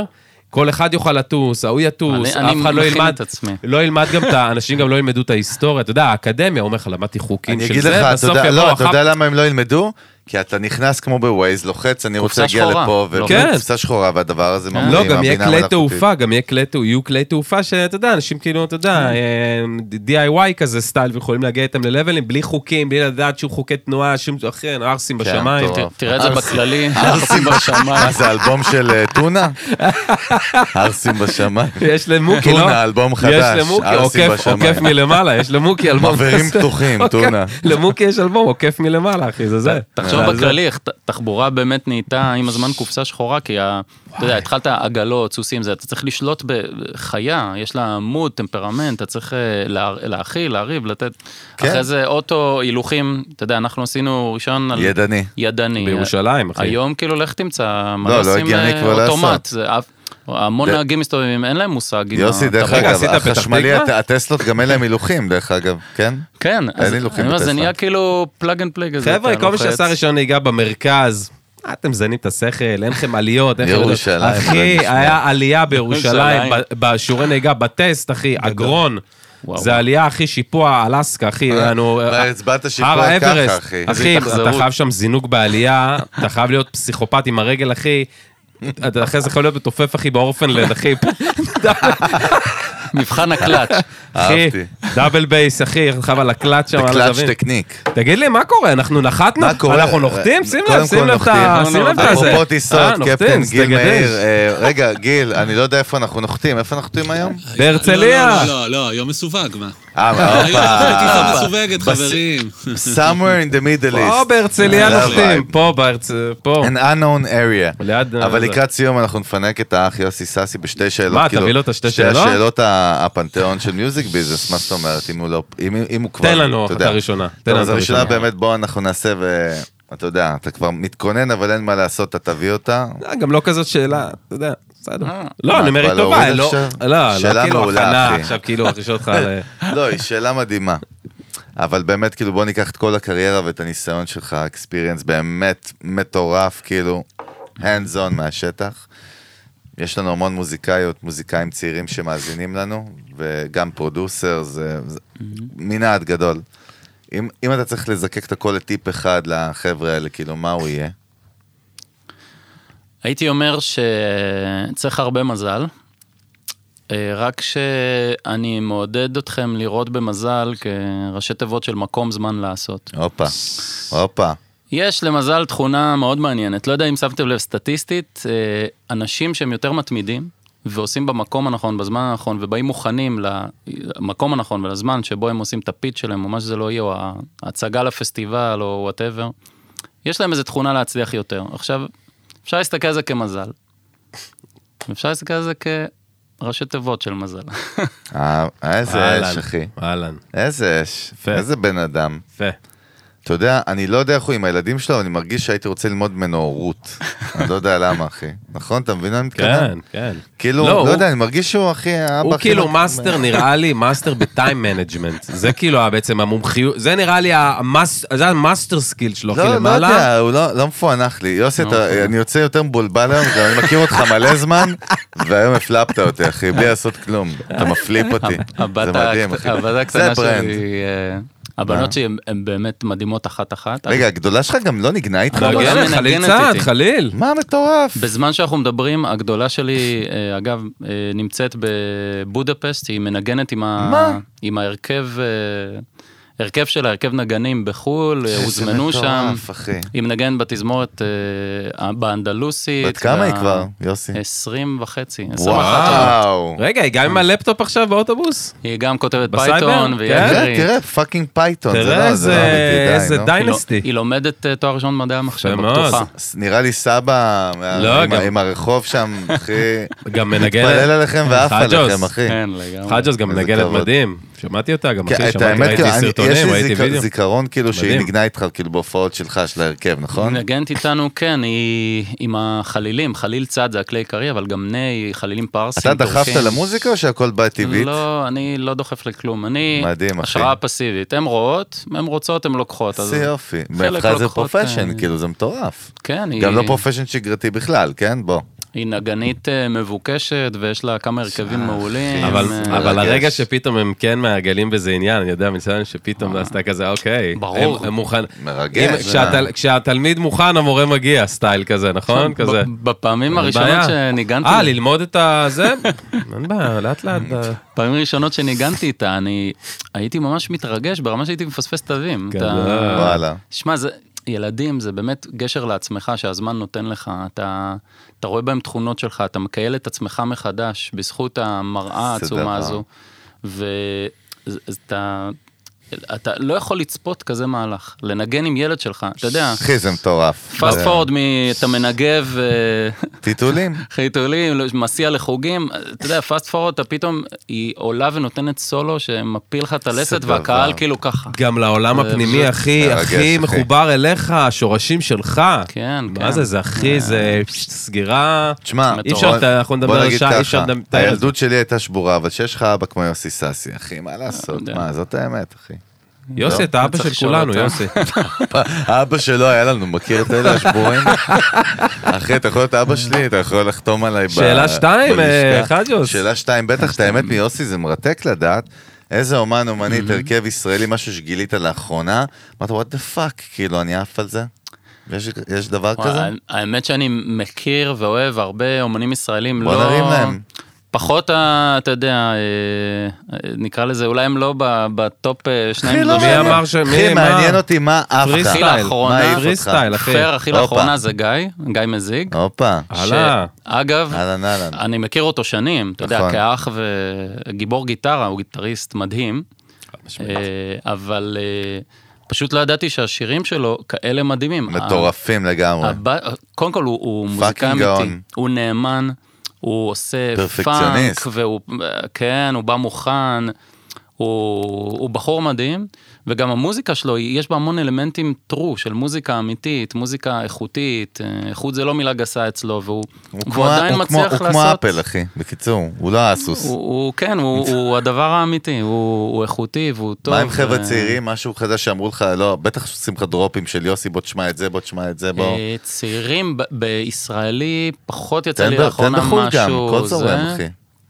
כל אחד יוכל לטוס, הוא יטוס, אף אחד לא ילמד גם את האנשים, גם לא ילמדו את ההיסטוריה, אתה יודע, האקדמיה, אומר לך, למדתי חוקים של זה, בסוף יבוא... אתה יודע למה הם לא ילמדו? כי אתה נכנס כמו בווייז, לוחץ, אני רוצה להגיע לפה, וקופסה שחורה, והדבר הזה ממורים. לא, גם יהיה כלי תעופה, יהיו כלי תעופה שאתה יודע, אנשים כאילו, אתה יודע, DIY כזה סטייל, ויכולים להגיע איתם ללבלים, בלי חוקים, בלי לדעת שהוא חוקי תנועה, שום אחר, ארסים בשמיים. תראה את זה בכללי, ארסים בשמיים. מה זה, אלבום של טונה? ארסים בשמיים. יש למוקי, לא? טונה, אלבום חדש, ארסים בשמיים. עוקף מלמעלה, יש למוקי אלבום. מבהרים פתוחים, טונה. למוקי יש אלבום, עוקף מלמעלה, אחי, זה זה. תחשוב בכללי, איך תחבורה באמת נהייתה עם הזמן קופסה שחורה, כי אתה יודע, התחלת עגלות, סוסים, אתה צריך לשלוט בחיה, יש לה מוד, טמפרמנט, אתה צריך להאכיל, להריב, לתת, אחרי זה אוטו, הילוכים, אתה יודע, אנחנו עשינו ראשון על... ידני. בירושלים, אחי. היום כאילו לך תמצא, מה עושים אוטומט, המון נהגים מסתובבים, אין להם מושג. יוסי, דרך אגב, החשמלי, הטסלות גם אין להם הילוכים, דרך אגב, כן? כן, זה נהיה כאילו פלאג אנד פלאג. חבר'ה, כל מי שעשה ראשון נהיגה במרכז, אתם זנים את השכל, אין לכם עליות. ירושלים. אחי, היה עלייה בירושלים, בשיעורי נהיגה, בטסט, אחי, אגרון. זה העלייה, אחי, שיפוע, אלסקה, אחי, הצבעת שיפוע ככה, אחי. אחי, אתה חייב שם זינוק בעלייה, אתה חייב להיות פסיכופת עם הרגל, אחי. אחרי זה יכול להיות בתופף, אחי, באורפנלנד, אחי. מבחן הקלאץ'. אחי, דאבל בייס, אחי, חייב על הקלאץ' שם. קלאץ' טקניק. תגיד לי, מה קורה? אנחנו נחתנו? אנחנו נוחתים? שים לב את זה. אפרופו טיסות, קפטן גיל מאיר. רגע, גיל, אני לא יודע איפה אנחנו נוחתים. איפה נוחתים היום? בהרצליה. לא, היום מסווג, מה? היום טיסה מסווגת, חברים. Somewhere in the Middle East. פה בהרצליה נוחתים, פה. An unknown area. אבל לקראת סיום אנחנו נפנק את האח יוסי סאסי בשתי שאלות. מה, תביא לו את השתי שאלות? שתי השאלות הפנתיאון של מיוזיק ביזנס, מה זאת אומרת, אם הוא כבר... תן לנו אחת הראשונה. אז הראשונה באמת, בוא אנחנו נעשה ואתה יודע, אתה כבר מתכונן, אבל אין מה לעשות, אתה תביא אותה. גם לא כזאת שאלה, אתה יודע. לא, אני אומר, היא טובה, לא כאילו הכנה, עכשיו כאילו החישות אותך לא, היא שאלה מדהימה. אבל באמת, כאילו, בוא ניקח את כל הקריירה ואת הניסיון שלך, experience באמת מטורף, כאילו, hands on מהשטח. יש לנו המון מוזיקאים צעירים שמאזינים לנו, וגם פרודוסר, זה מנעד גדול. אם אתה צריך לזקק את הכל לטיפ אחד לחבר'ה האלה, כאילו, מה הוא יהיה? הייתי אומר שצריך הרבה מזל, רק שאני מעודד אתכם לראות במזל כראשי תיבות של מקום זמן לעשות. הופה. יש למזל תכונה מאוד מעניינת, לא יודע אם שמתם לב סטטיסטית, אנשים שהם יותר מתמידים, ועושים במקום הנכון, בזמן הנכון, ובאים מוכנים למקום הנכון ולזמן שבו הם עושים את הפיץ שלהם, או מה שזה לא יהיה, או ההצגה לפסטיבל, או whatever, יש להם איזו תכונה להצליח יותר. עכשיו, אפשר להסתכל על זה כמזל. אפשר להסתכל על זה כראשי תיבות של מזל. איזה אש, אחי. איזה אש. איזה בן אדם. יפה. אתה יודע, אני לא יודע איך הוא עם הילדים שלו, אבל אני מרגיש שהייתי רוצה ללמוד ממנו הורות. אני לא יודע למה, אחי. נכון? אתה מבין? כן, כן. כאילו, לא יודע, אני מרגיש שהוא, אחי, הוא כאילו מאסטר, נראה לי, מאסטר בטיים מנג'מנט. זה כאילו בעצם המומחיות, זה נראה לי, זה המאסטר סקיל שלו, אחי, למעלה. לא יודע, הוא לא מפוענח לי. יוסי, אני יוצא יותר מבולבל היום, אני מכיר אותך מלא זמן, והיום הפלפת אותי, אחי, בלי לעשות כלום. אתה מפליפ אותי. זה מדהים, אחי. זה ברנד. הבנות שהן באמת מדהימות אחת-אחת. רגע, הגדולה שלך גם לא נגנה איתך? חליל צעד, חליל. מה מטורף? בזמן שאנחנו מדברים, הגדולה שלי, אגב, נמצאת בבודפסט, היא מנגנת עם ההרכב של ההרכב נגנים בחול, הוזמנו שם, היא מנגנת בתזמורת באנדלוסית. בת כמה היא כבר, יוסי? 20.5. וואו. רגע, היא גם עם הלפטופ עכשיו באוטובוס? היא גם כותבת פייתון. תראה, פאקינג פייתון. תראה איזה דיינסטי. היא לומדת תואר ראשון במדעי המחשב בפתוחה. נראה לי סבא עם הרחוב שם, אחי. גם מנגנת. מתפלל עליכם ואף עליכם, אחי. חג'וס גם מנגנת מדהים. שמעתי אותה גם, אחי, ראיתי סרטונים, ראיתי וידאו. יש זיכרון כאילו שהיא נגנה איתך כאילו בהופעות שלך, של ההרכב, נכון? היא נגנת איתנו, כן, היא עם החלילים, חליל צד זה הכלי עיקרי, אבל גם ני, חלילים פרסים. אתה דחפת למוזיקה או שהכל בא טבעית? לא, אני לא דוחף לכלום, אני השראה פסיבית, הן רואות, הן רוצות, הן לוקחות. זה יופי, מבחר זה פרופשן, כאילו זה מטורף. כן. גם לא פרופשן שגרתי בכלל, כן? בוא. היא נגנית מבוקשת, ויש לה כמה הרכבים מעולים. אבל הרגע שפתאום הם כן מעגלים בזה עניין, אני יודע, מצוין שפתאום עשתה כזה, אוקיי. ברור. הם מוכן. מרגש. כשהתלמיד מוכן, המורה מגיע, סטייל כזה, נכון? כזה. בפעמים הראשונות שניגנתי... ללמוד את זה? אין בעיה, לאט לאט. פעמים ראשונות שניגנתי איתה, אני הייתי ממש מתרגש, ברמה שהייתי מפספס תווים. וואלה. שמע, ילדים זה באמת גשר לעצמך שהזמן נותן לך, אתה רואה בהם תכונות שלך, אתה מקייל את עצמך מחדש, בזכות המראה העצומה הזו, אתה לא יכול לצפות כזה מהלך, לנגן עם ילד שלך, אתה יודע. אחי, זה מטורף. פאסט פורד, אתה מנגב... חיתולים. חיתולים, מסיע לחוגים, אתה יודע, פאסט פורד, אתה פתאום, היא עולה ונותנת סולו שמפיל לך את הלסת, והקהל כאילו ככה. גם לעולם הפנימי, הכי מחובר אליך, השורשים שלך. כן, כן. מה זה הכי, זה סגירה... תשמע, בוא נגיד ככה, הילדות שלי הייתה שבורה, אבל שיש לך אבא כמו יוסי ססי, אחי, מה לעשות? מה, זאת האמת, אחי. יוסי, אתה אבא של כולנו, יוסי. האבא שלו היה לנו, מכיר את אלה השבורים? אחי, אתה יכול להיות אבא שלי, אתה יכול לחתום עליי שאלה 2, אחד יוס. שאלה 2, בטח, את האמת מיוסי זה מרתק לדעת, איזה אומנית, הרכב ישראלי, משהו שגילית לאחרונה, אמרת, what the fuck, כאילו, אני אף על זה? יש דבר כזה? האמת שאני מכיר ואוהב הרבה אומנים ישראלים, בוא נרים להם. פחות, אתה יודע, נקרא לזה, אולי הם לא בטופ 2. מי אמר ש... אחי, מעניין אותי מה אף אחד. פרי סטייל, אחי. פייר, הכי לאחרונה זה גיא מזיג. הופה. אגב, אני מכיר אותו שנים, אתה יודע, כאח וגיבור גיטרה, הוא גיטריסט מדהים, אבל... פשוט לא ידעתי שהשירים שלו כאלה מדהימים. מטורפים לגמרי. קודם כל הוא מוזיקה אמיתי, הוא נאמן, הוא עושה פאנק, כן, הוא בא מוכן, הוא בחור מדהים, וגם המוזיקה שלו, יש בה המון אלמנטים טרו, של מוזיקה אמיתית, מוזיקה איכותית, איכות זה לא מילה גסה אצלו, והוא עדיין מצליח לעשות... הוא כמו אפל, אחי, בקיצור, הוא לא האסוס. כן, הוא הדבר האמיתי, הוא איכותי, והוא טוב. מה עם חבר'ה צעירים, משהו כזה שאמרו לך, לא, בטח שעושים לך דרופים של יוסי, בוא תשמע את זה, בוא תשמע את זה, בוא. צעירים בישראלי, פחות יצא לי לאחרונה משהו. תן בחול גם, כל צורם, אחי.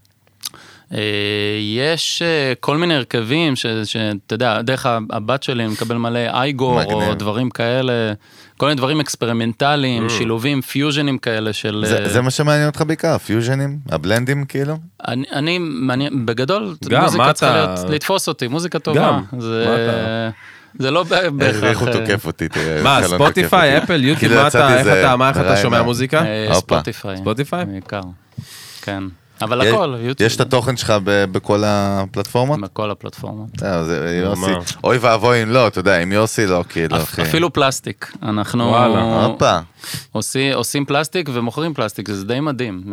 יש כל מיני הרכבים שאתה יודע, דרך הבת שלי מקבל מלא אייגור או דברים כאלה, כל מיני דברים אקספרימנטליים, שילובים, פיוז'נים כאלה של... זה מה שמעניין אותך בעיקר, פיוז'נים, הבלנדים כאילו? אני בגדול, מוזיקה צריכה לתפוס אותי, מוזיקה טובה. זה לא בהכרח... איך הוא תוקף אותי, תראה. מה, ספוטיפיי, אפל, יוטיוב, מה איך אתה שומע מוזיקה? ספוטיפיי. ספוטיפיי? בעיקר, כן. אבל הכל, יוטיוב. יש את התוכן שלך בכל הפלטפורמות? בכל הפלטפורמות. זה יוסי. אוי ואבוי אם לא, אתה יודע, אם יוסי לא, כאילו, אחי. אפילו פלסטיק. אנחנו עושים פלסטיק ומוכרים פלסטיק, זה די מדהים.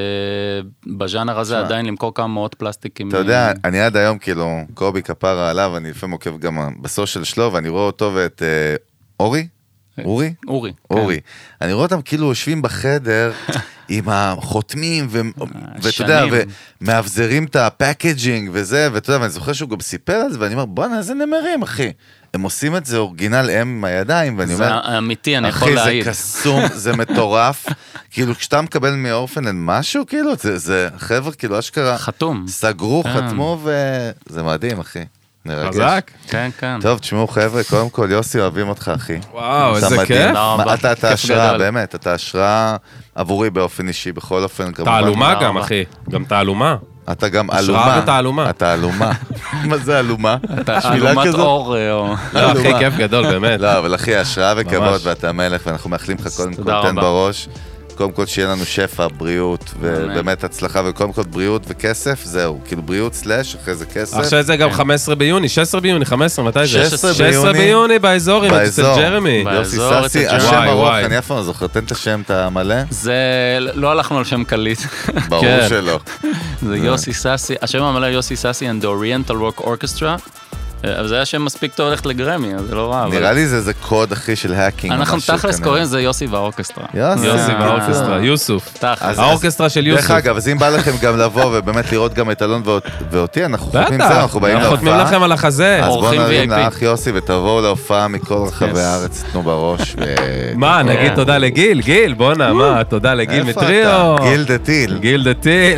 בז'אנר הזה עדיין למכור כמה מאות פלסטיקים. אתה יודע, אני עד היום, כאילו, קובי כפרה עליו, אני לפעמים עוקב גם בסושיאל שלו, ואני רואה אותו ואת אורי. אורי? אורי. אני רואה אותם כאילו יושבים בחדר עם החותמים ואתה יודע, ומאבזרים את הפאקג'ינג וזה, ואתה יודע, ואני זוכר שהוא גם סיפר על זה, ואני אומר, בוא נעשה נמרים, אחי. הם עושים את זה אורגינל עם הידיים, ואני אומר, זה אמיתי, אני יכול להעיד. אחי, זה קסום, זה מטורף. כאילו, כשאתה מקבל מאורפנד משהו, כאילו, זה חבר'ה, כאילו, אשכרה. חתום. סגרו, חתמו, וזה מדהים, אחי. חזק. כן, כן. טוב, תשמעו חבר'ה, קודם כל יוסי אוהבים אותך אחי. וואו, איזה כיף. אתה השראה, באמת, אתה השראה עבורי באופן אישי, בכל אופן. תעלומה גם אחי, גם תעלומה. אתה גם אלומה. השראה ותעלומה. אתה אלומה. מה זה אלומה? אלומת אור. לא, אחי, כיף גדול, באמת. לא, אבל אחי, השראה וכבוד ואתה מלך, ואנחנו מאחלים לך קודם כל תן בראש. קודם כל שיהיה לנו שפע, בריאות, ובאמת הצלחה, וקודם כל בריאות וכסף, זהו, כאילו בריאות סלש, אחרי זה כסף. עכשיו זה גם 15 ביוני, 16 ביוני, 15, מתי זה? 16 ביוני באזור, אצל ג'רמי. יוסי ססי, השם ארוך, אני אף פעם לא זוכר, תן את השם, את המלא. זה, לא הלכנו על שם קליט. ברור שלא. זה יוסי ססי, השם המלא יוסי ססי and the Oriental Rock Orchestra, אבל זה היה שם מספיק טוב הולכת לגרמי, אז זה לא רע. נראה לי זה קוד אחי של האקינג. אנחנו תכלס קוראים לזה יוסי והאורקסטרה. יוסי והאורקסטרה, יוסוף. האורקסטרה של יוסוף. דרך אגב, אז אם בא לכם גם לבוא ובאמת לראות גם את אלון ואותי, אנחנו חותמים זה, אנחנו באים להופעה. חותמים לכם על החזה. אז בואו נרים לאח יוסי ותבואו להופעה מכל רחבי הארץ, תנו בראש. מה, נגיד תודה לגיל, גיל, בואנה, מה, תודה לגיל מטריו. גיל דתיל. גיל דתיל.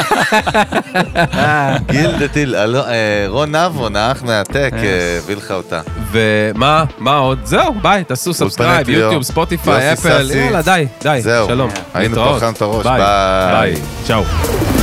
גיל דתיל, רון נבון, האח מהטק, הביא לך אותה. ומה עוד? זהו, ביי, תעשו סאבסקרייב, יוטיוב, ספוטיפיי, אפל, יאללה, די, שלום. היינו פה חם את הראש, ביי. צ'או.